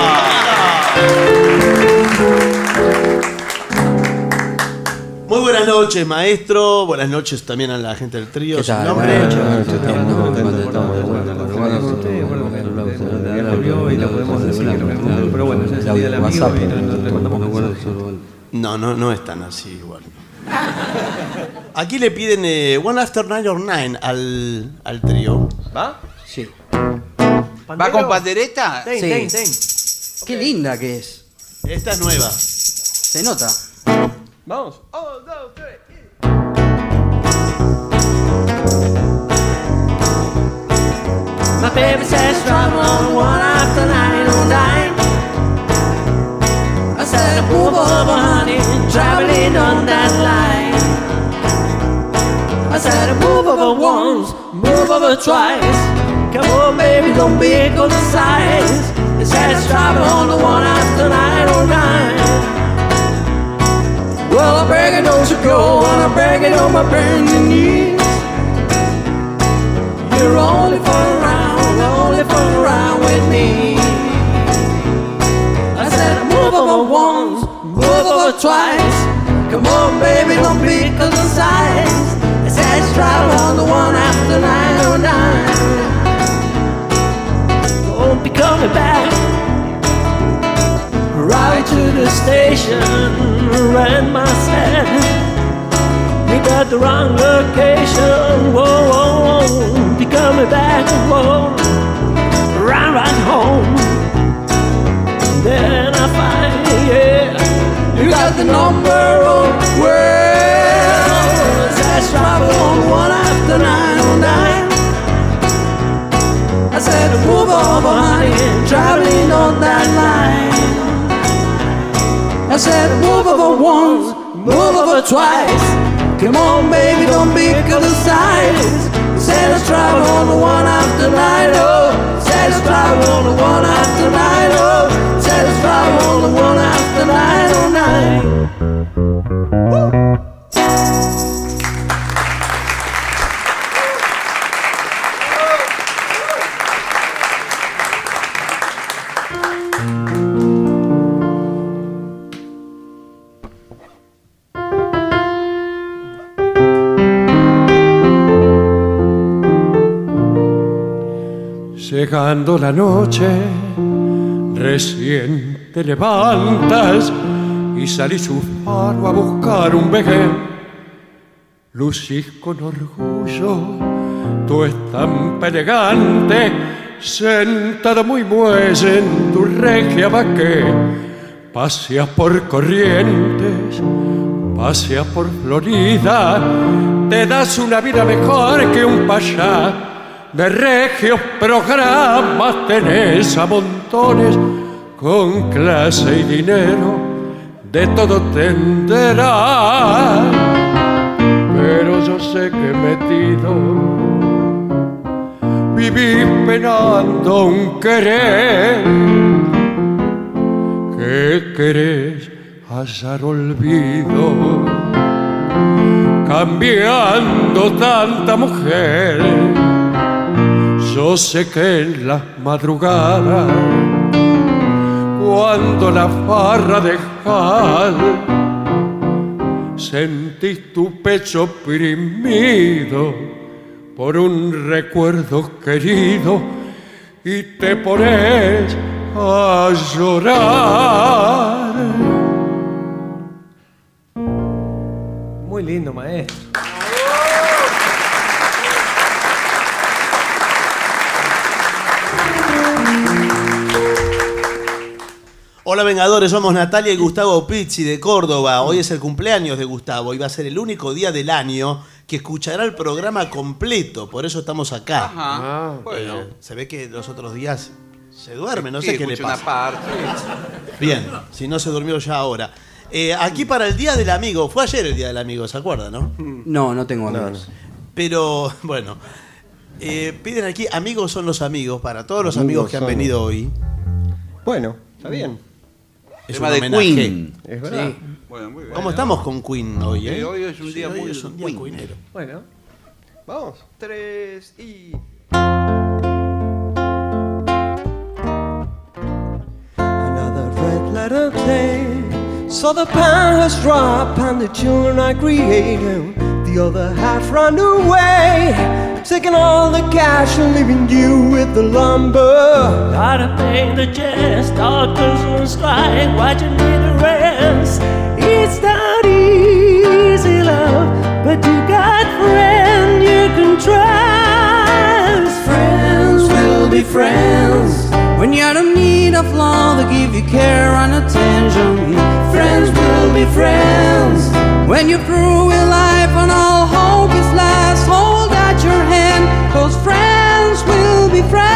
S4: Muy buenas noches, maestro. Buenas noches también a la gente del trío sin nombre. No, no, no es tan así igual. Aquí le piden eh, One After Nine or Nine al, al trío.
S2: ¿Va? Sí.
S5: ¿Va con pandereta?
S2: Ten,
S6: Sí.
S2: ten, ten. Qué linda que es.
S4: Esta es nueva.
S2: Se nota. Vamos. Un, dos, tres.
S7: My baby says travel on one after nine oh nine. I said move over honey, traveling on that line. I said move over once, move over twice. Come on baby, don't be equal to size. It says travel on the one after nine oh nine. Well, I beg you don't you go, and I beg you on my bending knees. You're only for around, only for around with me. I said move over once, move over twice. Come on baby, don't be cause of size. It says travel on the one after nine oh nine. Won't be coming back. Right to the station, ran myself. We got the wrong location. Whoa, whoa, whoa. Be coming back. Whoa, run right home. Then I find, yeah, you got the number on. Well, that's travel on one after nine oh nine. I said move over, honey, traveling on that line. I said move over once, move over twice. Come on baby, don't be criticized. Said let's travel on the one after nine, oh. Said let's travel on the one after nine, oh. Said let's travel on the one after nine, oh nine.
S2: Llegando la noche, recién te levantas y salís su faro a buscar un vejez. Lucís con orgullo tu estampa elegante, sentada muy muelle en tu regia baqué. Paseas por Corrientes, paseas por Florida, te das una vida mejor que un payá. De regios programas tenés a montones, con clase y dinero de todo tenderás. Pero yo sé que metido vivís penando un querer, que querés hallar olvido, cambiando tanta mujer. Yo sé que en las madrugadas, cuando la farra dejas, sentís tu pecho oprimido por un recuerdo querido y te pones a llorar.
S12: Muy lindo, maestro.
S4: Hola Vengadores, somos Natalia y Gustavo Pizzi de Córdoba. Hoy es el cumpleaños de Gustavo y va a ser el único día del año que escuchará el programa completo, por eso estamos acá.
S5: Ajá. Ah, bueno.
S4: Eh, se ve que los otros días se duerme, no
S5: Sí,
S4: sé qué le
S5: escucho
S4: pasa.
S5: una parte.
S4: Bien, si no se durmió ya ahora. Eh, aquí para el Día del Amigo, fue ayer el Día del Amigo, ¿se acuerdan, no?
S12: No, no tengo amigos.
S4: Pero, bueno, eh, piden aquí, amigos son los amigos, para todos los amigos,
S12: Amigos
S4: que han
S12: son.
S4: venido hoy.
S12: Bueno, está bien.
S4: Es
S5: Tema
S4: un
S5: de
S4: homenaje.
S5: Queen.
S12: Es verdad.
S4: Sí.
S5: Bueno, muy bien.
S4: ¿Cómo estamos con Queen hoy, eh?
S5: Sí, hoy es un
S4: Sí,
S5: día
S4: hoy
S5: muy
S4: es un día
S5: Queen.
S4: queenero.
S12: Bueno, vamos. Tres y... Another red letter day. So the pen has dropped and the children are creating. The other half run away, taking all the cash and leaving you with the lumber.
S7: Gotta pay the chest, doctors on strike, what you need to rest. It's not easy, love, but you got friends you can trust. Friends will be friends when you're in need of love, they give you care and attention. Friends will be friends when you're through with life and all hope is last. Hold out your hand, cause friends will be friends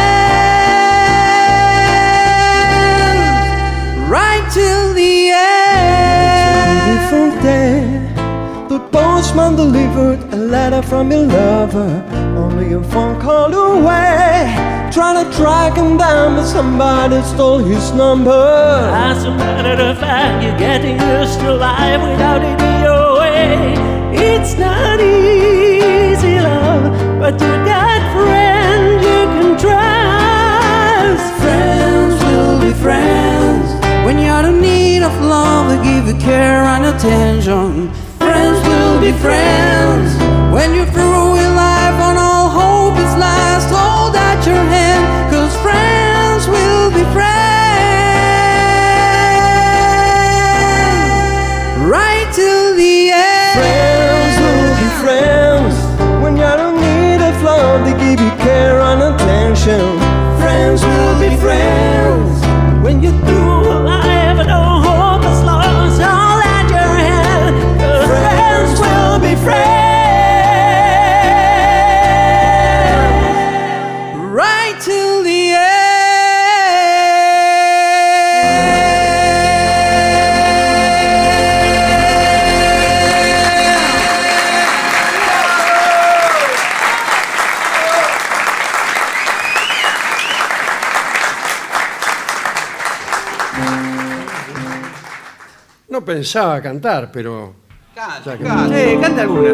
S7: right till the end.
S12: Beautiful day, the postman delivered a letter from your lover, only a phone call away. Trying to track him down, but somebody stole his number.
S7: As a matter of fact, you're getting used to life without it in your way. It's not easy, love, but you got friends you can trust. Friends will be friends when you're in need of love, they give you care and attention. Friends will be friends when you're through with life and all hope is last. Hold out your hand, cause friends will be friends right till the end.
S12: Friends will be friends when you're in need of love, they give you care and attention.
S7: Friends will be friends when you're through life and all hope is lost. Hold out your hand, cause friends will be friends right till the end.
S3: No pensaba cantar, pero...
S5: Canta,
S3: Ya que-
S5: canta.
S12: Eh, canta alguna.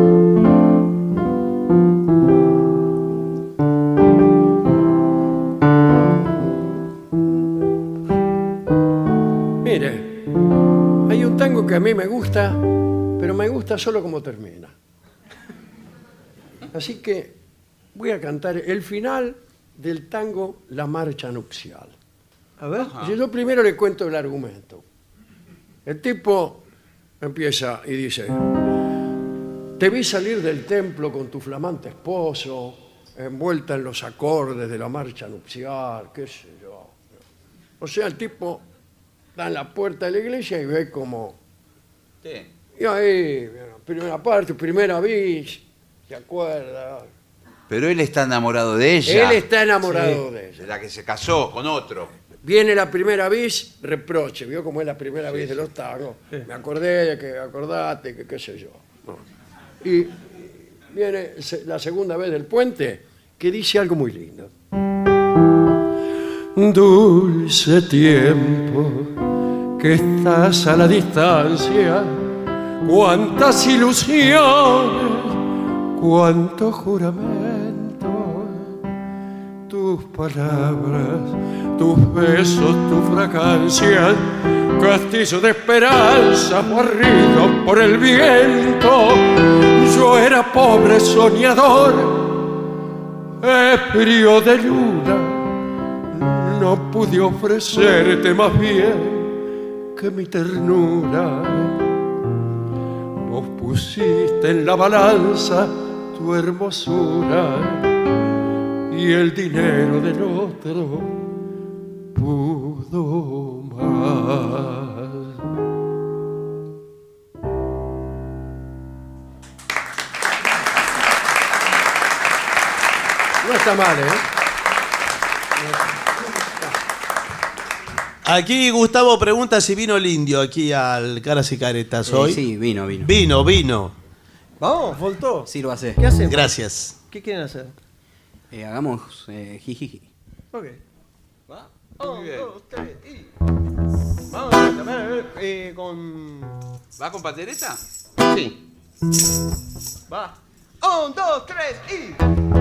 S3: Mire, hay un tango que a mí me gusta, pero me gusta solo como termina. Así que voy a cantar el final del tango La Marcha Nupcial.
S2: A ver.
S3: Si yo primero le cuento el argumento. El tipo empieza y dice: te vi salir del templo con tu flamante esposo, envuelta en los acordes de la marcha nupcial, qué sé yo. O sea, el tipo está en la puerta de la iglesia y ve como...
S5: Sí.
S3: Y ahí, bueno, primera parte, primera bis, ¿se acuerda?
S5: Pero él está enamorado de ella.
S3: Él está enamorado
S5: Sí.
S3: de ella.
S5: De la que se casó con otro.
S3: Viene la primera bis, reproche. ¿Vio cómo es la primera bis de los tangos? Me acordé de que acordate, que qué sé yo. No. Y viene se- la segunda vez del puente, que dice algo muy lindo.
S2: Dulce tiempo que estás a la distancia, cuántas ilusiones, cuánto juramento, tus palabras, tus besos, tus fragancias, castillo de esperanza barrido por el viento. Yo era pobre soñador, ebrio de luna, no pude ofrecerte más bien que mi ternura. Vos pusiste en la balanza tu hermosura y el dinero del otro pudo más.
S3: No está mal, ¿eh?
S4: Aquí Gustavo pregunta si vino el indio aquí al Caras y Caretas hoy.
S13: Eh, sí, vino, vino.
S4: Vino, vino.
S2: Vamos, voltó.
S13: Sí, lo hace.
S2: ¿Qué hacemos?
S4: Gracias.
S2: ¿Qué quieren hacer?
S13: Eh, hagamos eh, jijiji.
S2: Ok. Va. Un, dos, tres y... Vamos a ver, eh, con...
S5: ¿Va con patereta?
S2: Sí. Va. Un, dos, tres y...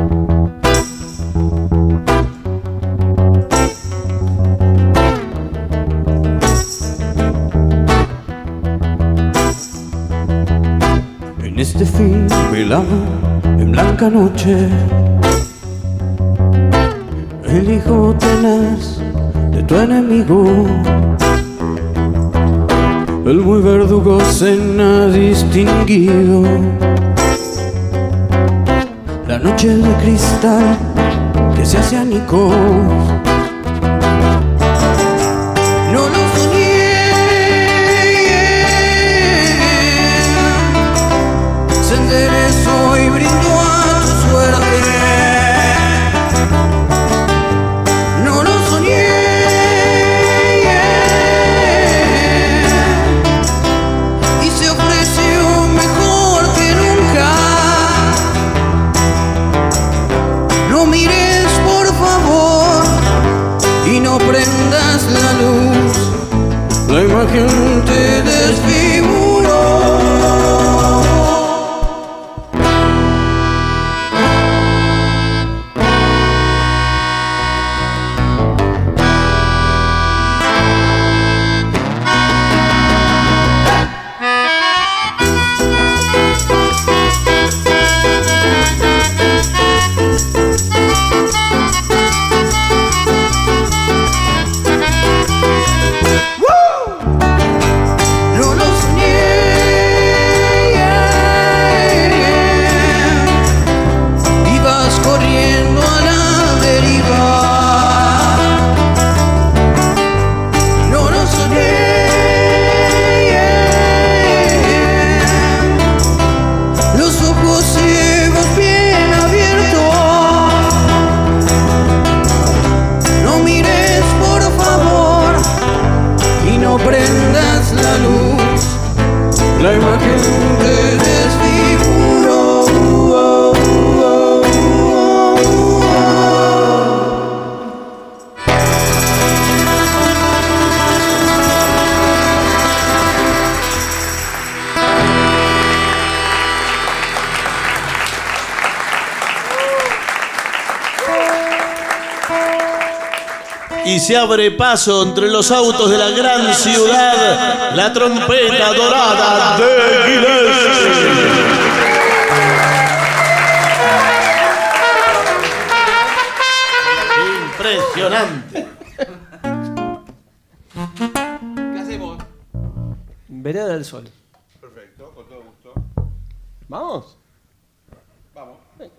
S14: En este fin velado, en blanca noche, el hijo tenaz de tu enemigo, el muy verdugo cena distinguido. La noche de cristal que se hace añicos, no lo soñé. Se enderezó y brindó a tu suerte. No lo soñé. Y se ofreció mejor que nunca. No mires por favor y no prendas la luz. La imagen te desfiguró. No lo soñé. Ibas corriendo a la deriva. No lo soñé. Los ojos ciegos bien abiertos. No mires por favor y no prendas la luz. La imagen te desfiguró.
S4: Y se abre paso entre los autos de la gran ciudad la trompeta dorada de Gillespie. Impresionante.
S5: ¿Qué hacemos?
S2: Vereda del Sol.
S5: Perfecto, con todo gusto.
S2: ¿Vamos?
S5: Vamos.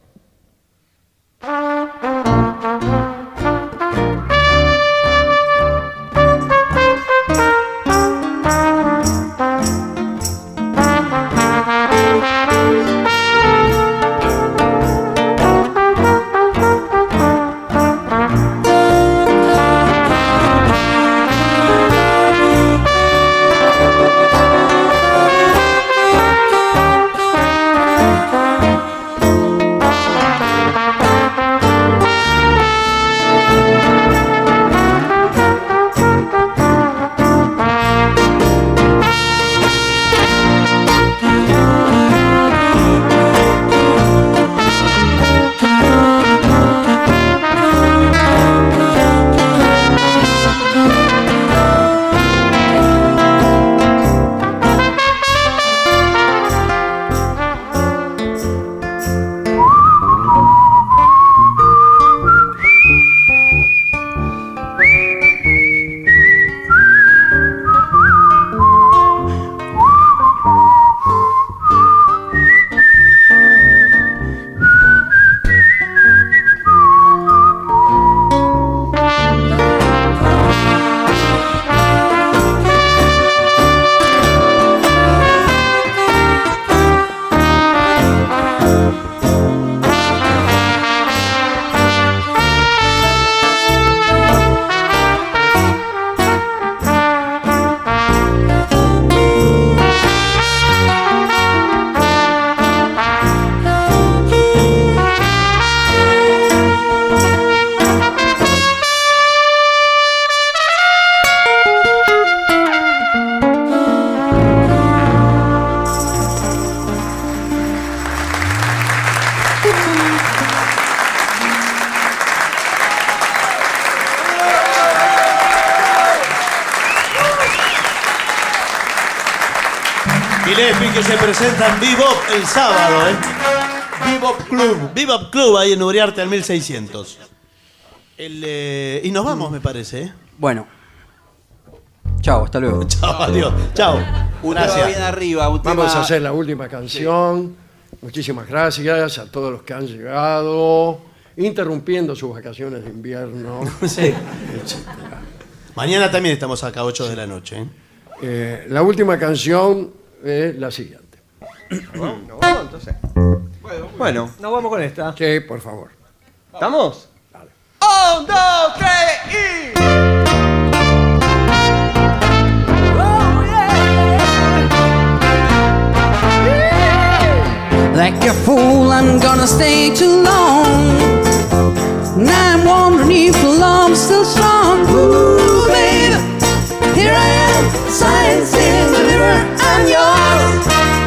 S4: Gillespie, que se presenta en Bebop el sábado, ¿eh? Bebop Club. Bebop Club ahí en Uriarte al mil seiscientos. El, eh, y nos vamos, me parece, ¿eh?
S13: Bueno. Chao, hasta luego.
S4: Chao, adiós. Chao.
S5: Usted va bien arriba. Un
S3: Vamos
S5: tema-
S3: a hacer la última canción. Muchísimas gracias a todos los que han llegado, interrumpiendo sus vacaciones de invierno.
S4: Sí. Mañana también estamos acá a ocho de la noche, ¿eh?
S3: Eh, la última canción es la siguiente.
S2: ¿No vamos entonces? Bueno, nos vamos con esta.
S3: Sí, por favor.
S2: ¿Estamos? Un, dos, tres y...
S14: Like a fool, I'm gonna stay too long. Now I'm wondering if love's still strong. Ooh, baby, here I am, science in the river, I'm yours.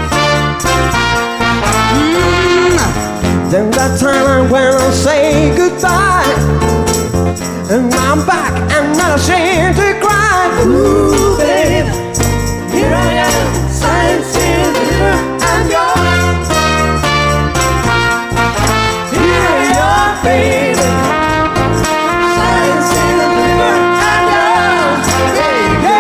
S12: Mm. Then that time I went and say goodbye, and I'm back and not ashamed to cry.
S14: Ooh, baby, here I am, science in the river, I'm yours. Baby, science in the river, I'm yours. Baby,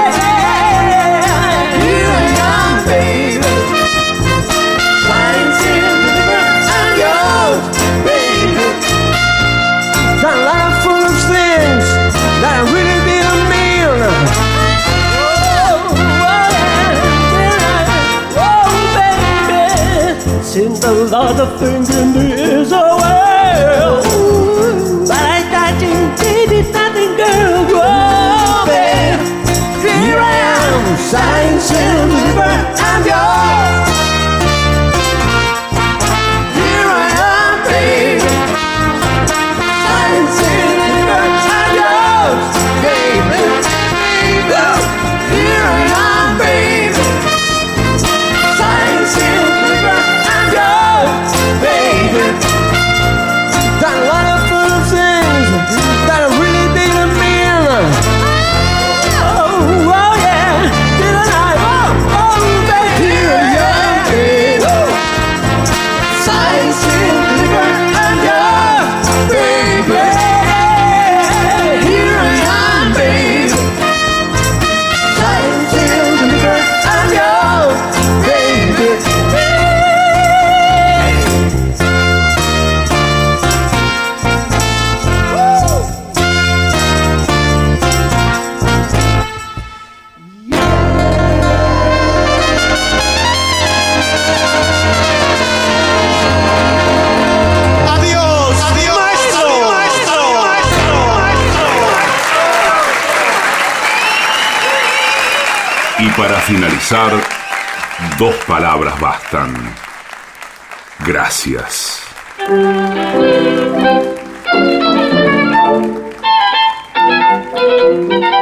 S14: you and young, baby. Science in the river, I'm yours. Baby,
S12: got a life full of things that I really didn't mean.
S14: oh, oh, baby,
S12: Seems a lot of things in this world,
S14: but I thought you did nothing, girl. Whoa, baby, here I am, science in the river, I'm yours. Here I am, baby, science in the river, I'm yours, baby, baby. Here I am, baby, science in the river, I'm yours, baby.
S1: para finalizar, dos palabras bastan. Gracias.
S7: Thank you.